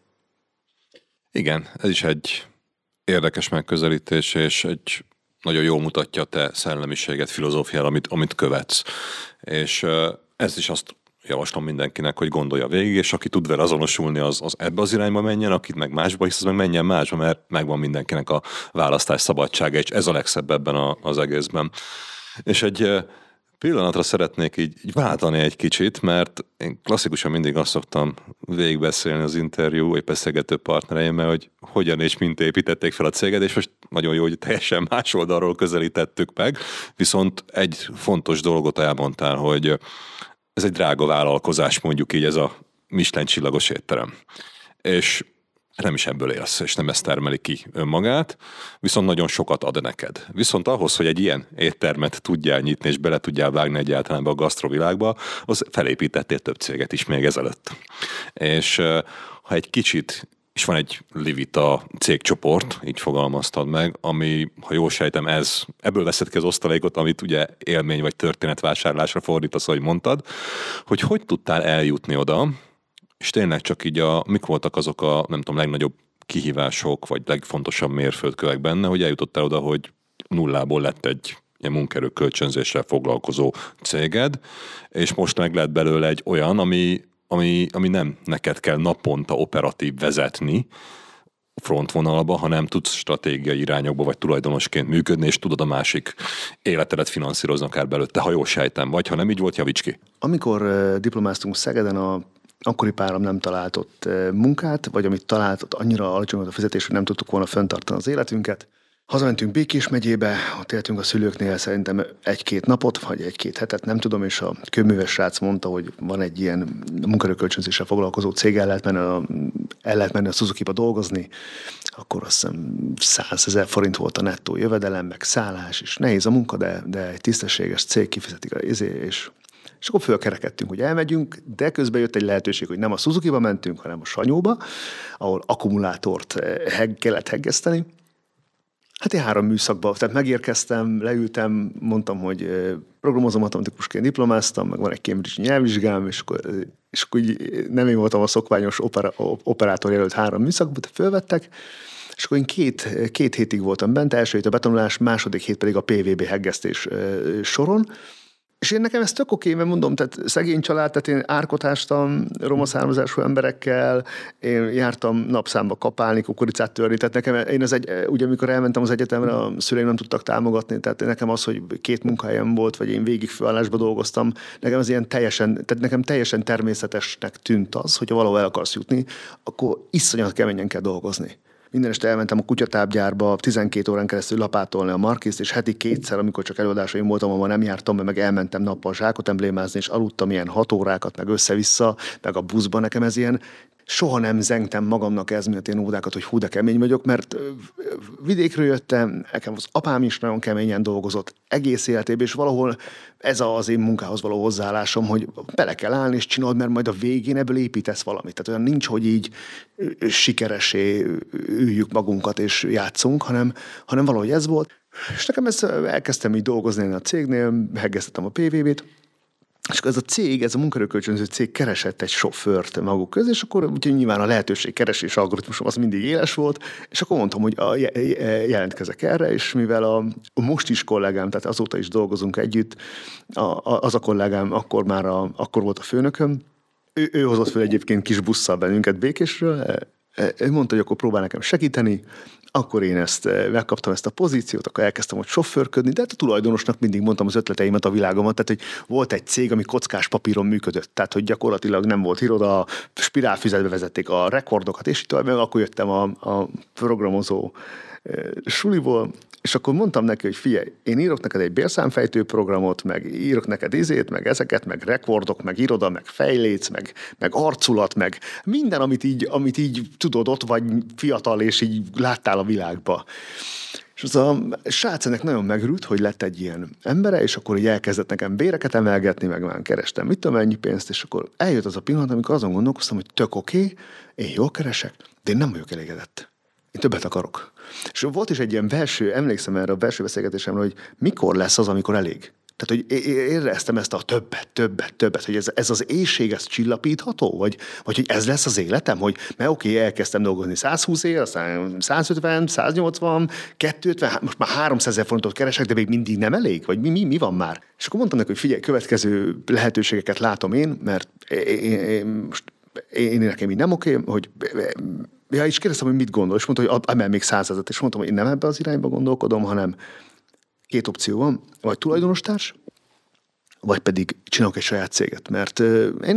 Igen, ez is egy érdekes megközelítés, és egy nagyon jól mutatja a te szellemiséget, filozófiát, amit követsz. És ez is azt javaslom mindenkinek, hogy gondolja végig, és aki tud vele azonosulni, az ebbe az irányba menjen, akit meg másba, hisz az meg menjen másba, mert megvan mindenkinek a választás szabadsága, és ez a legszebb ebben az egészben. És egy pillanatra szeretnék így váltani egy kicsit, mert én klasszikusan mindig azt szoktam végigbeszélni az interjú, egy beszélgető partnereimmel, hogy hogyan és mint építették fel a céget, és most nagyon jó, hogy teljesen más oldalról közelítettük meg, viszont egy fontos dolgot elmondtál, hogy ez egy drága vállalkozás, mondjuk így ez a Michelin csillagos étterem. És nem is ebből élsz, és nem ezt termeli ki önmagát, viszont nagyon sokat ad neked. Viszont ahhoz, hogy egy ilyen éttermet tudjál nyitni, és bele tudjál vágni egyáltalán be a gasztrovilágba, az felépítettél több céget is még ezelőtt. És ha egy kicsit, és van egy Livita cégcsoport, így fogalmaztad meg, ami, ha jól sejtem, ebből veszed ki az osztalékot, amit ugye élmény vagy történetvásárlásra fordítasz, ahogy mondtad, hogy tudtál eljutni oda, és tényleg csak így mik voltak azok a, nem tudom, legnagyobb kihívások, vagy legfontosabb mérföldkövek benne, hogy eljutottál oda, hogy nullából lett egy ilyen munkaerő kölcsönzéssel foglalkozó céged, és most meg lett belőle egy olyan, ami nem neked kell naponta operatív vezetni frontvonalba, hanem tudsz stratégiai irányokba, vagy tulajdonosként működni, és tudod a másik életedet finanszírozni akár belőtte, ha jól sejtem, vagy ha nem így volt, javíts ki. Amikor diplomáztunk Szegeden, akkori párom nem talált ott munkát, vagy amit talált, ott annyira alacsony volt a fizetés, hogy nem tudtuk volna fenntartani az életünket. Hazamentünk Békés megyébe, ott éltünk a szülőknél szerintem 1-2 napot, vagy 1-2 hetet, nem tudom, és a kőműves srác mondta, hogy van egy ilyen munkaerőkölcsönzéssel foglalkozó cég, el lehet menni a Suzuki-ba dolgozni, akkor azt hiszem 100 000 forint volt a nettó jövedelem, meg szállás, és nehéz a munka, de egy tisztességes cég kifizetik és akkor fölkerekedtünk, hogy elmegyünk, de közben jött egy lehetőség, hogy nem a Suzuki-ba mentünk, hanem a Sanyóba, ahol akkumulátort kellett heggeszteni. Hát én 3 műszakba, tehát megérkeztem, leültem, mondtam, hogy programozó matematikusként diplomáztam, meg van egy Cambridge nyelvvizsgám, és akkor így nem én voltam a szokványos operátor jelölt 3 műszakba, de fölvettek, és akkor én két hétig voltam bent, első hét a betanulás, második hét pedig a PVB heggesztés soron. És én nekem ez tök oké, mert mondom, tehát szegény család, tehát én árkotástam roma származású emberekkel, én jártam napszámba kapálni, kukoricát törni, tehát nekem ugye amikor elmentem az egyetemre, a szüleim nem tudtak támogatni, tehát nekem az, hogy 2 munkahelyem volt, vagy én végig főállásba dolgoztam, nekem az ilyen teljesen természetesnek tűnt az, hogyha valahol el akarsz jutni, akkor iszonyat keményen kell dolgozni. Minden este elmentem a kutyatápgyárba 12 órán keresztül lapátolni a Markiszt, és heti 2-szer, amikor csak előadásaim voltam, ahol nem jártam be, meg elmentem nappal zsákot emblémázni, és aludtam ilyen 6 órákat, meg össze-vissza, meg a buszban. Nekem ez ilyen, soha nem zengtem magamnak ez miatt én ódákat, hogy hú, de kemény vagyok, mert vidékről jöttem, nekem az apám is nagyon keményen dolgozott egész életében, és valahol ez az én munkához való hozzáállásom, hogy bele kell állni és csinálod, mert majd a végén ebből építesz valamit. Tehát olyan nincs, hogy így sikeresé üljük magunkat és játszunk, hanem valahogy ez volt. És nekem elkezdtem így dolgozni a cégnél, heggeztettem a PVB-t, és akkor ez a munkaerőkölcsönző cég keresett egy sofőrt maguk közé, és akkor úgyhogy nyilván a lehetőség keresés algoritmusom az mindig éles volt, és akkor mondtam, hogy jelentkezek erre, és mivel a most is kollégám, tehát azóta is dolgozunk együtt, az a kollégám akkor volt a főnököm, ő hozott fel egyébként kis busszal bennünket Békésről, Ő mondta, hogy akkor próbál nekem segíteni, akkor én megkaptam ezt a pozíciót, akkor elkezdtem ott sofőrködni, de hát a tulajdonosnak mindig mondtam az ötleteimet, a világomat, tehát hogy volt egy cég, ami kockás papíron működött, tehát hogy gyakorlatilag nem volt iroda, spirálfüzetbe vezették a rekordokat, és így meg akkor jöttem a programozó suliból, és akkor mondtam neki, hogy figyelj, én írok neked egy bérszámfejtő programot, meg írok neked meg ezeket, meg rekordok, meg iroda, meg fejléc, meg arculat, meg minden, amit így tudod, ott vagy fiatal, és így láttál a világba. És az a srác ennek nagyon megörült, hogy lett egy ilyen embere, és akkor így elkezdett nekem béreket emelgetni, meg már kerestem, mit tudom, ennyi pénzt, és akkor eljött az a pillanat, amikor azon gondolkoztam, hogy tök oké, én jól keresek, de én nem vagyok elégedett. Én többet akarok. És volt is egy ilyen emlékszem erre a belső beszélgetésemre, hogy mikor lesz az, amikor elég. Tehát, hogy éreztem ezt a többet, hogy ez az éhség, ez csillapítható? Vagy hogy ez lesz az életem? Hogy, mert oké, elkezdtem dolgozni 120 év, aztán 150, 180, 250, most már 300 000 forintot keresek, de még mindig nem elég? Vagy mi van már? És akkor mondtam neki, hogy figyelj, következő lehetőségeket látom én, mert én nekem így nem oké, hogy... Ja, és kérdeztem, hogy mit gondol, és mondta, hogy emel még 100 000-et, és mondtam, hogy én nem ebbe az irányba gondolkodom, hanem 2 opció van, vagy tulajdonostárs, vagy pedig csinálok egy saját céget, mert én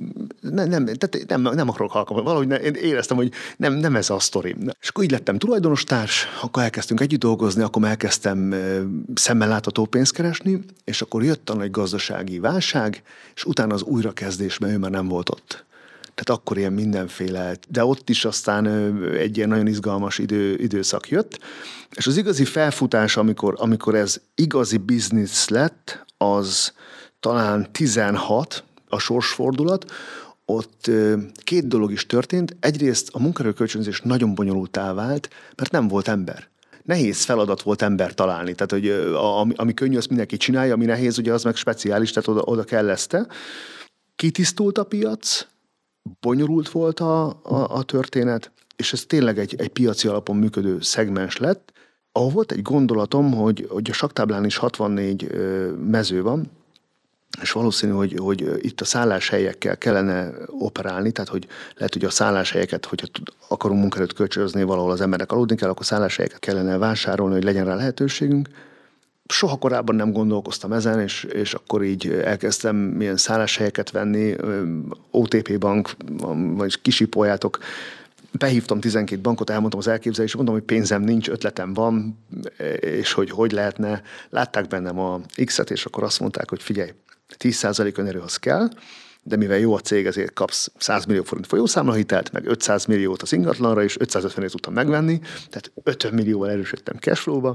nem akarok alkalmazni. Valahogy én éreztem, hogy nem ez a sztori. És akkor így lettem tulajdonostárs, akkor elkezdtünk együtt dolgozni, akkor elkezdtem szemmel látható pénzt keresni, és akkor jött a nagy gazdasági válság, és utána az újrakezdésben ő már nem volt ott. Tehát akkor ilyen mindenféle, de ott is aztán egy ilyen nagyon izgalmas időszak jött, és az igazi felfutás, amikor ez igazi biznisz lett, az talán 16, a sorsfordulat, ott 2 dolog is történt. Egyrészt a munkaerőkölcsönzés nagyon bonyolultá vált, mert nem volt ember. Nehéz feladat volt ember találni, tehát hogy ami könnyű, azt mindenki csinálja, ami nehéz, ugye az meg speciális, tehát oda kellezte. Kitisztult a piac, bonyolult volt a történet, és ez tényleg egy piaci alapon működő szegmens lett, ahol volt egy gondolatom, hogy a saktáblán is 64 mező van, és valószínű, hogy itt a szálláshelyekkel kellene operálni, tehát hogy lehet, hogy a szálláshelyeket, hogyha akarunk munkaerőt kölcsönözni, valahol az embernek aludni kell, akkor szálláshelyeket kellene vásárolni, hogy legyen rá lehetőségünk. Soha korábban nem gondolkoztam ezen, és akkor így elkezdtem milyen szálláshelyeket venni, OTP bank, vagy kisipoljátok. Behívtam 12 bankot, elmondtam az elképzelést, mondom, hogy pénzem nincs, ötletem van, és hogy lehetne. Látták bennem a X-et, és akkor azt mondták, hogy figyelj, 10% önerőhoz kell, de mivel jó a cég, ezért kapsz 100 millió forint folyószámlahitelt, meg 500 milliót az ingatlanra, és 550-ét tudtam megvenni, tehát 50 millióval erősödtem cashflow-ba,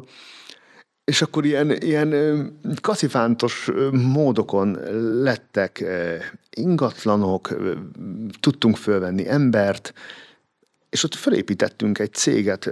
és akkor ilyen kacifántos módokon lettek ingatlanok, tudtunk fölvenni embert, és ott felépítettünk egy céget,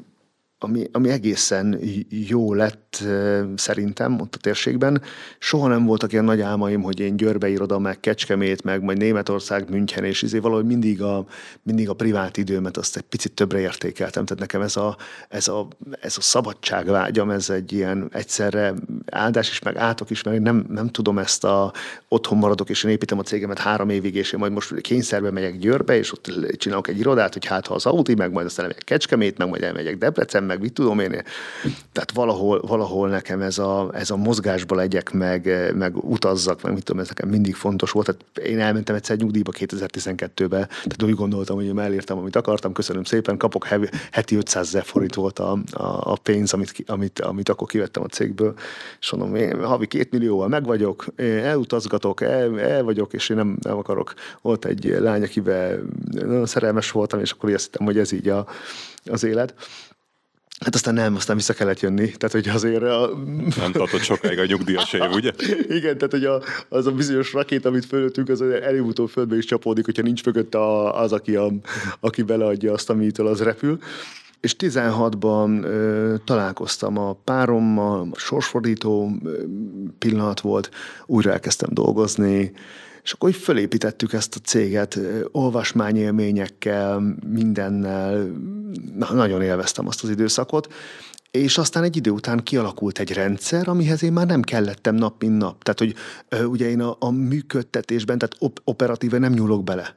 ami egészen jó lett szerintem ott a térségben. Soha nem voltak ilyen nagy álmaim, hogy én Győrbe iroda, meg Kecskemét, meg majd Németország, München, és valahogy mindig a privát időmet azt egy picit többre értékeltem. Tehát nekem ez a szabadságvágyam, ez egy ilyen egyszerre áldás is, meg átok is, mert nem tudom ezt otthon maradok, és én építem a cégemet 3 évig, és én majd most kényszerbe megyek Győrbe, és ott csinálok egy irodát, hogy hát ha az Audi, meg majd aztán elmegyek Kecskemét, meg majd elmegyek Debrecen, meg mit tudom én. Tehát valahol nekem ez a mozgásba legyek, meg utazzak, meg mit tudom, ez nekem mindig fontos volt. Tehát én elmentem egyszer nyugdíjba 2012-ben, tehát úgy gondoltam, hogy én elértem, amit akartam, köszönöm szépen, kapok heti 500 000 forint volt a pénz, amit akkor kivettem a cégből, és mondom, én havi 2 millióval meg vagyok, elutazgatok, el vagyok, és én nem akarok. Volt egy lány, akivel nagyon szerelmes voltam, és akkor azt hittem, hogy ez így az élet. Hát aztán vissza kellett jönni, tehát hogy azért... Nem tartott sokáig a nyugdíjas év, ugye? Igen, tehát hogy az a bizonyos rakét, amit fölöttünk, az előbb-utóbb földbe is csapódik, hogyha nincs mögötte az, aki beleadja azt, amitől az repül. És 16-ban találkoztam a párommal, a sorsfordító pillanat volt, újra elkezdtem dolgozni, és akkor így fölépítettük ezt a céget olvasmányélményekkel, mindennel. Nagyon élveztem azt az időszakot. És aztán egy idő után kialakult egy rendszer, amihez én már nem kellettem nap, mint nap. Tehát, hogy ugye én a működtetésben, tehát operatíven nem nyúlok bele.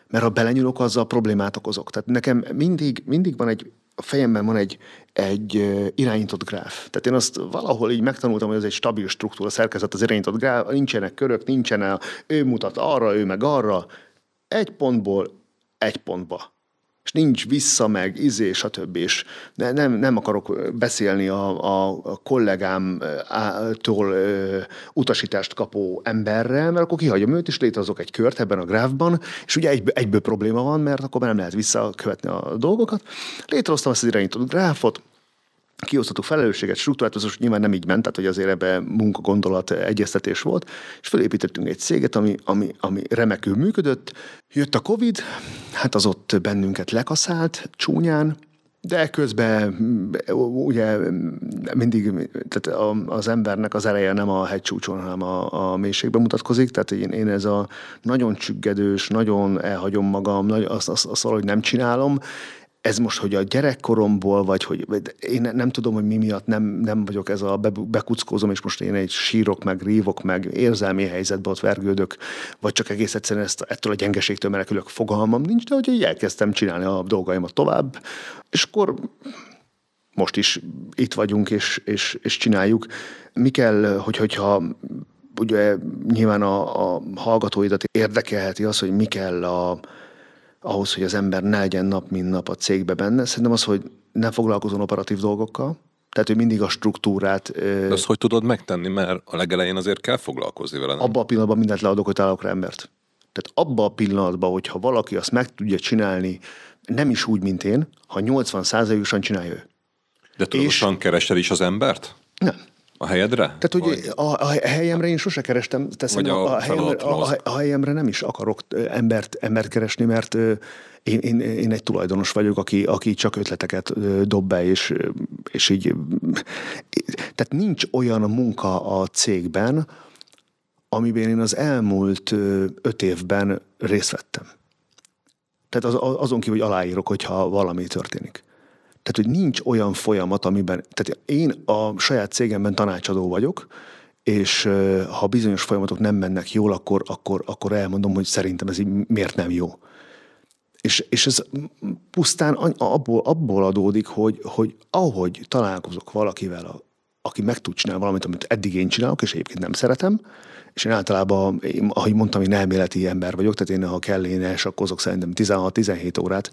Mert ha belenyúlok, azzal problémát okozok. Tehát nekem mindig van a fejemben van egy irányított gráf. Tehát én azt valahol így megtanultam, hogy ez egy stabil struktúra, szerkezet az irányított gráf, nincsenek körök, ő mutat arra, ő meg arra, egy pontból egy pontba. És nincs vissza meg, stb. És nem akarok beszélni a kollégámtól utasítást kapó emberrel, mert akkor kihagyom őt, és létrehozok egy kört ebben a gráfban, és ugye egyből probléma van, mert akkor már nem lehet visszakövetni a dolgokat. Létrehoztam ezt az irányított gráfot, kiosztottuk felelősséget, struktúrát, az nyilván nem így ment, tehát hogy azért ebben munkagondolat, egyeztetés volt, és felépítettünk egy céget, ami remekül működött. Jött a Covid, hát az ott bennünket lekaszált csúnyán, de közben ugye mindig tehát az embernek az eleje nem a hegycsúcson, hanem a mélységben mutatkozik, tehát én ez a nagyon csüggedős, nagyon elhagyom magam, azt valahogy nem csinálom. Ez most, hogy a gyerekkoromból, vagy hogy én nem tudom, hogy mi miatt nem vagyok ez a bekuckózom, és most én egy sírok, meg rívok, meg érzelmi helyzetben ott vergődök, vagy csak egész egyszerűen ettől a gyengeségtől menekülök, fogalmam nincs, de hogy így elkezdtem csinálni a dolgaimat tovább, és akkor most is itt vagyunk, és csináljuk. Mi kell, hogyha ugye nyilván a hallgatóidat érdekelheti az, hogy mi kell ahhoz, hogy az ember ne legyen nap, mint nap a cégbe benne. Szerintem az, hogy ne foglalkozon operatív dolgokkal, tehát, hogy mindig a struktúrát... De azt hogy tudod megtenni, mert a legelején azért kell foglalkozni vele, nem? Abban a pillanatban mindent leadok, hogy találok rá embert. Tehát abban a pillanatban, hogyha valaki azt meg tudja csinálni, nem is úgy, mint én, ha 80%-osan csinálja ő. De tudatosan kerested is az embert? Nem. A helyedre? Tehát, hogy a helyemre én sose kerestem, a helyemre nem is akarok embert keresni, mert én egy tulajdonos vagyok, aki csak ötleteket dob be, és így... Tehát nincs olyan munka a cégben, amiben én az elmúlt 5 évben részt vettem. Tehát azon kívül, hogy aláírok, hogyha valami történik. Tehát, hogy nincs olyan folyamat, amiben... Tehát én a saját cégemben tanácsadó vagyok, és ha bizonyos folyamatok nem mennek jól, akkor elmondom, hogy szerintem ez így miért nem jó. És ez pusztán abból adódik, hogy ahogy találkozok valakivel, aki meg tud csinálni valamit, amit eddig én csinálok, és egyébként nem szeretem, és én általában, ahogy mondtam, én elméleti ember vagyok, tehát én, ha kell, én elsakkozok szerintem 16-17 órát.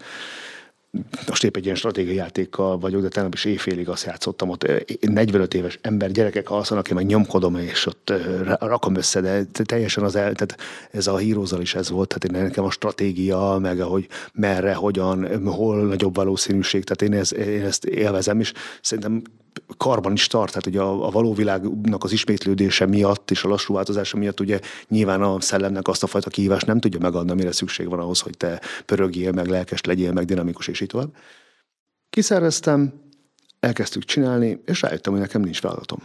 Most épp egy ilyen stratégiai játékkal vagyok, de tegnap is éjfélig azt játszottam, ott 45 éves ember, gyerekek alszanak, én meg nyomkodom, és ott rakom össze, de teljesen tehát ez a Heroes-al is ez volt, tehát nekem a stratégia, meg ahogy merre, hogyan, hol nagyobb valószínűség, tehát én ezt élvezem, és szerintem karban is tart, tehát ugye a való világnak az ismétlődése miatt és a lassú változása miatt ugye nyilván a szellemnek azt a fajta kihívást nem tudja megadni, amire szükség van ahhoz, hogy te pörögjél, meg lelkes legyél, meg dinamikus, és így tovább. Kiszerveztem, elkezdtük csinálni, és rájöttem, hogy nekem nincs feladatom.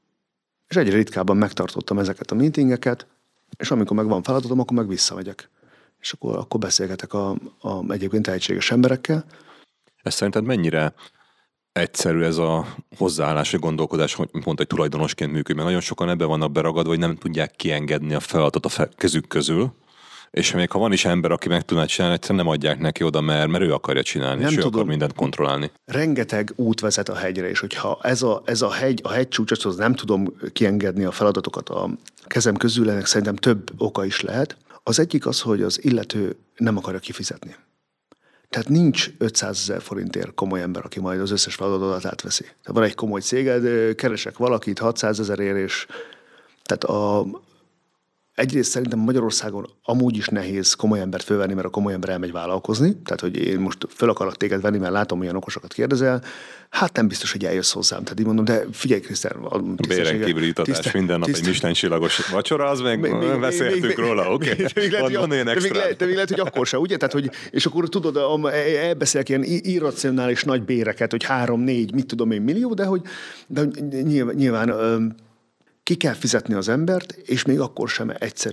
És egyre ritkábban megtartottam ezeket a meetingeket, és amikor meg van feladatom, akkor meg visszamegyek. És akkor beszélgetek a egyébként tehetséges emberekkel. Ez szerinted mennyire egyszerű ez a hozzáállás, vagy gondolkodás, hogy pont egy tulajdonosként működik, mert nagyon sokan ebben vannak beragadva, hogy nem tudják kiengedni a feladatot a kezük közül, és még ha van is ember, aki meg tudná csinálni, egyszerűen nem adják neki oda, mert ő akarja csinálni, nem és tudom, ő akar mindent kontrollálni. Rengeteg út vezet a hegyre, és hogyha ez a hegycsúcs, az nem tudom kiengedni a feladatokat a kezem közül, ennek szerintem több oka is lehet. Az egyik az, hogy az illető nem akarja kifizetni. Tehát nincs 500 000 forintért komoly ember, aki majd az összes feladatot átveszi. Tehát van egy komoly céged, keresek valakit 600 000-ért, és tehát egyrészt szerintem Magyarországon amúgy is nehéz komoly embert fölvenni, mert a komoly ember elmegy vállalkozni. Tehát, hogy én most föl akarok téged venni, mert látom, milyen okosakat kérdezel. Hát nem biztos, hogy eljössz hozzám. Tehát így mondom, de figyelj, Krisztián, a béren kívüli itatás minden nap egy Michelin-csillagos vacsora, az meg beszéltük róla, oké. Van ilyen extra. De még lehet, hogy akkor se, ugye? Tehát, hogy, és akkor tudod, elbeszélek ilyen irracionális nagy béreket, hogy 3-4, mit tudom én, millió, de hogy nyilván ki kell fizetni az embert, és még akkor sem egyszerű.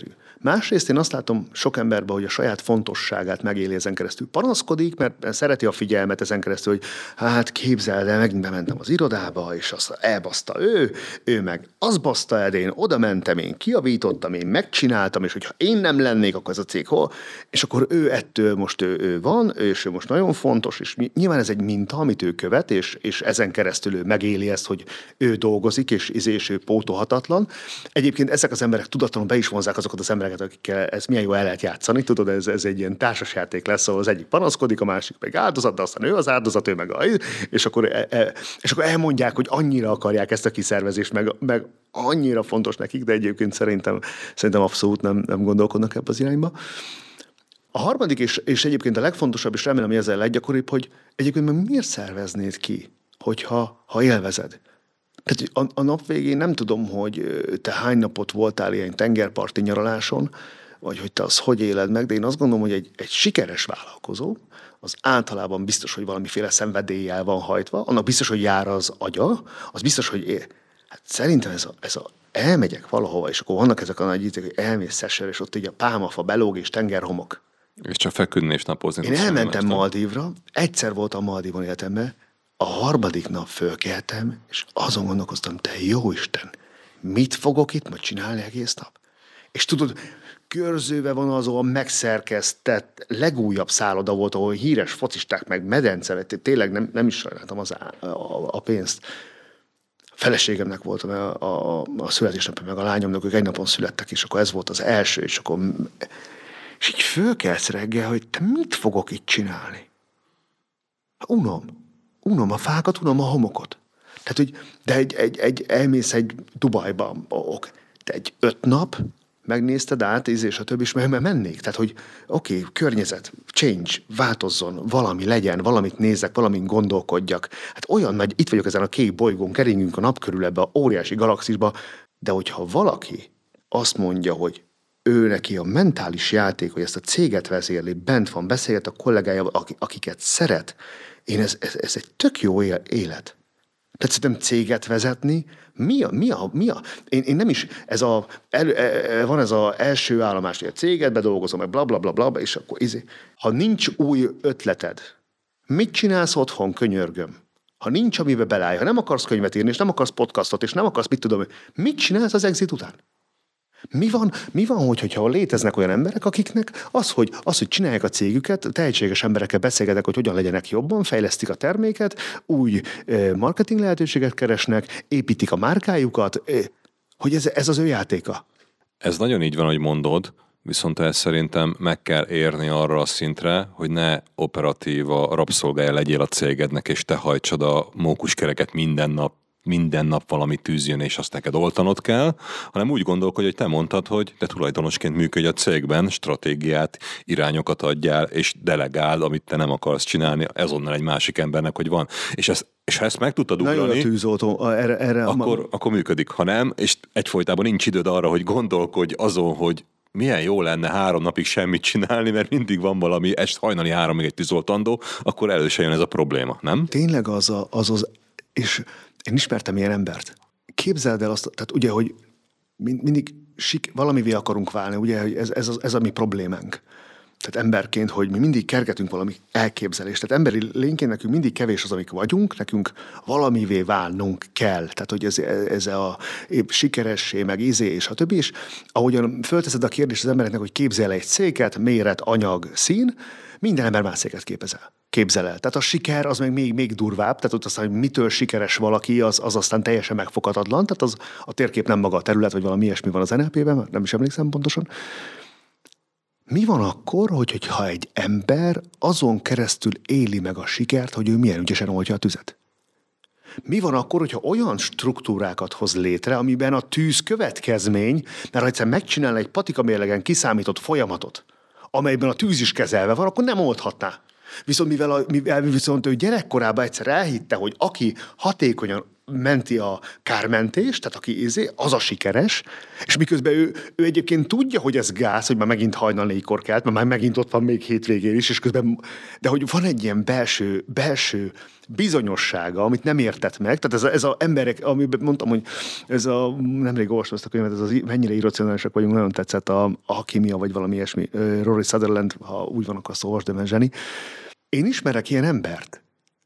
Másrészt én azt látom sok emberben, hogy a saját fontosságát megéli ezen keresztül. Panaszkodik, mert szereti a figyelmet ezen keresztül, hogy hát képzeld el, megint bementem az irodába, és azt elbaszta ő meg azt baszta el, de én oda mentem, én kijavítottam, én megcsináltam, és hogyha én nem lennék, akkor ez a cég hol? És akkor ő ettől most ő van, és ő most nagyon fontos, és nyilván ez egy minta, amit ő követ, és ezen keresztül ő megéli ezt, hogy ő dolgozik, és ő pótolhatatlan. Egyébként ezek az emberek tudatlanul be is vonzák azokat az embereket, akikkel ez milyen jó el lehet játszani. Tudod, ez egy ilyen társasjáték lesz, ahol az egyik panaszkodik, a másik meg áldozat, de aztán ő az áldozat, ő meg és akkor elmondják, hogy annyira akarják ezt a kiszervezést, meg annyira fontos nekik, de egyébként szerintem abszolút nem gondolkodnak ebbe az irányba. A harmadik, és egyébként a legfontosabb, és remélem, hogy ezzel leggyakoribb, hogy egyébként meg miért szerveznéd ki, hogyha élvezed? Tehát a nap végén nem tudom, hogy te hány napot voltál ilyen tengerparti nyaraláson, vagy hogy te azt hogy éled meg, de én azt gondolom, hogy egy sikeres vállalkozó, az általában biztos, hogy valamiféle szenvedéllyel van hajtva, annak biztos, hogy jár az agya, az biztos, hogy hát szerintem ez a elmegyek valahova, és akkor vannak ezek a nagy íték, hogy elmész Szesel, és ott így a pálmafa belóg és tengerhomok. És csak feküdni és napozni. Én elmentem Maldívra, egyszer voltam Maldívon életemben, a harmadik nap fölkeltem, és azon gondolkoztam, te jóisten, mit fogok itt majd csinálni egész nap? És tudod, körzőve van az a megszerkesztett legújabb szálloda volt, ahol híres focisták meg medence, tényleg nem is sajnáltam a pénzt. A feleségemnek voltam a születésnapja, meg a lányomnak, ők egy napon születtek, és akkor ez volt az első, és így fölkelsz reggel, hogy te mit fogok itt csinálni? Unom a fákat, unom a homokot. Tehát, hogy elmész egy Dubajba, de egy 5 nap, megnézted át, és a többi is, mert mennék. Tehát, hogy oké, környezet, change, változzon, valami legyen, valamit nézzek, valamit gondolkodjak. Hát olyan nagy, itt vagyok ezen a kék bolygón, keringünk a nap körül ebbe a óriási galaxisba, de hogyha valaki azt mondja, hogy ő neki a mentális játék, hogy ezt a céget vezérli, bent van, beszélget a kollégájával, akiket szeret, ez egy tök jó élet. Tehát szerintem céget vezetni, Én nem is, van ez az első állomás, hogy a céget bedolgozom, meg blablabla, és akkor ha nincs új ötleted, mit csinálsz otthon, könyörgöm? Ha nincs, amibe belállj, ha nem akarsz könyvet írni, és nem akarsz podcastot, és nem akarsz, mit csinálsz az exit után? Mi van, hogyha léteznek olyan emberek, akiknek hogy csinálják a cégüket, tehetséges emberekkel beszélgetek, hogy hogyan legyenek jobban, fejlesztik a terméket, új marketing lehetőséget keresnek, építik a márkájukat, hogy ez az ő játéka. Ez nagyon így van, hogy mondod, viszont ezt szerintem meg kell érni arra a szintre, hogy ne operatíva rabszolgája legyél a cégednek, és te hajtsad a mókuskereket minden nap valami tűzjön, és azt neked oltanod kell, hanem úgy gondolkodj, hogy te mondtad, hogy te tulajdonosként működj a cégben, stratégiát, irányokat adjál, és delegáld, amit te nem akarsz csinálni, ezonnal egy másik embernek, hogy van. És ha ezt meg tudtad ugrani, nagyon a tűzoltó, erre akkor működik. Ha nem, és egyfolytában nincs időd arra, hogy gondolkodj azon, hogy milyen jó lenne 3 napig semmit csinálni, mert mindig van valami, hajnali 3-ig egy tűzoltandó, akkor elő se jön ez a probléma, nem? Tényleg és én ismertem ilyen embert. Képzeld el azt, tehát ugye, hogy mindig valamivé akarunk válni, ugye, hogy ez a mi problémánk. Tehát emberként, hogy mi mindig kergetünk valami elképzelést. Tehát emberi lényként nekünk mindig kevés az, amik vagyunk, nekünk valamivé válnunk kell. Tehát, hogy ez a sikeressé, meg és a többi. És ahogyan fölteszed a kérdést az embereknek, hogy képzel egy széket, méret, anyag, szín, minden ember más széket képzel el. Tehát a siker az még durvább, tehát ott aztán, hogy mitől sikeres valaki, az aztán teljesen megfoghatatlan, tehát a térkép nem maga a terület, vagy valami ilyesmi van az NLP-ben, nem is emlékszem pontosan. Mi van akkor, hogyha egy ember azon keresztül éli meg a sikert, hogy ő milyen ügyesen oltja a tüzet? Mi van akkor, hogyha olyan struktúrákat hoz létre, amiben a tűz következmény, mert ha egyszer megcsinál egy patikamérlegen kiszámított folyamatot, amelyben a tűz is kezelve van, akkor nem oldhatná. Viszont mivel viszont ő gyerekkorában egyszer elhitte, hogy aki hatékonyan menti a kármentést, tehát aki az a sikeres, és miközben ő egyébként tudja, hogy ez gáz, hogy már megint hajnal 4-kor kelt, mert már megint ott van még hétvégén is, és közben, de hogy van egy ilyen belső bizonyossága, amit nem értett meg, tehát ez a emberek, amiben mondtam, hogy nemrég olvastam ezt a könyvet, ez az mennyire irracionálisak vagyunk, nagyon tetszett a alkímia, vagy valami ilyesmi, Rory Sutherland, ha úgy van, akkor azt olvasd, de mert zseni. Én ismerek ilyen embert.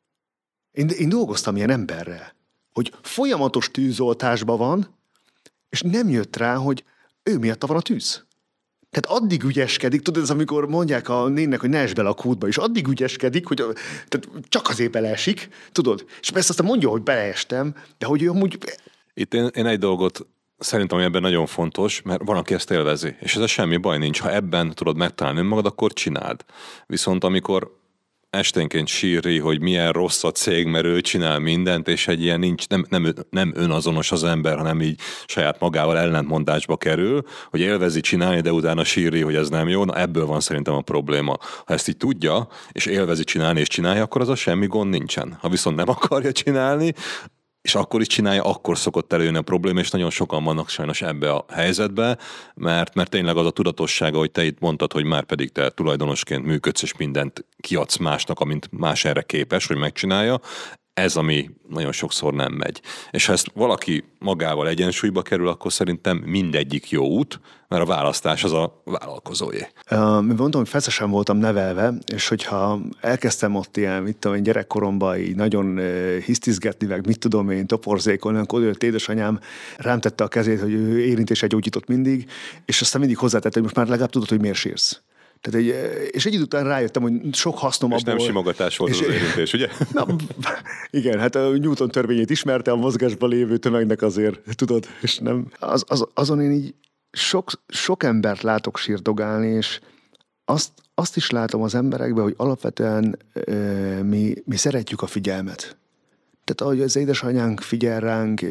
Én dolgoztam ilyen emberrel, hogy folyamatos tűzoltásban van, és nem jött rá, hogy ő miatta van a tűz. Tehát addig ügyeskedik, tudod, ez amikor mondják a nénnek, hogy ne esd bele a kútba, és addig ügyeskedik, hogy tehát csak azért beleesik, tudod? És persze aztán mondja, hogy beleestem, de hogy ő amúgy... Itt én egy dolgot szerintem, ami ebben nagyon fontos, mert van, aki ezt élvezi, és ez semmi baj nincs. Ha ebben tudod megtalálni önmagad, akkor csináld. Viszont amikor esténként sírri, hogy milyen rossz a cég, mert ő csinál mindent, és egy ilyen nincs, nem önazonos az ember, hanem így saját magával ellentmondásba kerül, hogy élvezi csinálni, de utána sírri, hogy ez nem jó. Na ebből van szerintem a probléma. Ha ezt így tudja, és élvezi csinálni, és csinálja, akkor az a semmi gond nincsen. Ha viszont nem akarja csinálni, és akkor is csinálja, akkor szokott előjönni a probléma, és nagyon sokan vannak sajnos ebbe a helyzetbe, mert tényleg az a tudatossága, hogy te itt mondtad, hogy már pedig te tulajdonosként működsz, és mindent kiadsz másnak, amint más erre képes, hogy megcsinálja, ez, ami nagyon sokszor nem megy. És ha ezt valaki magával egyensúlyba kerül, akkor szerintem mindegyik jó út, mert a választás az a vállalkozóé. Mondom, hogy feszesen voltam nevelve, és hogyha elkezdtem ott ilyen, mit tudom én, gyerekkoromban így nagyon hisztizgetni, meg mit tudom én, toporzékolni, akkor jött édesanyám, rám tette a kezét, hogy ő érintéssel gyógyított mindig, és aztán mindig hozzátette, hogy most már legalább tudod, hogy miért sírsz. Tehát és egy idő után rájöttem, hogy sok hasznom és abból... És nem simogatás volt az érintés, ugye? Na, igen, hát a Newton törvényét ismerte, a mozgásban lévő tömegnek azért, tudod, és nem... Azon én így sok embert látok sírdogálni, és azt is látom az emberekben, hogy alapvetően mi szeretjük a figyelmet. Tehát ahogy az édesanyánk figyel ránk,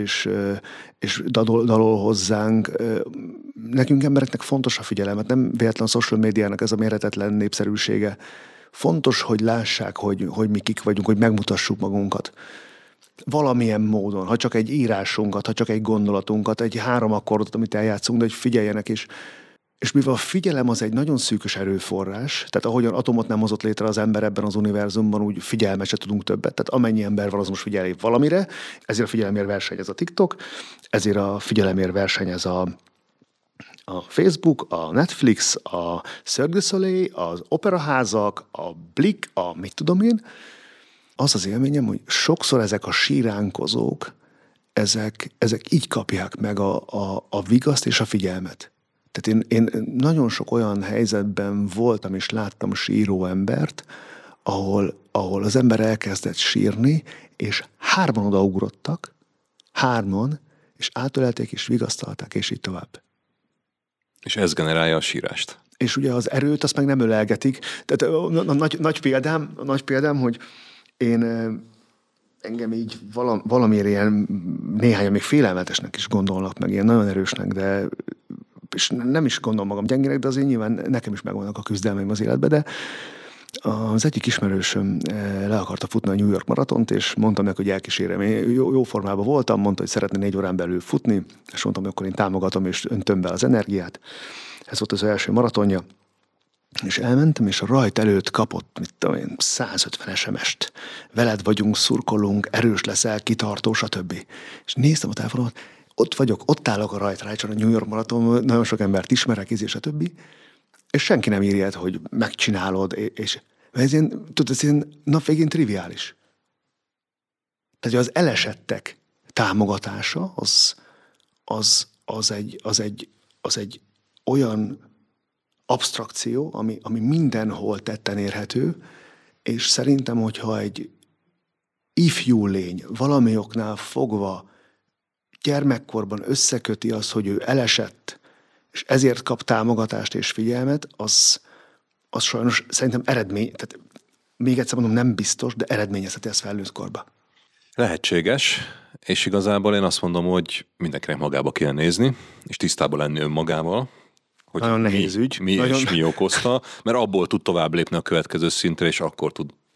és dalol hozzánk, nekünk embereknek fontos a figyelmet, nem véletlen a social médiának ez a méretetlen népszerűsége. Fontos, hogy lássák, hogy mi kik vagyunk, hogy megmutassuk magunkat. Valamilyen módon, ha csak egy írásunkat, ha csak egy gondolatunkat, egy 3 akkordot, amit eljátszunk, de hogy figyeljenek is. És mivel a figyelem az egy nagyon szűkös erőforrás, tehát ahogyan atomot nem hozott létre az ember ebben az univerzumban, úgy figyelmet se tudunk többet. Tehát amennyi ember van, az most figyel épp valamire, ezért a figyelemért versenyez a TikTok, ezért a figyelemért versenyez a Facebook, a Netflix, a Cirque du Soleil, az operaházak, a Blick, a mit tudom én. Az élményem, hogy sokszor ezek a síránkozók, ezek így kapják meg a vigaszt és a figyelmet. Tehát én nagyon sok olyan helyzetben voltam és láttam síró embert, ahol az ember elkezdett sírni, és 3 odaugrottak, 3, és átölelték, és vigasztalták, és így tovább. És ez generálja a sírást. És ugye az erőt azt meg nem ölelgetik. Tehát a nagy példám, hogy engem így valamiért ilyen néhányan még félelmetesnek is gondolnak, meg ilyen nagyon erősnek, de és nem is gondolom magam gyengének, de azért nyilván nekem is megvannak a küzdelmeim az életben, de az egyik ismerősöm le akarta futni a New York maratont, és mondtam neki, hogy elkísérem. Én jó formában voltam, mondta, hogy szeretne 4 órán belül futni, és mondtam, hogy akkor én támogatom, és öntöm be az energiát. Ez volt az első maratonja. És elmentem, és a rajt előtt kapott, mit tudom én, 150 SMS-t. Veled vagyunk, szurkolunk, erős leszel, kitartó, stb. És néztem a telefonomat, ott vagyok, ott állok a rajtrácson, a New York maraton, nagyon sok embert ismerek, és a többi, és senki nem írja, hogy megcsinálod, és ez ilyen nap végén triviális. Tehát az elesettek támogatása az egy olyan abstrakció, ami mindenhol tetten érhető, és szerintem, hogyha egy ifjú lény valami oknál fogva gyermekkorban összeköti az, hogy ő elesett, és ezért kap támogatást és figyelmet, az sajnos szerintem tehát még egyszer mondom, nem biztos, de eredményezheti ezt felnőtt korba. Lehetséges, és igazából én azt mondom, hogy mindenkinek magába kell nézni, és tisztában lenni önmagával, hogy nagyon nehéz ügy. Mi okozta, mert abból tud tovább lépni a következő szintre, és akkor tud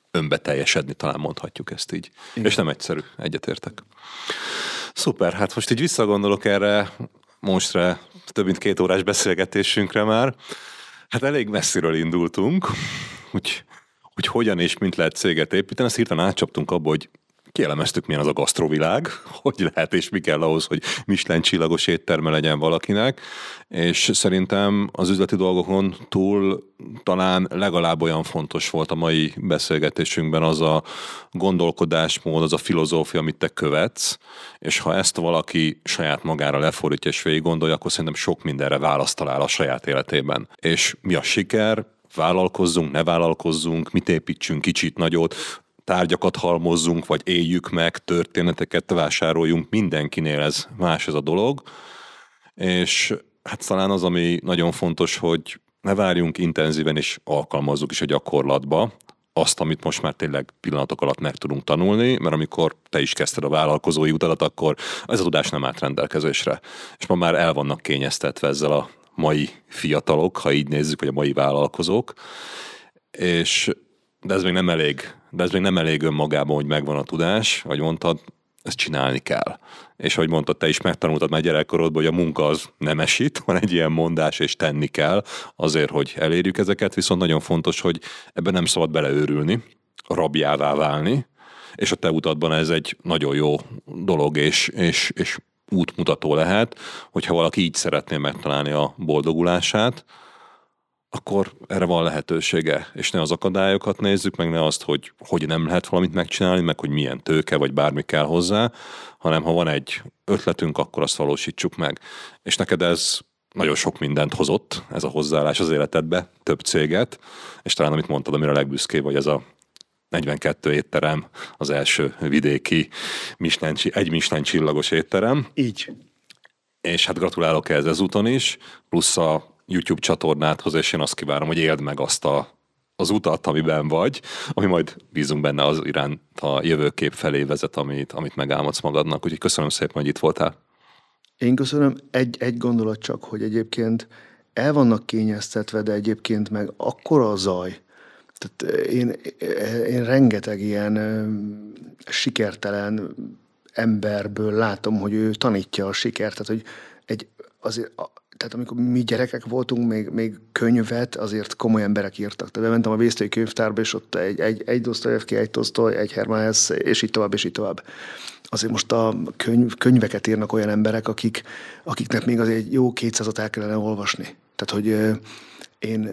önbeteljesedni, talán mondhatjuk ezt így. Igen. És nem egyszerű, egyetértek. Szuper, hát most így visszagondolok erre mostra több mint 2 órás beszélgetésünkre már. Hát elég messziről indultunk, hogy hogyan és mint lehet céget építeni, azt hirtelen átcsaptunk abba, hogy kielemeztük, milyen az a gasztrovilág, hogy lehet és mi kell ahhoz, hogy Michelin csillagos étterme legyen valakinek, és szerintem az üzleti dolgokon túl talán legalább olyan fontos volt a mai beszélgetésünkben az a gondolkodásmód, az a filozófia, amit te követsz, és ha ezt valaki saját magára lefordítja és végig gondolja, akkor szerintem sok mindenre választ talál a saját életében. És mi a siker? Vállalkozzunk, ne vállalkozzunk, mit építsünk, kicsit, nagyot, tárgyakat halmozzunk, vagy éljük meg, történeteket vásároljunk, mindenkinél ez más ez a dolog. És hát talán az, ami nagyon fontos, hogy ne várjunk intenzíven, és alkalmazzuk is a gyakorlatba azt, amit most már tényleg pillanatok alatt meg tudunk tanulni, mert amikor te is kezdted a vállalkozói utadat, akkor ez a tudás nem állt rendelkezésre. És ma már el vannak kényeztetve ezzel a mai fiatalok, ha így nézzük, vagy a mai vállalkozók. De ez még nem elég önmagában, hogy megvan a tudás, ahogy mondtad, ezt csinálni kell. És ahogy mondtad, te is megtanultad már gyerekkorodban, hogy a munka az nem esít, van egy ilyen mondás, és tenni kell azért, hogy elérjük ezeket, viszont nagyon fontos, hogy ebben nem szabad beleőrülni, rabjává válni, és a te utadban ez egy nagyon jó dolog, és útmutató lehet, hogyha valaki így szeretné megtalálni a boldogulását, akkor erre van lehetősége, és ne az akadályokat nézzük, meg ne azt, hogy nem lehet valamit megcsinálni, meg hogy milyen tőke, vagy bármi kell hozzá, hanem ha van egy ötletünk, akkor azt valósítsuk meg. És neked ez nagyon sok mindent hozott, ez a hozzáállás az életedbe, több céget, és talán amit mondtad, amire a legbüszkébb vagy, ez a 42 étterem, az első vidéki Michelin csillagos étterem. Így. És hát gratulálok ehhez ezúton is, plusz a YouTube csatornádhoz, és én azt kívánom, hogy éld meg azt az utat, amiben vagy, ami majd bízunk benne az iránt a jövőkép felé vezet, amit megálmodsz magadnak. Úgyhogy köszönöm szépen, hogy itt voltál. Én köszönöm. Egy gondolat csak, hogy egyébként el vannak kényeztetve, de egyébként meg akkora a zaj. Tehát én rengeteg ilyen sikertelen emberből látom, hogy ő tanítja a sikert. Tehát, hogy tehát amikor mi gyerekek voltunk, még könyvet azért komoly emberek írtak. Tehát bementem a Vésztői könyvtárba, és ott egy Dostoyevsky, egy Tolsztoj, egy Hermann Hesse, és így tovább, és így tovább. Azért most a könyveket írnak olyan emberek, akiknek még azért jó 200-at el kellene olvasni. Tehát, hogy én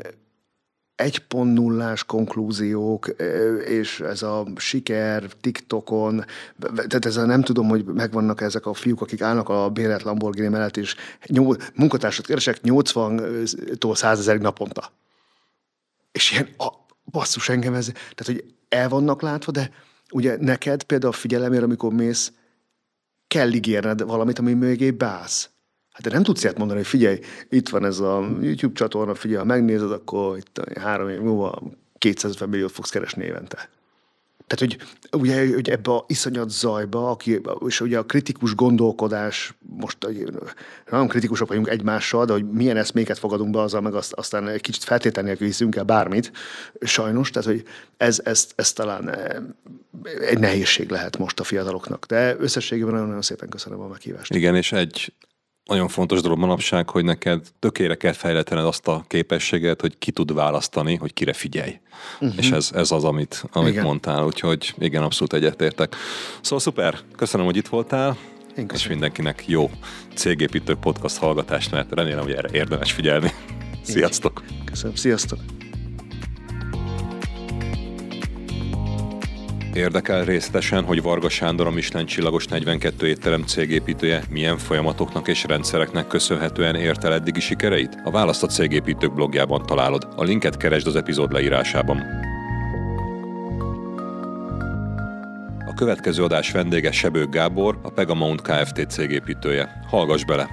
1.0-ás konklúziók, és ez a siker TikTokon, tehát ez a nem tudom, hogy megvannak ezek a fiúk, akik állnak a bérelt Lamborghini mellett, és munkatársat keresek 80-tól 100 000 naponta. És ilyen, basszus engem ez, tehát hogy el vannak látva, de ugye neked például a figyelemért, amikor mész, kell ígérned valamit, ami mögé beállsz. Hát de nem tudsz ilyet mondani, hogy figyelj, itt van ez a YouTube csatorna, figyelj, ha megnézed, akkor itt 3 év múlva 250 milliót fogsz keresni évente. Tehát, hogy ebbe a iszonyat zajba, és ugye a kritikus gondolkodás, most nagyon kritikusok vagyunk egymással, de hogy milyen eszméket fogadunk be azzal, meg aztán egy kicsit feltétel nélkül hiszünk el bármit, sajnos, tehát, hogy ez talán egy nehézség lehet most a fiataloknak. De összességében nagyon-nagyon szépen köszönöm a meghívást. Igen, és egy nagyon fontos dolog manapság, hogy neked tökére kell fejletened azt a képességet, hogy ki tud választani, hogy kire figyelj. És ez az, amit mondtál, úgyhogy igen, abszolút egyetértek. Szóval szuper, köszönöm, hogy itt voltál, és mindenkinek jó Cégépítők podcast hallgatást, mert remélem, hogy erre érdemes figyelni. Sziasztok! Köszönöm, sziasztok! Érdekel részletesen, hogy Varga Sándor, a Michelin csillagos 42 étterem cégépítője milyen folyamatoknak és rendszereknek köszönhetően ért el eddigi sikereit? A választ a Cégépítők blogjában találod. A linket keresd az epizód leírásában. A következő adás vendége Sebők Gábor, a Pegamount Kft. Cégépítője. Hallgass bele!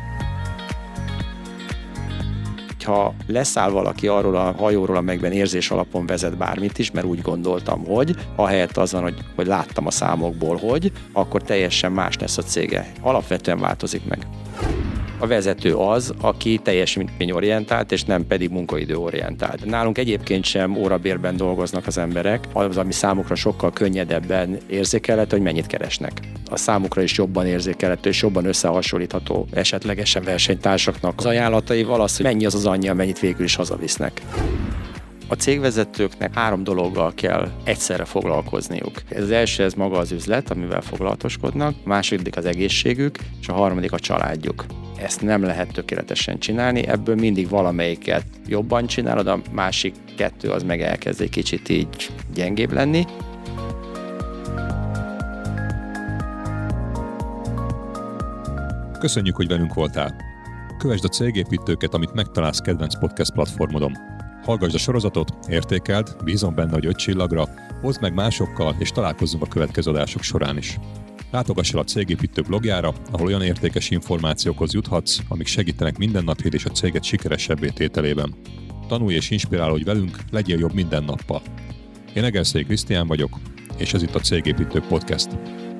Ha leszáll valaki arról a hajóról, amelyben érzés alapon vezet bármit is, mert úgy gondoltam, hogy ahelyett az van, hogy láttam a számokból, hogy, akkor teljesen más lesz a cége. Alapvetően változik meg. A vezető az, aki teljesítményorientált, és nem pedig munkaidőorientált. Nálunk egyébként sem órabérben dolgoznak az emberek, az, ami számukra sokkal könnyedebben érzékelhető, hogy mennyit keresnek. A számukra is jobban érzékelhető, és jobban összehasonlítható esetlegesen versenytársaknak az ajánlataival az, hogy mennyi az annyi, mennyit végül is hazavisznek. A cégvezetőknek 3 dologgal kell egyszerre foglalkozniuk. Az első, ez maga az üzlet, amivel foglalatoskodnak, a második az egészségük, és a harmadik a családjuk. Ezt nem lehet tökéletesen csinálni, ebből mindig valamelyiket jobban csinálod, a másik 2 az meg elkezd egy kicsit így gyengébb lenni. Köszönjük, hogy velünk voltál! Kövesd a Cégépítőket, amit megtalálsz kedvenc podcast platformodon. Hallgassd a sorozatot, értékeld, bízom benne, hogy 5 csillagra, oszd meg másokkal, és találkozzunk a következő adások során is. Látogass el a Cégépítő blogjára, ahol olyan értékes információkhoz juthatsz, amik segítenek mindennapjét és a céget sikeresebbé tételében. Tanulj és inspirálódj velünk, legyél jobb minden nappal. Én Egerszegi Krisztián vagyok, és ez itt a Cégépítő Podcast.